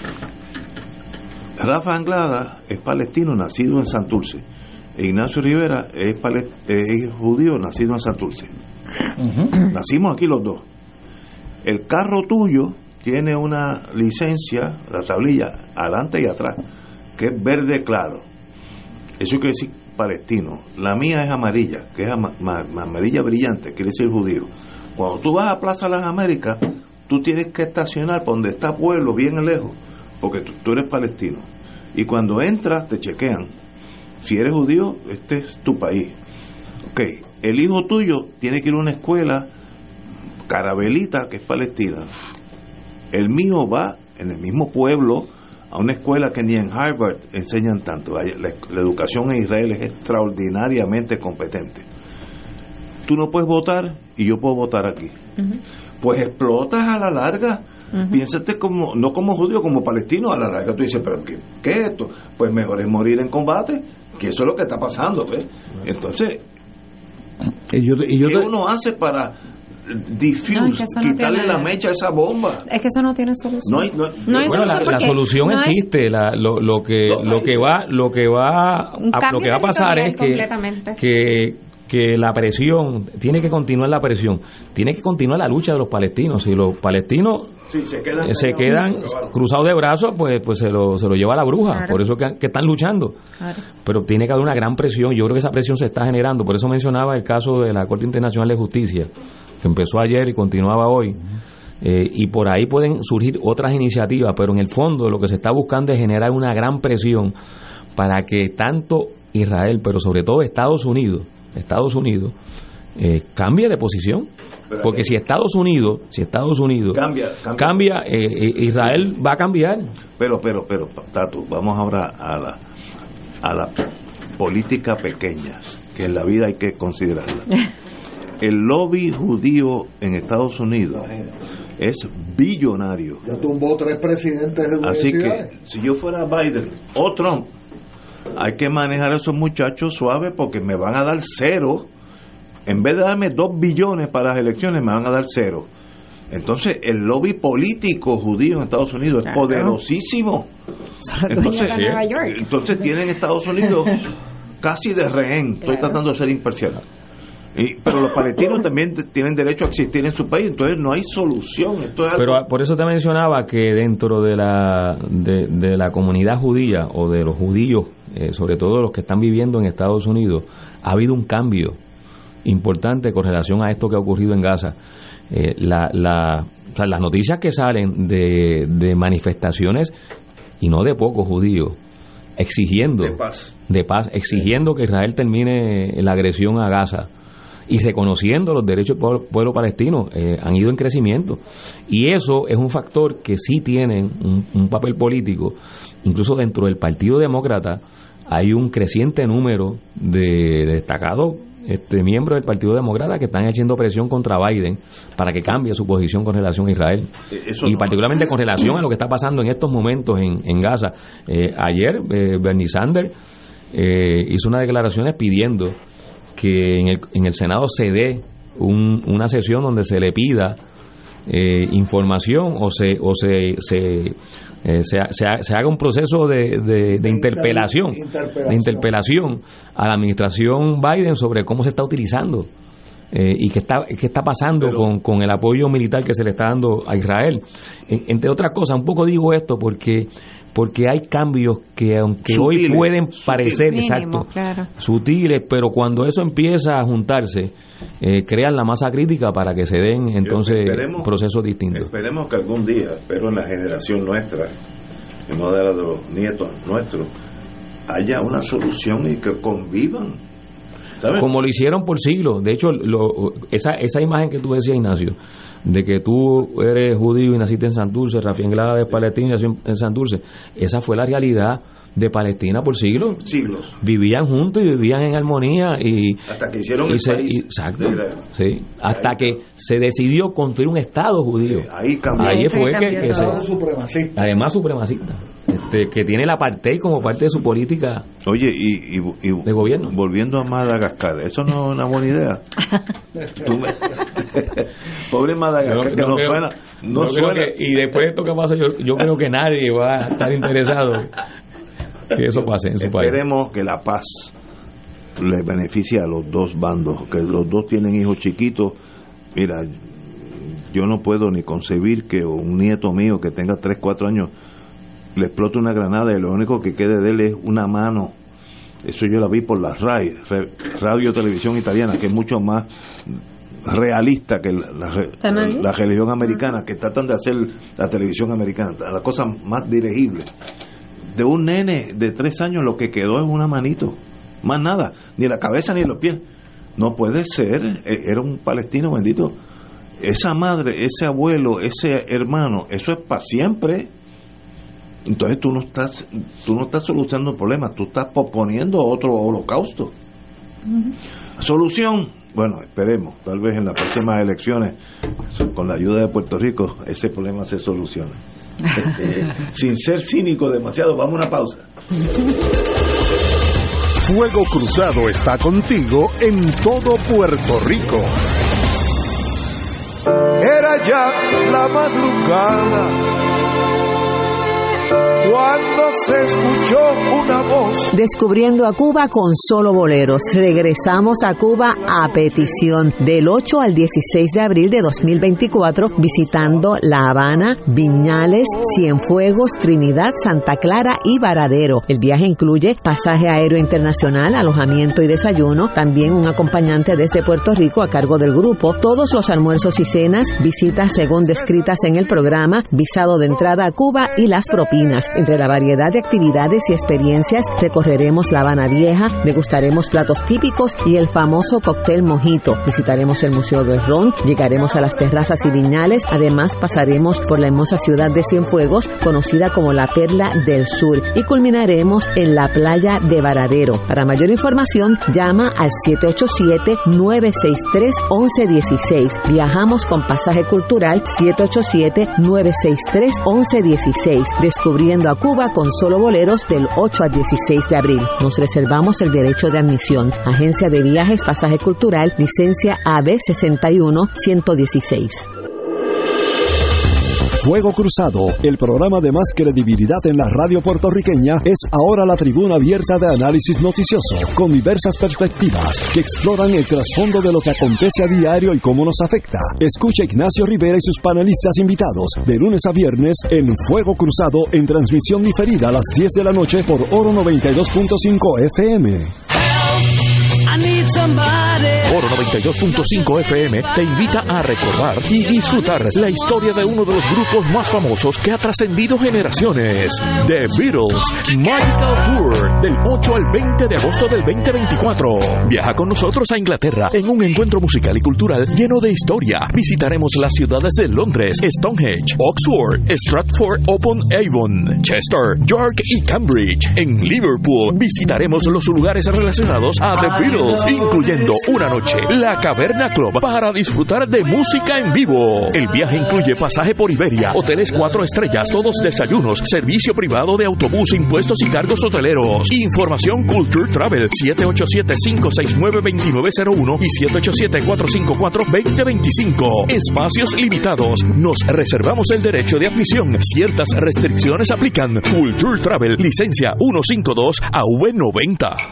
S2: Rafa Anglada es palestino, nacido en Santurce. Ignacio Rivera es judío, nacido en Santurce. Nacimos aquí los dos. El carro tuyo tiene una licencia, la tablilla, adelante y atrás, que es verde claro. Eso quiere decir palestino. La mía es amarilla, que es amarilla brillante, quiere decir judío. Cuando tú vas a Plaza Las Américas, tú tienes que estacionar por donde está pueblo, bien lejos, porque tú eres palestino. Y cuando entras te chequean. Si eres judío, este es tu país. El hijo tuyo tiene que ir a una escuela carabelita, que es palestina. El mío va en el mismo pueblo a una escuela que ni en Harvard enseñan tanto. La educación en Israel es extraordinariamente competente. Tú no puedes votar y yo puedo votar aquí. Pues explotas a la larga. Piénsate como, no como judío, como palestino. A la larga tú dices, pero ¿qué es esto? Pues mejor es morir en combate, que eso es lo que está pasando, ¿ves? Entonces, ¿qué uno hace para quitarle la mecha a esa bomba?
S13: Es que eso no tiene solución. No hay
S5: bueno, la solución existe. Lo que va a pasar es que la presión, tiene que continuar la presión, tiene que continuar la lucha de los palestinos. Si los palestinos se quedan cruzados de brazos, pues se lo lleva la bruja. Claro. Por eso que están luchando. Claro. Pero tiene que haber una gran presión. Yo creo que esa presión se está generando. Por eso mencionaba el caso de la Corte Internacional de Justicia, que empezó ayer y continuaba hoy. Y por ahí pueden surgir otras iniciativas, pero en el fondo lo que se está buscando es generar una gran presión para que tanto Israel, pero sobre todo Estados Unidos cambie de posición. Porque si Estados Unidos cambia, Israel va a cambiar.
S2: Pero Tato, vamos ahora a la política pequeña, que en la vida hay que considerarla. El lobby judío en Estados Unidos es billonario.
S3: Ya tumbó 3 presidentes de universidades.
S2: Así que si yo fuera Biden o Trump, hay que manejar a esos muchachos suaves, porque me van a dar 0. En vez de darme 2 billones para las elecciones, me van a dar 0. Entonces, el lobby político judío en Estados Unidos es poderosísimo. Entonces tienen Estados Unidos casi de rehén. Estoy tratando de ser imparcial. Pero los palestinos también tienen derecho a existir en su país, entonces no hay solución. Esto es algo...
S5: Pero por eso te mencionaba que dentro de la comunidad judía, o de los judíos, sobre todo los que están viviendo en Estados Unidos, ha habido un cambio importante con relación a esto que ha ocurrido en Gaza. Las noticias que salen de manifestaciones, y no de pocos judíos, exigiendo de paz, exigiendo que Israel termine la agresión a Gaza y reconociendo los derechos del pueblo palestino, han ido en crecimiento. Y eso es un factor que sí tiene un papel político. Incluso dentro del Partido Demócrata hay un creciente número de destacados miembros del Partido Demócrata que están haciendo presión contra Biden para que cambie su posición con relación a Israel. Y particularmente con relación a lo que está pasando en estos momentos en Gaza. Ayer Bernie Sanders hizo unas declaraciones pidiendo que en el Senado se dé una sesión donde se le pida información o se haga un proceso de interpelación a la administración Biden sobre cómo se está utilizando y qué está pasando con el apoyo militar que se le está dando a Israel. Entre otras cosas, un poco digo esto porque hay cambios que, aunque sutiles, hoy pueden parecer sutiles, pero cuando eso empieza a juntarse, crean la masa crítica para que se den entonces procesos distintos.
S2: Esperemos que algún día, pero en la generación nuestra, en modelo de los nietos nuestros, haya una solución y que convivan, ¿sabes?
S5: Como lo hicieron por siglos. De hecho, esa imagen que tú decías, Ignacio, de que tú eres judío y naciste en Santurce, Rafi Anglada de Palestina y nació en Santurce, esa fue la realidad de Palestina por siglos. Vivían juntos y vivían en armonía
S2: hasta que hicieron el país.
S5: Exacto. Hasta que se decidió construir un Estado judío. Ahí fue que además supremacista, que tiene el apartheid como parte de su política.
S2: Oye, y
S5: de gobierno.
S2: Volviendo a Madagascar, eso no es una buena idea. Pobre Madagascar, que no suena.
S5: Y después de esto que pasa, yo creo que nadie va a estar interesado que eso pase en su país.
S2: Esperemos que la paz le beneficie a los dos bandos, que los dos tienen hijos chiquitos. Mira, yo no puedo ni concebir que un nieto mío que tenga 3, 4 años le explote una granada y lo único que quede de él es una mano. Eso yo la vi por la RAI, Radio Televisión Italiana, que es mucho más realista que la religión americana, que tratan de hacer la televisión americana, la cosa más dirigible. De un nene de 3 años lo que quedó es una manito, más nada, ni la cabeza ni los pies. No puede ser. Era un palestino bendito. Esa madre, ese abuelo, ese hermano, eso es para siempre. Entonces tú no estás solucionando el problema, tú estás posponiendo otro holocausto. Solución, bueno, esperemos, tal vez en las próximas elecciones, con la ayuda de Puerto Rico, ese problema se solucione. Sin ser cínico demasiado, vamos a una pausa.
S1: Fuego Cruzado está contigo en todo Puerto Rico.
S7: Era ya la madrugada cuando se escuchó una voz.
S8: Descubriendo a Cuba con solo boleros. Regresamos a Cuba a petición del 8 al 16 de abril de 2024, visitando La Habana, Viñales, Cienfuegos, Trinidad, Santa Clara y Varadero. El viaje incluye pasaje aéreo internacional, alojamiento y desayuno, también un acompañante desde Puerto Rico a cargo del grupo, todos los almuerzos y cenas, visitas según descritas en el programa, visado de entrada a Cuba y las propinas. Entre la variedad de actividades y experiencias, recorreremos La Habana Vieja, degustaremos platos típicos y el famoso cóctel mojito. Visitaremos el Museo del Ron, llegaremos a las terrazas y viñales, además pasaremos por la hermosa ciudad de Cienfuegos, conocida como la Perla del Sur, y culminaremos en la playa de Varadero. Para mayor información, llama al 787-963-1116. Viajamos con pasaje cultural 787-963-1116. Descubriendo a Cuba con solo boleros del 8 al 16 de abril. Nos reservamos el derecho de admisión. Agencia de Viajes, Pasaje Cultural, licencia AB 61-116.
S14: Fuego Cruzado, el programa de más credibilidad en la radio puertorriqueña, es ahora la tribuna abierta de análisis noticioso, con diversas perspectivas que exploran el trasfondo de lo que acontece a diario y cómo nos afecta. Escucha a Ignacio Rivera y sus panelistas invitados de lunes a viernes en Fuego Cruzado, en transmisión diferida a las 10 de la noche por Oro 92.5 FM.
S6: Oro 92.5 FM te invita a recordar y disfrutar la historia de uno de los grupos más famosos que ha trascendido generaciones, The Beatles Magical Tour, del 8 al 20 de agosto del 2024. Viaja con nosotros a Inglaterra en un encuentro musical y cultural lleno de historia. Visitaremos las ciudades de Londres, Stonehenge, Oxford, Stratford-upon-Avon, Chester, York y Cambridge. En Liverpool visitaremos los lugares relacionados a The Beatles, incluyendo una noche la Caverna Club para disfrutar de música en vivo. El viaje incluye pasaje por Iberia, hoteles 4 estrellas, todos desayunos, servicio privado de autobús, impuestos y cargos hoteleros. Información Culture Travel 787-569-2901 y 787-454-2025. Espacios limitados. Nos reservamos el derecho de admisión. Ciertas restricciones aplican. Culture Travel, licencia 152AV90.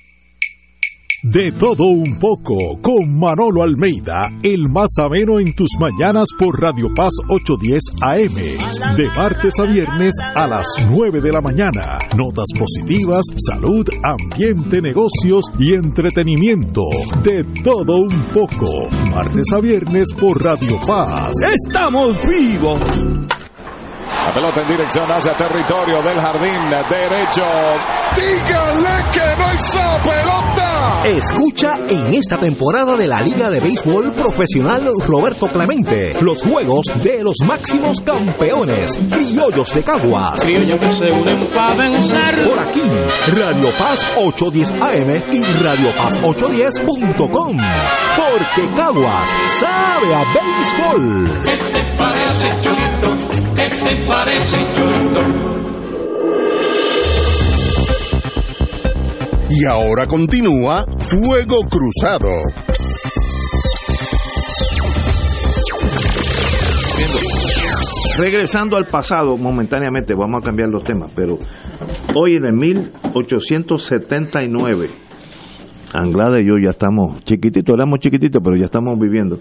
S1: De todo un poco, con Manolo Almeida, el más ameno en tus mañanas por Radio Paz 810 AM, de martes a viernes a las 9 de la mañana. Notas positivas, salud, ambiente, negocios y entretenimiento. De todo un poco, martes a viernes por Radio Paz. ¡Estamos vivos!
S9: La pelota en dirección hacia territorio del jardín derecho.
S7: ¡Dígale que no hizo pelota!
S10: Escucha en esta temporada de la Liga de Béisbol Profesional Roberto Clemente los juegos de los máximos campeones, Criollos de Caguas.
S11: Criollos que se unen para vencer.
S10: Por aquí, Radio Paz 810 AM y Radio Paz 810.com. Porque Caguas sabe a béisbol.
S11: Parece churito, parece churito.
S1: Y ahora continúa Fuego Cruzado.
S2: Regresando al pasado, momentáneamente, vamos a cambiar los temas, pero hoy en el 1879, Anglada y yo ya estamos chiquititos, éramos chiquititos, pero ya estamos viviendo.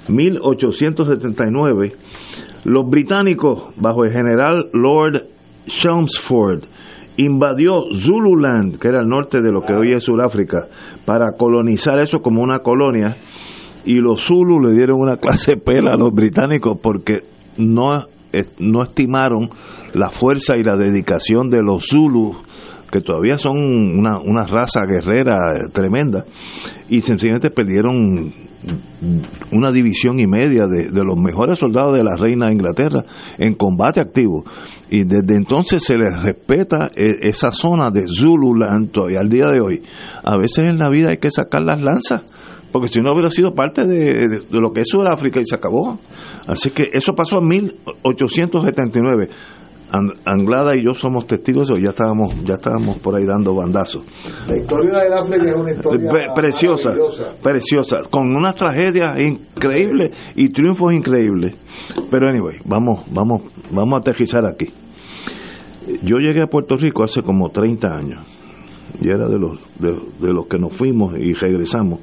S2: 1879, los británicos, bajo el general Lord Chelmsford, invadió Zululand, que era el norte de lo que hoy es Sudáfrica, para colonizar eso como una colonia, y los Zulus le dieron una clase de pela a los británicos porque no estimaron la fuerza y la dedicación de los Zulus que todavía son una raza guerrera tremenda, y sencillamente perdieron 1,5 divisiones de los mejores soldados de la reina de Inglaterra en combate activo, y desde entonces se les respeta esa zona de Zululand todavía al día de hoy. A veces en la vida hay que sacar las lanzas, porque si no hubiera sido parte de lo que es Sudáfrica y se acabó. Así que eso pasó en 1879. Anglada y yo somos testigos de eso. Ya estábamos por ahí dando bandazos.
S3: La historia de África es una historia
S2: preciosa, con unas tragedias increíbles y triunfos increíbles. Pero anyway, vamos a aterrizar aquí. Yo llegué a Puerto Rico hace como 30 años y era de los que nos fuimos y regresamos,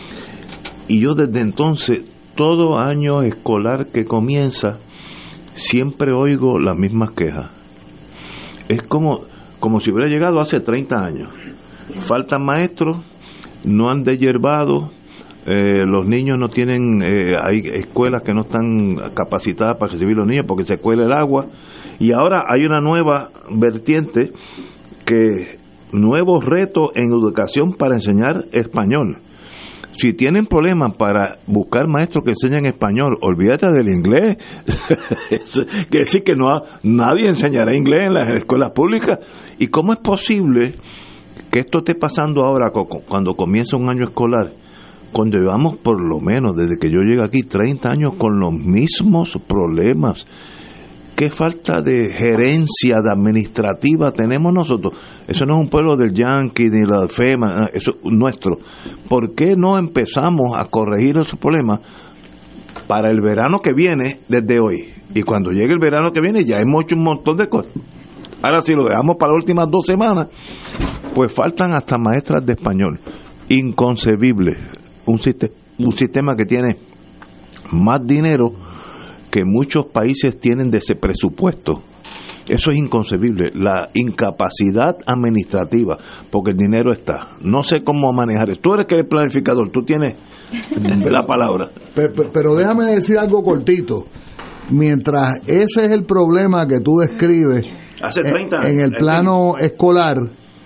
S2: y yo desde entonces, todo año escolar que comienza, siempre oigo las mismas quejas. Es como si hubiera llegado hace 30 años. Faltan maestros, no han desyerbado, los niños no tienen, hay escuelas que no están capacitadas para recibir los niños porque se cuela el agua, y ahora hay una nueva vertiente, que nuevos retos en educación para enseñar español. Si tienen problemas para buscar maestros que enseñen español, olvídate del inglés. Quiere decir que nadie enseñará inglés en las escuelas públicas. ¿Y cómo es posible que esto esté pasando ahora cuando comienza un año escolar? Cuando llevamos por lo menos, desde que yo llegué aquí, 30 años con los mismos problemas. ¿Qué falta de gerencia, de administrativa tenemos nosotros? Eso no es un pueblo del Yankee ni la FEMA, eso es nuestro. ¿Por qué no empezamos a corregir esos problemas para el verano que viene desde hoy? Y cuando llegue el verano que viene ya hemos hecho un montón de cosas. Ahora si lo dejamos para las últimas 2 semanas, pues faltan hasta maestras de español. Inconcebible. Un sistema que tiene más dinero que muchos países tienen de ese presupuesto. Eso es inconcebible. La incapacidad administrativa, porque el dinero está. No sé cómo manejar eso. Tú eres que eres planificador, tú tienes la palabra.
S3: Pero déjame decir algo cortito. Mientras ese es el problema que tú describes
S2: hace 30 años,
S3: en el plano escolar,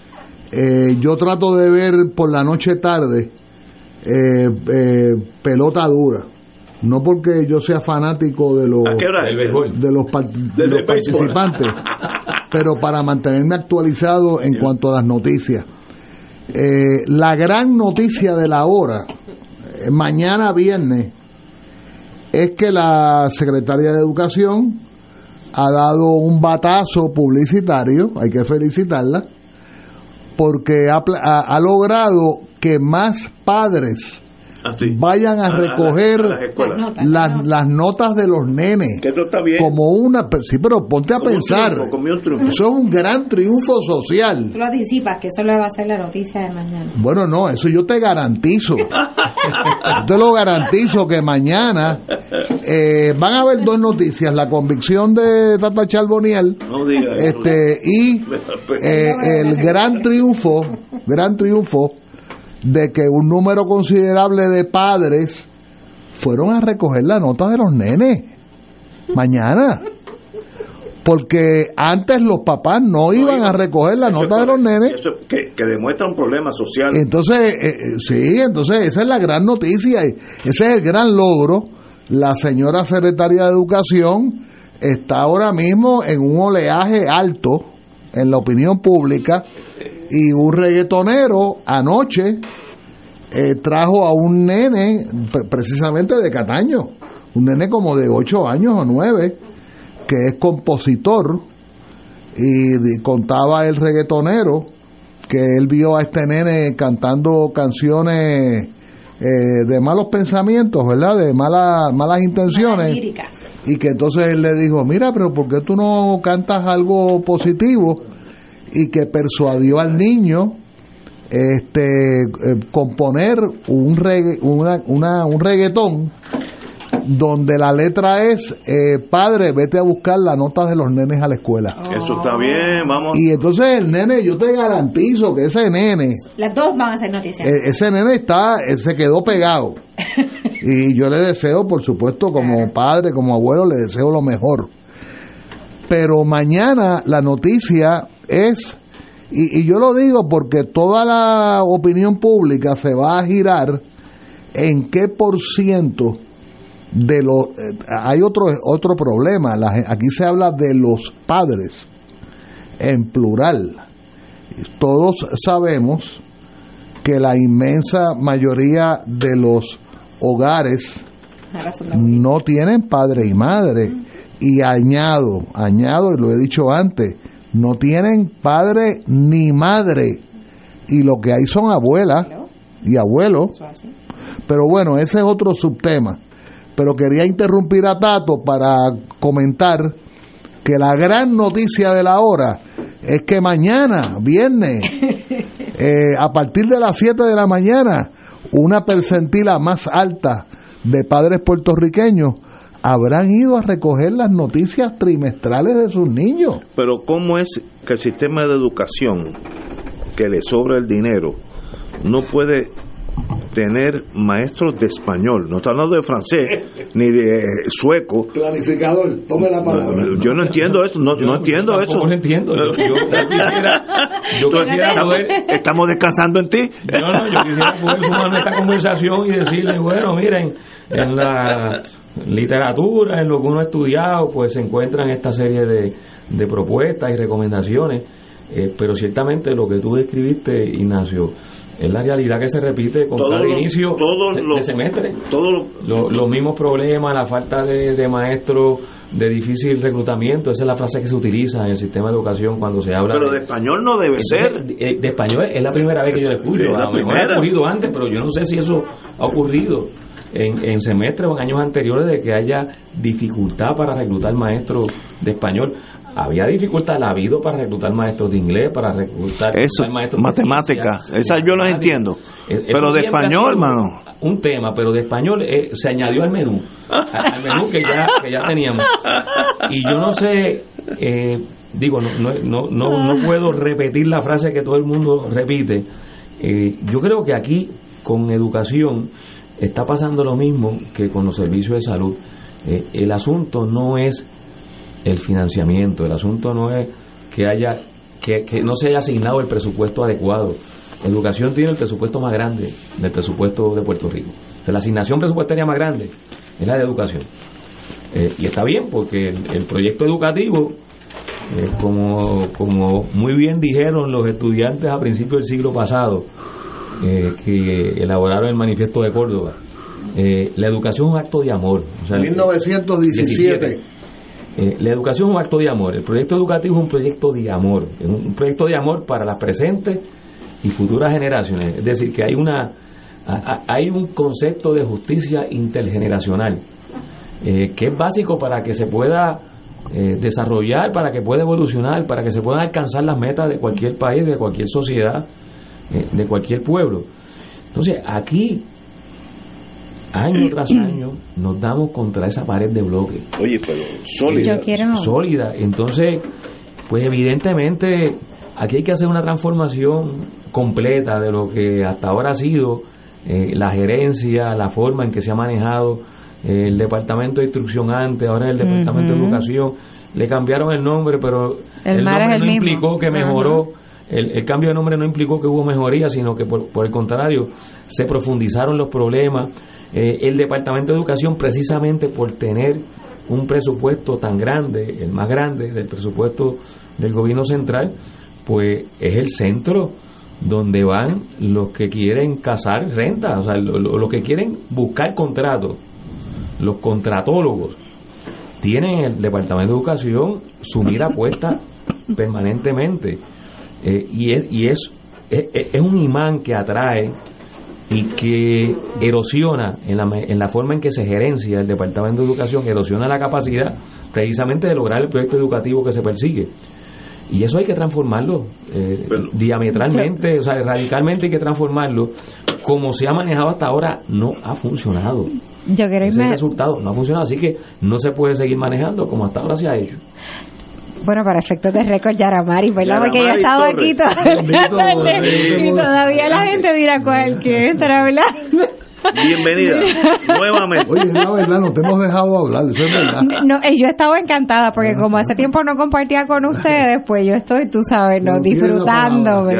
S3: yo trato de ver por la noche tarde pelota dura. No porque yo sea fanático de los participantes, pero para mantenerme actualizado en cuanto a las noticias. La gran noticia de la hora, mañana viernes, es que la Secretaría de Educación ha dado un batazo publicitario, hay que felicitarla, porque ha logrado que más padres vayan a recoger las notas de los nenes,
S2: que eso está bien,
S3: como sí, pero ponte a pensar, eso es un gran triunfo social.
S13: Tú lo anticipas, que eso le va a ser la noticia de mañana.
S3: Bueno, no, eso yo te garantizo. Yo te lo garantizo, que mañana van a haber 2 noticias: la convicción de Tata Charboniel, y el gran triunfo de que un número considerable de padres fueron a recoger la nota de los nenes mañana, porque antes los papás no iban a recoger la nota de los nenes.
S2: Eso que demuestra un problema social.
S3: Entonces, entonces esa es la gran noticia, ese es el gran logro. La señora secretaria de Educación está ahora mismo en un oleaje alto en la opinión pública, y un reggaetonero anoche trajo a un nene precisamente de Cataño, un nene como de 8 años o 9, que es compositor, y contaba el reggaetonero que él vio a este nene cantando canciones de malos pensamientos, ¿verdad? De malas intenciones, y que entonces él le dijo: mira, pero ¿por qué tú no cantas algo positivo? Y que persuadió al niño componer un reggaetón donde la letra es padre, vete a buscar la nota de los nenes a la escuela.
S2: Eso está bien, vamos.
S3: Y entonces el nene, yo te garantizo que ese nene,
S13: las dos van a ser noticias.
S3: Ese nene se quedó pegado. Y yo le deseo, por supuesto, como padre, como abuelo, le deseo lo mejor. Pero mañana la noticia es Y yo lo digo porque toda la opinión pública se va a girar en qué por ciento de los... hay otro problema, aquí se habla de los padres en plural. Todos sabemos que la inmensa mayoría de los hogares no tienen padre y madre, y añado, y lo he dicho antes, no tienen padre ni madre, y lo que hay son abuelas y abuelos. Pero bueno, ese es otro subtema. Pero quería interrumpir a Tato para comentar que la gran noticia de la hora es que mañana, viernes, a partir de las 7 de la mañana, una percentila más alta de padres puertorriqueños habrán ido a recoger las noticias trimestrales de sus niños.
S2: Pero ¿cómo es que el sistema de educación, que le sobra el dinero, no puede tener maestros de español? No está hablando de francés ni de sueco.
S3: Clarificador, tome la palabra.
S2: Yo no entiendo eso, no entiendo eso.
S5: No entiendo. Yo quisiera poder...
S2: Estamos descansando en ti.
S5: Yo quisiera poder sumar esta conversación y decirle, bueno, miren, en la literatura, en lo que uno ha estudiado, pues se encuentran esta serie de propuestas y recomendaciones, pero ciertamente lo que tú describiste, Ignacio, es la realidad que se repite con cada inicio de semestre. Los mismos problemas, la falta de maestros, de difícil reclutamiento, esa es la frase que se utiliza en el sistema de educación cuando se habla.
S2: Pero de español no debe ser.
S5: De español es la primera vez que yo lo escucho. A lo mejor ha ocurrido antes, pero yo no sé si eso ha ocurrido en semestres o en años anteriores, de que haya dificultad para reclutar maestros de español. Había dificultad, la ha habido para reclutar maestros de inglés, para reclutar maestros
S2: matemáticas, esas yo las entiendo, pero de español, hermano,
S5: un tema, pero de español se añadió al menú que ya teníamos, y yo no sé, no puedo repetir la frase que todo el mundo repite. Yo creo que aquí con educación está pasando lo mismo que con los servicios de salud. El asunto no es el financiamiento, el asunto no es que no se haya asignado el presupuesto adecuado. Educación tiene el presupuesto más grande del presupuesto de Puerto Rico. O sea, la asignación presupuestaria más grande es la de educación. Y está bien, porque el proyecto educativo, como muy bien dijeron los estudiantes a principios del siglo pasado, que elaboraron el Manifiesto de Córdoba, la educación es un acto de amor. O sea,
S3: 1917.
S5: La educación es un acto de amor. El proyecto educativo es un proyecto de amor. Es un proyecto de amor para las presentes y futuras generaciones. Es decir, que hay un concepto de justicia intergeneracional que es básico para que se pueda desarrollar, para que pueda evolucionar, para que se puedan alcanzar las metas de cualquier país, de cualquier sociedad, de cualquier pueblo. Entonces, aquí, año tras año, nos damos contra esa pared de bloque.
S2: Oye, pero sólida.
S5: Sólida. Entonces, pues evidentemente, aquí hay que hacer una transformación completa de lo que hasta ahora ha sido la gerencia, la forma en que se ha manejado el Departamento de Instrucción antes, ahora es el Departamento de Educación. Le cambiaron el nombre, pero el nombre no implicó que mejoró. El cambio de nombre no implicó que hubo mejoría, sino que por el contrario, se profundizaron los problemas. El Departamento de Educación, precisamente por tener un presupuesto tan grande, el más grande del presupuesto del gobierno central, pues es el centro donde van los que quieren cazar renta, o sea, los que quieren buscar contratos, los contratólogos. Tienen el Departamento de Educación su mira puesta permanentemente, y es un imán que atrae y que erosiona en la forma en que se gerencia el Departamento de Educación, erosiona la capacidad precisamente de lograr el proyecto educativo que se persigue. Y eso hay que transformarlo diametralmente, o sea, radicalmente hay que transformarlo. Como se ha manejado hasta ahora, no ha funcionado. Ese resultado no ha funcionado, así que no se puede seguir manejando como hasta ahora se ha hecho.
S13: Bueno, para efectos de récord, Yaramari, ¿verdad? Porque yo he estado aquí toda la tarde y todavía la gente dirá cuál que estará hablando.
S2: Bienvenida nuevamente.
S3: Oye, la verdad, no te hemos dejado hablar, eso es verdad.
S13: No, yo he estado encantada porque como hace tiempo no compartía con ustedes, pues yo estoy, tú sabes, no disfrutándome.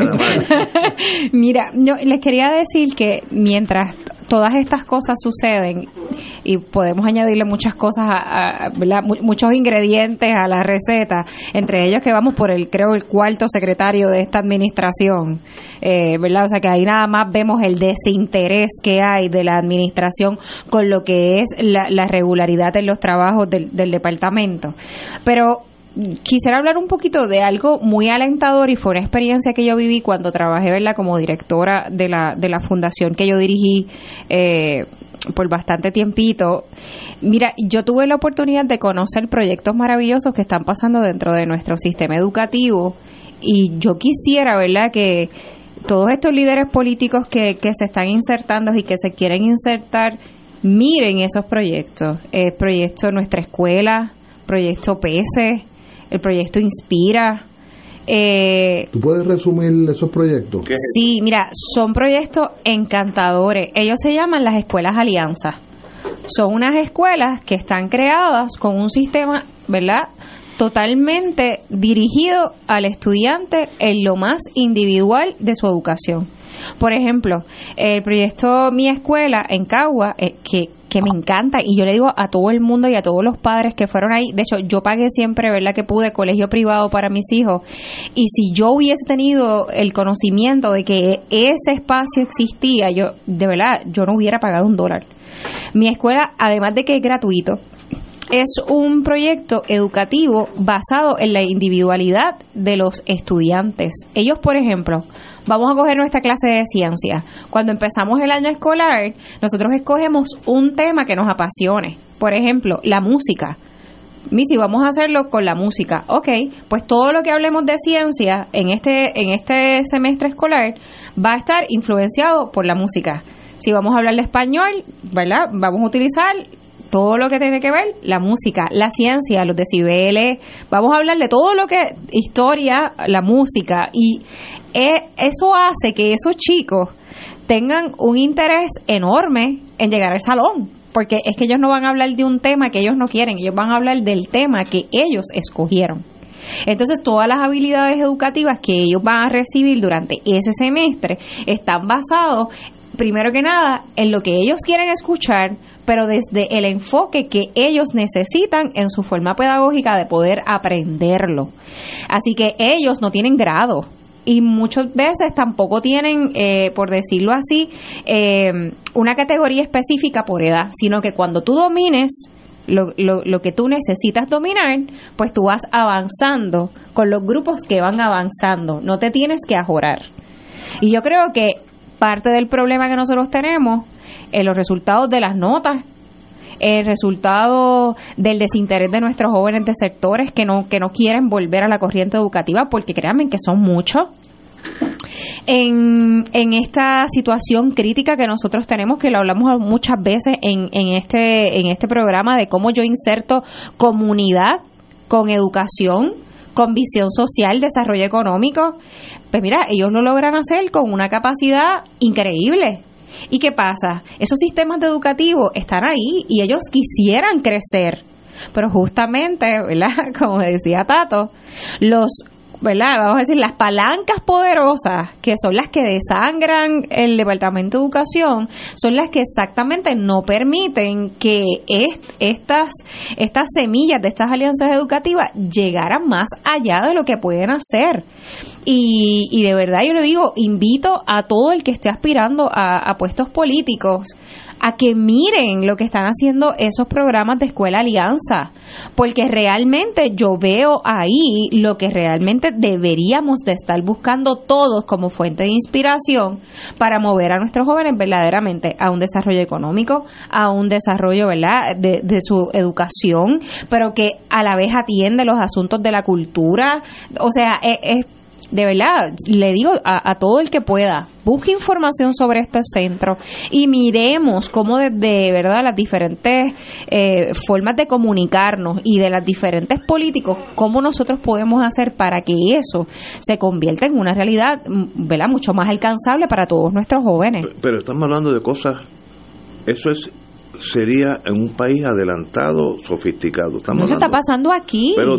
S13: Mira, yo les quería decir que mientras todas estas cosas suceden y podemos añadirle muchas cosas ¿verdad? Muchos ingredientes a la receta, entre ellos que vamos por el cuarto secretario de esta administración, ¿verdad? O sea que ahí nada más vemos el desinterés que hay de la administración con lo que es la regularidad en los trabajos del departamento. Pero quisiera hablar un poquito de algo muy alentador y fue una experiencia que yo viví cuando trabajé, ¿verdad?, como directora de la fundación que yo dirigí por bastante tiempito. Mira, yo tuve la oportunidad de conocer proyectos maravillosos que están pasando dentro de nuestro sistema educativo y yo quisiera, ¿verdad?, que todos estos líderes políticos que se están insertando y que se quieren insertar, miren esos proyectos. El proyecto Nuestra Escuela, proyecto PESE, el proyecto Inspira.
S3: ¿Tú puedes resumir esos proyectos?
S13: Sí, mira, son proyectos encantadores. Ellos se llaman las escuelas alianzas. Son unas escuelas que están creadas con un sistema, ¿verdad?, totalmente dirigido al estudiante en lo más individual de su educación. Por ejemplo, el proyecto Mi Escuela en Cagua, que me encanta, y yo le digo a todo el mundo y a todos los padres que fueron ahí, de hecho yo pagué siempre, ¿verdad?, que pude colegio privado para mis hijos, y si yo hubiese tenido el conocimiento de que ese espacio existía, yo de verdad, yo no hubiera pagado $1. Mi Escuela, además de que es gratuito, es un proyecto educativo basado en la individualidad de los estudiantes. Ellos, por ejemplo, vamos a coger nuestra clase de ciencia. Cuando empezamos el año escolar, nosotros escogemos un tema que nos apasione. Por ejemplo, la música. Missy, vamos a hacerlo con la música. Ok, pues todo lo que hablemos de ciencia en este semestre escolar va a estar influenciado por la música. Si vamos a hablar de español, ¿verdad?, vamos a utilizar todo lo que tiene que ver, la música, la ciencia, los decibeles, vamos a hablar de todo lo que, historia, la música, y eso hace que esos chicos tengan un interés enorme en llegar al salón, porque es que ellos no van a hablar de un tema que ellos no quieren, ellos van a hablar del tema que ellos escogieron. Entonces, todas las habilidades educativas que ellos van a recibir durante ese semestre están basados, primero que nada, en lo que ellos quieren escuchar, pero desde el enfoque que ellos necesitan en su forma pedagógica de poder aprenderlo. Así que ellos no tienen grado y muchas veces tampoco tienen, por decirlo así, una categoría específica por edad, sino que cuando tú domines lo que tú necesitas dominar, pues tú vas avanzando con los grupos que van avanzando, no te tienes que ajorar. Y yo creo que parte del problema que nosotros tenemos en los resultados de las notas, el resultado del desinterés de nuestros jóvenes de sectores que no quieren volver a la corriente educativa, porque créanme que son muchos. En esta situación crítica que nosotros tenemos, que lo hablamos muchas veces en este programa, de cómo yo inserto comunidad con educación, con visión social, desarrollo económico, pues mira, ellos lo logran hacer con una capacidad increíble. ¿Y qué pasa? Esos sistemas educativos están ahí y ellos quisieran crecer, pero justamente, ¿verdad?, como decía Tato, ¿verdad?, vamos a decir, las palancas poderosas, que son las que desangran el Departamento de Educación, son las que exactamente no permiten que estas semillas de estas alianzas educativas llegaran más allá de lo que pueden hacer. Y de verdad yo le digo, invito a todo el que esté aspirando a puestos políticos a que miren lo que están haciendo esos programas de Escuela Alianza, porque realmente yo veo ahí lo que realmente deberíamos de estar buscando todos como fuente de inspiración para mover a nuestros jóvenes verdaderamente a un desarrollo económico, a un desarrollo, ¿verdad?, de su educación, pero que a la vez atiende los asuntos de la cultura. O sea, de verdad, le digo a todo el que pueda, busque información sobre este centro y miremos cómo desde, ¿verdad?, las diferentes formas de comunicarnos y de los diferentes políticos, cómo nosotros podemos hacer para que eso se convierta en una realidad, ¿verdad?, mucho más alcanzable para todos nuestros jóvenes.
S2: Pero estamos hablando de cosas Eso sería en un país adelantado, sofisticado.
S13: Eso está pasando aquí.
S2: Pero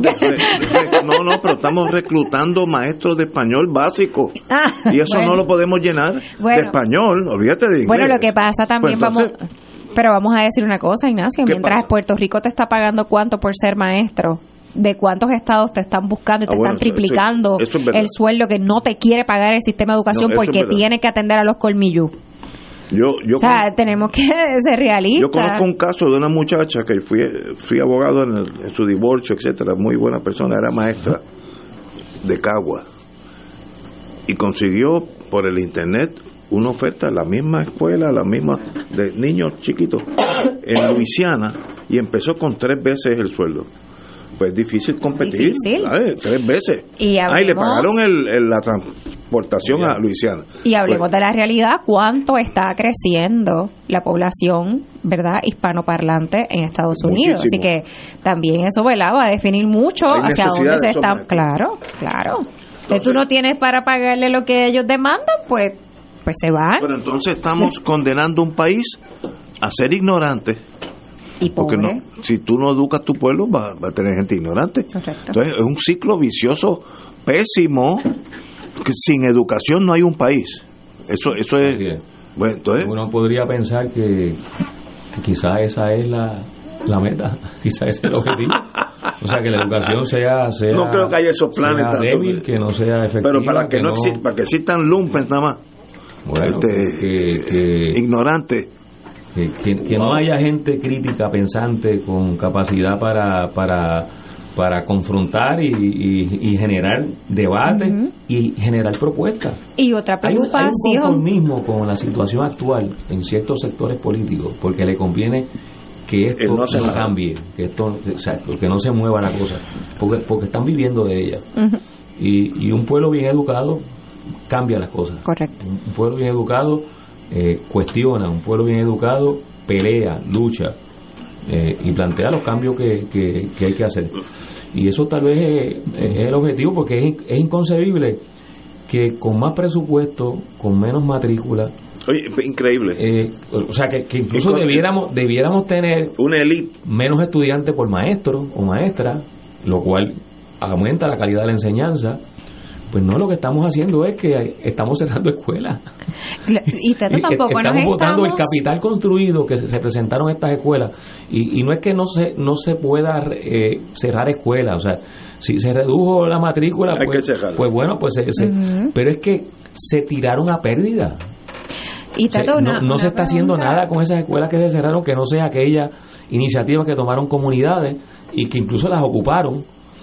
S2: pero estamos reclutando maestros de español básico. Y eso no lo podemos llenar de español, olvídate de inglés.
S13: Bueno, lo que pasa también, pero vamos a decir una cosa, Ignacio, mientras Puerto Rico te está pagando cuánto por ser maestro, de cuántos estados te están buscando y te están triplicando eso el sueldo que no te quiere pagar el sistema de educación porque tiene que atender a los colmillú.
S2: O
S13: sea, tenemos que ser realistas.
S2: Yo conozco un caso de una muchacha que fui abogado en su divorcio, etcétera, muy buena persona, era maestra de Cagua y consiguió por el internet una oferta en la misma escuela, la misma de niños chiquitos en Luisiana, y empezó con 3 veces el sueldo. Pues difícil competir, ¿sabes? 3 veces. Y le pagaron la transportación a Luisiana.
S13: Y hablemos de la realidad, cuánto está creciendo la población, ¿verdad?, hispanoparlante en Estados Unidos. Así que también eso, ¿verdad?, va a definir mucho hacia dónde se están. Claro. Si tú no tienes para pagarle lo que ellos demandan, pues se van.
S2: Pero entonces estamos condenando un país a ser ignorante.
S13: Y
S2: porque si tú no educas tu pueblo, va a tener gente ignorante.
S13: Correcto.
S2: Entonces es un ciclo vicioso pésimo, que sin educación no hay un país. Eso es. Bueno, entonces
S5: uno podría pensar que quizás esa es la meta, quizás ese es el objetivo. O sea, que la educación sea
S2: no creo que haya esos planes
S5: sea débil, que no sea efectiva.
S2: Pero para que para que existan lumpen nada más.
S5: Bueno,
S2: ignorante.
S5: Que no haya gente crítica, pensante, con capacidad para confrontar y generar debate y generar propuestas.
S13: Y otra preocupación.
S5: Hay un conformismo con la situación actual en ciertos sectores políticos, porque le conviene que esto no cambie, que no se mueva la cosa, porque están viviendo de ella. Y un pueblo bien educado cambia las cosas.
S13: Correcto.
S5: Un pueblo bien educado cuestiona, un pueblo bien educado pelea, lucha y plantea los cambios que hay que hacer. Y eso tal vez es el objetivo, porque es inconcebible que con más presupuesto, con menos matrícula,
S2: increíble.
S5: O sea, que incluso debiéramos tener
S2: una élite,
S5: menos estudiantes por maestro o maestra, lo cual aumenta la calidad de la enseñanza. Pues no, lo que estamos haciendo es que estamos cerrando escuelas.
S13: Y tampoco
S5: estamos botando el capital construido que se presentaron estas escuelas. Y no es que no se pueda cerrar escuelas. O sea, si se redujo la matrícula, pues bueno, pues pero es que se tiraron a pérdida.
S13: Y
S5: no se está haciendo nada con esas escuelas que se cerraron, que no sea aquellas iniciativas que tomaron comunidades y que incluso las ocuparon.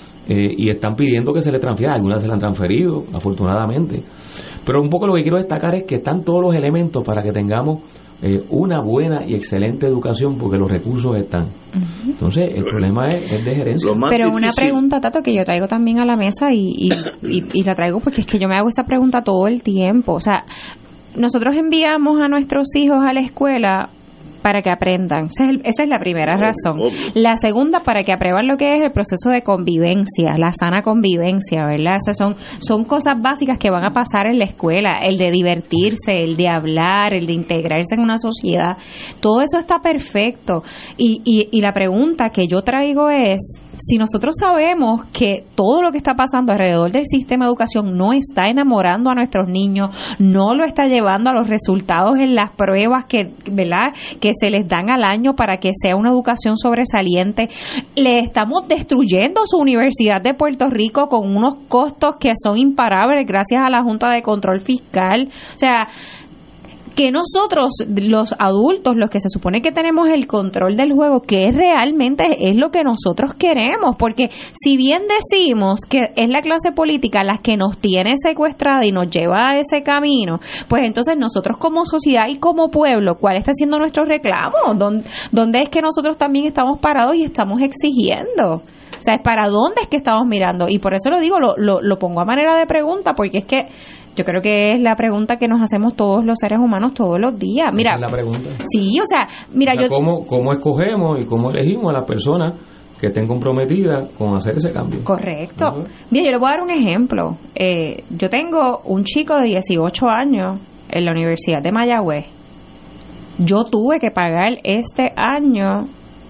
S5: Y están pidiendo que se le transfiera, algunas se le han transferido, afortunadamente. Pero un poco lo que quiero destacar es que están todos los elementos para que tengamos una buena y excelente educación, porque los recursos están. Entonces, el problema es de gerencia.
S13: Pero una pregunta, Tato, que yo traigo también a la mesa y la traigo porque es que yo me hago esa pregunta todo el tiempo. O sea, nosotros enviamos a nuestros hijos a la escuela para que aprendan. Esa es la primera razón. La segunda, para que aprueban lo que es el proceso de convivencia, la sana convivencia, ¿verdad? Esas son cosas básicas que van a pasar en la escuela, el de divertirse, el de hablar, el de integrarse en una sociedad. Todo eso está perfecto. Y la pregunta que yo traigo es, si nosotros sabemos que todo lo que está pasando alrededor del sistema de educación no está enamorando a nuestros niños, no lo está llevando a los resultados en las pruebas que, ¿verdad?, que se les dan al año para que sea una educación sobresaliente, le estamos destruyendo su Universidad de Puerto Rico con unos costos que son imparables gracias a la Junta de Control Fiscal. O sea, que nosotros, los adultos, los que se supone que tenemos el control del juego, que realmente es lo que nosotros queremos, porque si bien decimos que es la clase política la que nos tiene secuestrada y nos lleva a ese camino, pues entonces nosotros como sociedad y como pueblo, ¿cuál está siendo nuestro reclamo? ¿Dónde es que nosotros también estamos parados y estamos exigiendo? O sea, ¿para dónde es que estamos mirando? Y por eso lo digo, lo pongo a manera de pregunta, porque es que yo creo que es la pregunta que nos hacemos todos los seres humanos todos los días. Mira,
S5: es la pregunta.
S13: Sí, o sea, mira,
S5: ¿cómo escogemos y cómo elegimos a las personas que estén comprometidas con hacer ese cambio?
S13: Correcto. Mira, yo le voy a dar un ejemplo. Yo tengo un chico de 18 años en la Universidad de Mayagüez Yo tuve que pagar este año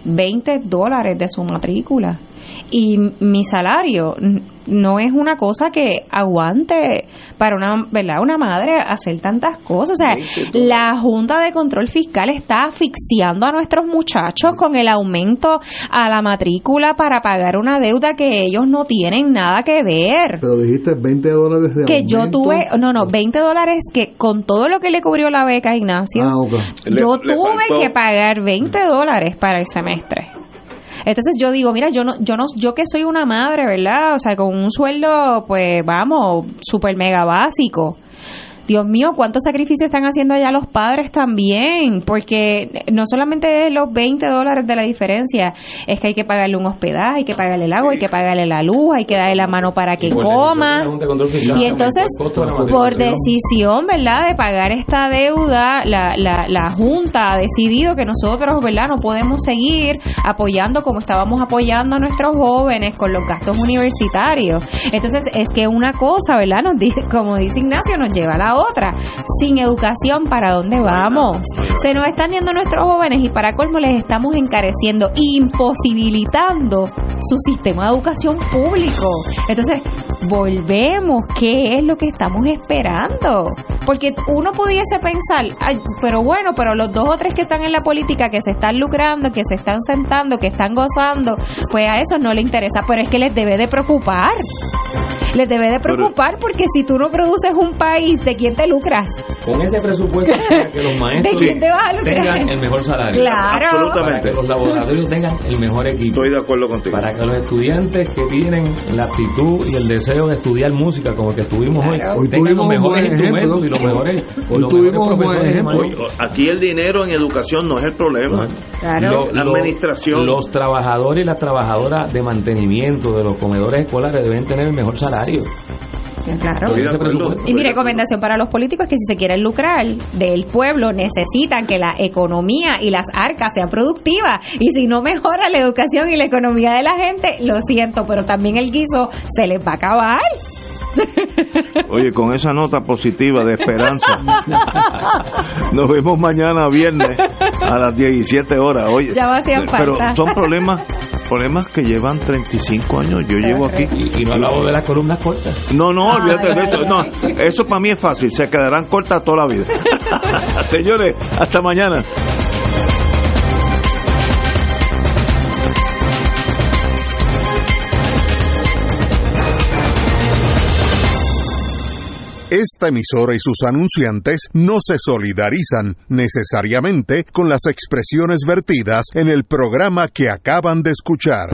S13: $20 de su matrícula. Y mi salario no es una cosa que aguante para una madre hacer tantas cosas. O sea, la Junta de Control Fiscal está asfixiando a nuestros muchachos con el aumento a la matrícula para pagar una deuda que ellos no tienen nada que ver.
S3: Pero dijiste $20 de aumento.
S13: Que yo tuve, $20 que con todo lo que le cubrió la beca a Ignacio, yo tuve que pagar $20 para el semestre. Entonces yo digo, mira, yo que soy una madre, ¿verdad? O sea, con un sueldo, pues vamos, súper mega básico. Dios mío, ¿cuántos sacrificios están haciendo allá los padres también? Porque no solamente es los $20 de la diferencia, es que hay que pagarle un hospedaje, hay que pagarle el agua, hay que pagarle la luz, hay que darle la mano para que coma. Y entonces, por decisión, ¿verdad?, de pagar esta deuda, la Junta ha decidido que nosotros, ¿verdad?, no podemos seguir apoyando como estábamos apoyando a nuestros jóvenes con los gastos universitarios. Entonces, es que una cosa, ¿verdad?, nos dice, como dice Ignacio, nos lleva a la otra. Sin educación, ¿para dónde vamos? Se nos están yendo nuestros jóvenes y para colmo les estamos encareciendo, imposibilitando su sistema de educación público. Entonces, volvemos, ¿qué es lo que estamos esperando? Porque uno pudiese pensar, ay, pero los 2 o 3 que están en la política, que se están lucrando, que se están sentando, que están gozando, pues a eso no les interesa, pero es que les debe de preocupar. Les debe de preocupar, porque si tú no produces un país, ¿de quién te lucras?
S5: Con ese presupuesto para que los maestros tengan el mejor salario.
S13: Claro.
S5: Para que los laboratorios tengan el mejor equipo.
S2: Estoy de acuerdo contigo.
S5: Para que los estudiantes que tienen la aptitud y el deseo de estudiar música, como el que estuvimos hoy tengan los mejores instrumentos y los mejores profesores.
S2: Aquí el dinero en educación no es el problema.
S13: Claro.
S2: La administración.
S5: Los trabajadores y las trabajadoras de mantenimiento de los comedores escolares deben tener el mejor salario.
S13: Claro. Y mi recomendación para los políticos es que si se quieren lucrar del pueblo, necesitan que la economía y las arcas sean productivas. Y si no mejora la educación y la economía de la gente, lo siento, pero también el guiso se les va a acabar.
S2: Oye, con esa nota positiva de esperanza, nos vemos mañana viernes a las 17 horas. Oye,
S13: ya me hacían falta.
S2: Pero son problemas que llevan 35 años. Yo llevo aquí.
S5: Y no hablamos de las columnas cortas.
S2: No, olvídate de eso. No, eso para mí es fácil. Se quedarán cortas toda la vida. Señores, hasta mañana.
S1: Esta emisora y sus anunciantes no se solidarizan necesariamente con las expresiones vertidas en el programa que acaban de escuchar.